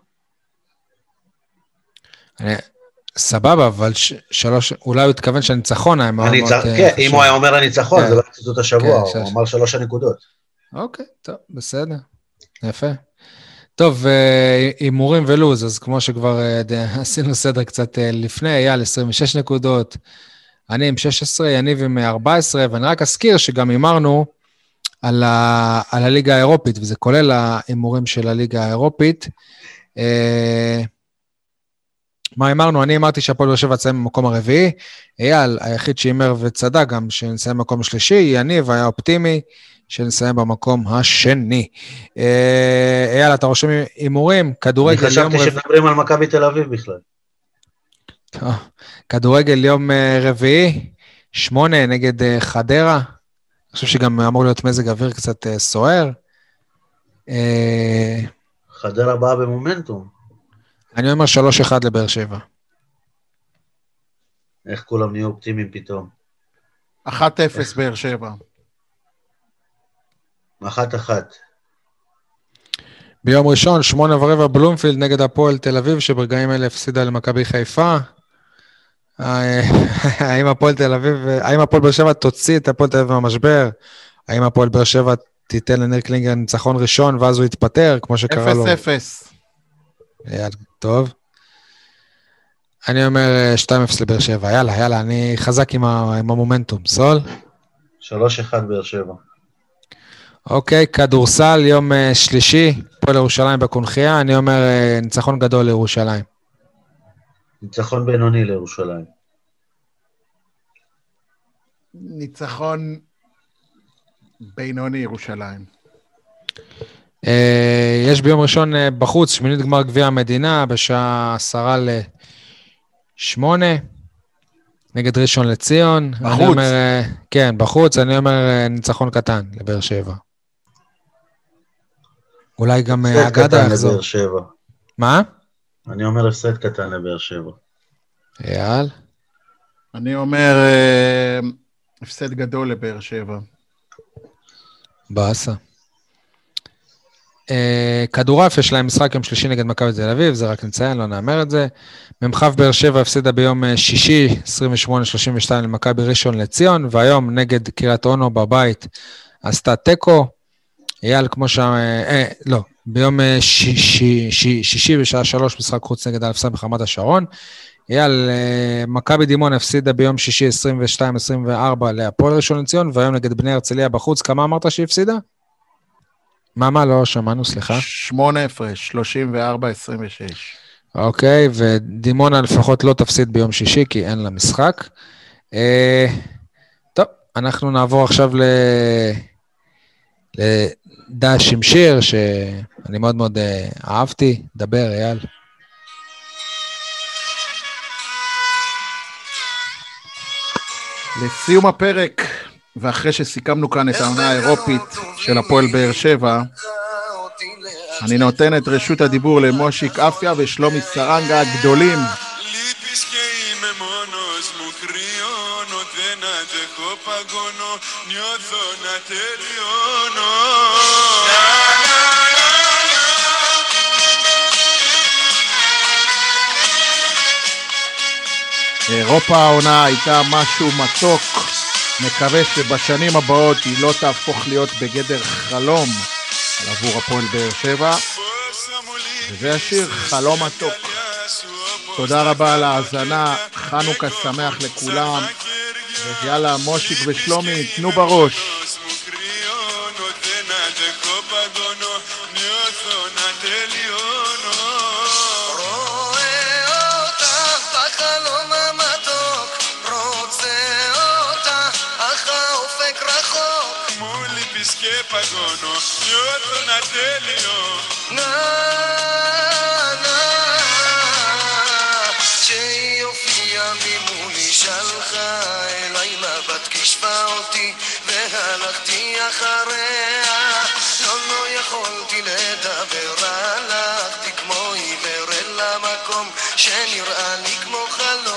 אני, סבבה, אבל ש, שלוש, אולי הוא התכוון שהניצחון היה מאוד מאוד... כן, אם הוא היה אומר הניצחון, זה לא ציטוט השבוע, הוא אמר שלוש הנקודות. אוקיי, טוב, בסדר. יפה. טוב, הימורים ולוז, אז כמו שכבר עשינו סדר קצת לפני, אייל עשרים ושש נקודות, אני עם שש עשרה, יניב עם ארבע עשרה, ואני רק אזכיר שגם הימרנו על, ה, על הליגה האירופית, וזה כולל ההימורים של הליגה האירופית. מה הימרנו? אני אמרתי שהפועל באר שבע יצא במקום הרביעי, אייל, היחיד שהימר וצדק גם שנסיים במקום השלישי, יניב היה אופטימי, שנסיים במקום השני. אייל, אתה רושם הימורים, כדורגל יום... אני חשבתי שמדברים על מכבי תל אביב בכלל. כדורגל יום רביעי, שמונה נגד חדרה, אני חושב שגם אמור להיות מזג אוויר קצת סוער. חדרה באה במומנטום. אני אומר שלוש אחד לבאר שבע. איך כולם נהיו אופטימיים פתאום? אחת אפס באר שבע. אחת אחת. ביום ראשון, שמונה ורבע בלומפילד נגד הפועל תל אביב, שברגעים אלה הפסידה למכבי חיפה. האם הפועל תל אביב, האם הפועל באר שבע תוציא את הפועל תל אביב מהמשבר? האם הפועל באר שבע תיתן לניר קלינגר ניצחון ראשון, ואז הוא יתפטר, כמו שקרה לו? אפס אפס. טוב. אני אומר שתיים אפס לבאר שבע. יאללה, יאללה, אני חזק עם המומנטום. סול? שלוש אחד באר שבע. אוקיי, כדורסל, יום שלישי, הפועל ירושלים בקונחייה, אני אומר ניצחון גדול לירושלים. ניצחון בינוני לירושלים. ניצחון בינוני ירושלים. יש ביום ראשון בחוץ, שמינית גמר גביע המדינה, בשעה עשרה לשמונה, נגד ראשון לציון. בחוץ. אומר, כן, בחוץ, אני אומר ניצחון קטן לבאר שבע. אולי גם אגדה יחזור. לבאר שבע. מה? אני אומר הפסד קטן לבאר שבע. אייל? אני אומר אה, הפסד גדול לבאר שבע. באסה. אה, כדורעף יש להם משחק יום שלישי נגד מכבי תל אביב, זה רק נציין, לא נאמר את זה. ממחב באר שבע הפסידה ביום שישי, עשרים ושמונה שלושים ושתיים למכבי ראשון לציון, והיום נגד קריית אונו בבית עשתה טקו. אייל, כמו ש... אה, לא, ביום שישי, שישי בשעה שלוש משחק חוץ נגד אלפסה בחמת השרון. אייל, מכבי דימון הפסידה ביום שישי עשרים ושתיים עשרים וארבע להפועל ראשון לציון, והיום נגד בני הרצליה בחוץ, כמה אמרת שהיא הפסידה? מה, מה, לא שמענו, סליחה. שמונה הפרש, שלושים וארבע עשרים ושש. אוקיי, ודימונה לפחות לא תפסיד ביום שישי, כי אין לה משחק. אה, טוב, אנחנו נעבור עכשיו ל... לדש שמשיר, שאני מאוד מאוד אהבתי. דבר, אייל. לסיום הפרק, ואחרי שסיכמנו כאן את העונה האירופית של הפועל באר שבע, אני נותן את רשות הדיבור למושיק אפיה ושלומי סרנגה הגדולים. אירופה העונה הייתה משהו מתוק, מקווה שבשנים הבאות היא לא תהפוך להיות בגדר חלום עבור הפועל באר שבע, וזה השיר חלום מתוק. תודה רבה על ההאזנה, חנוכה שמח לכולם, ויאללה מושיק ושלומי תנו בראש. che pagono io tornatelio na na שיופיע ממולי שלך אליי מבט כשפה אותי והלכתי אחריה לא לא יכולתי לדבר הלכתי כמו עיוור אל המקום שנראה לי כמו חלום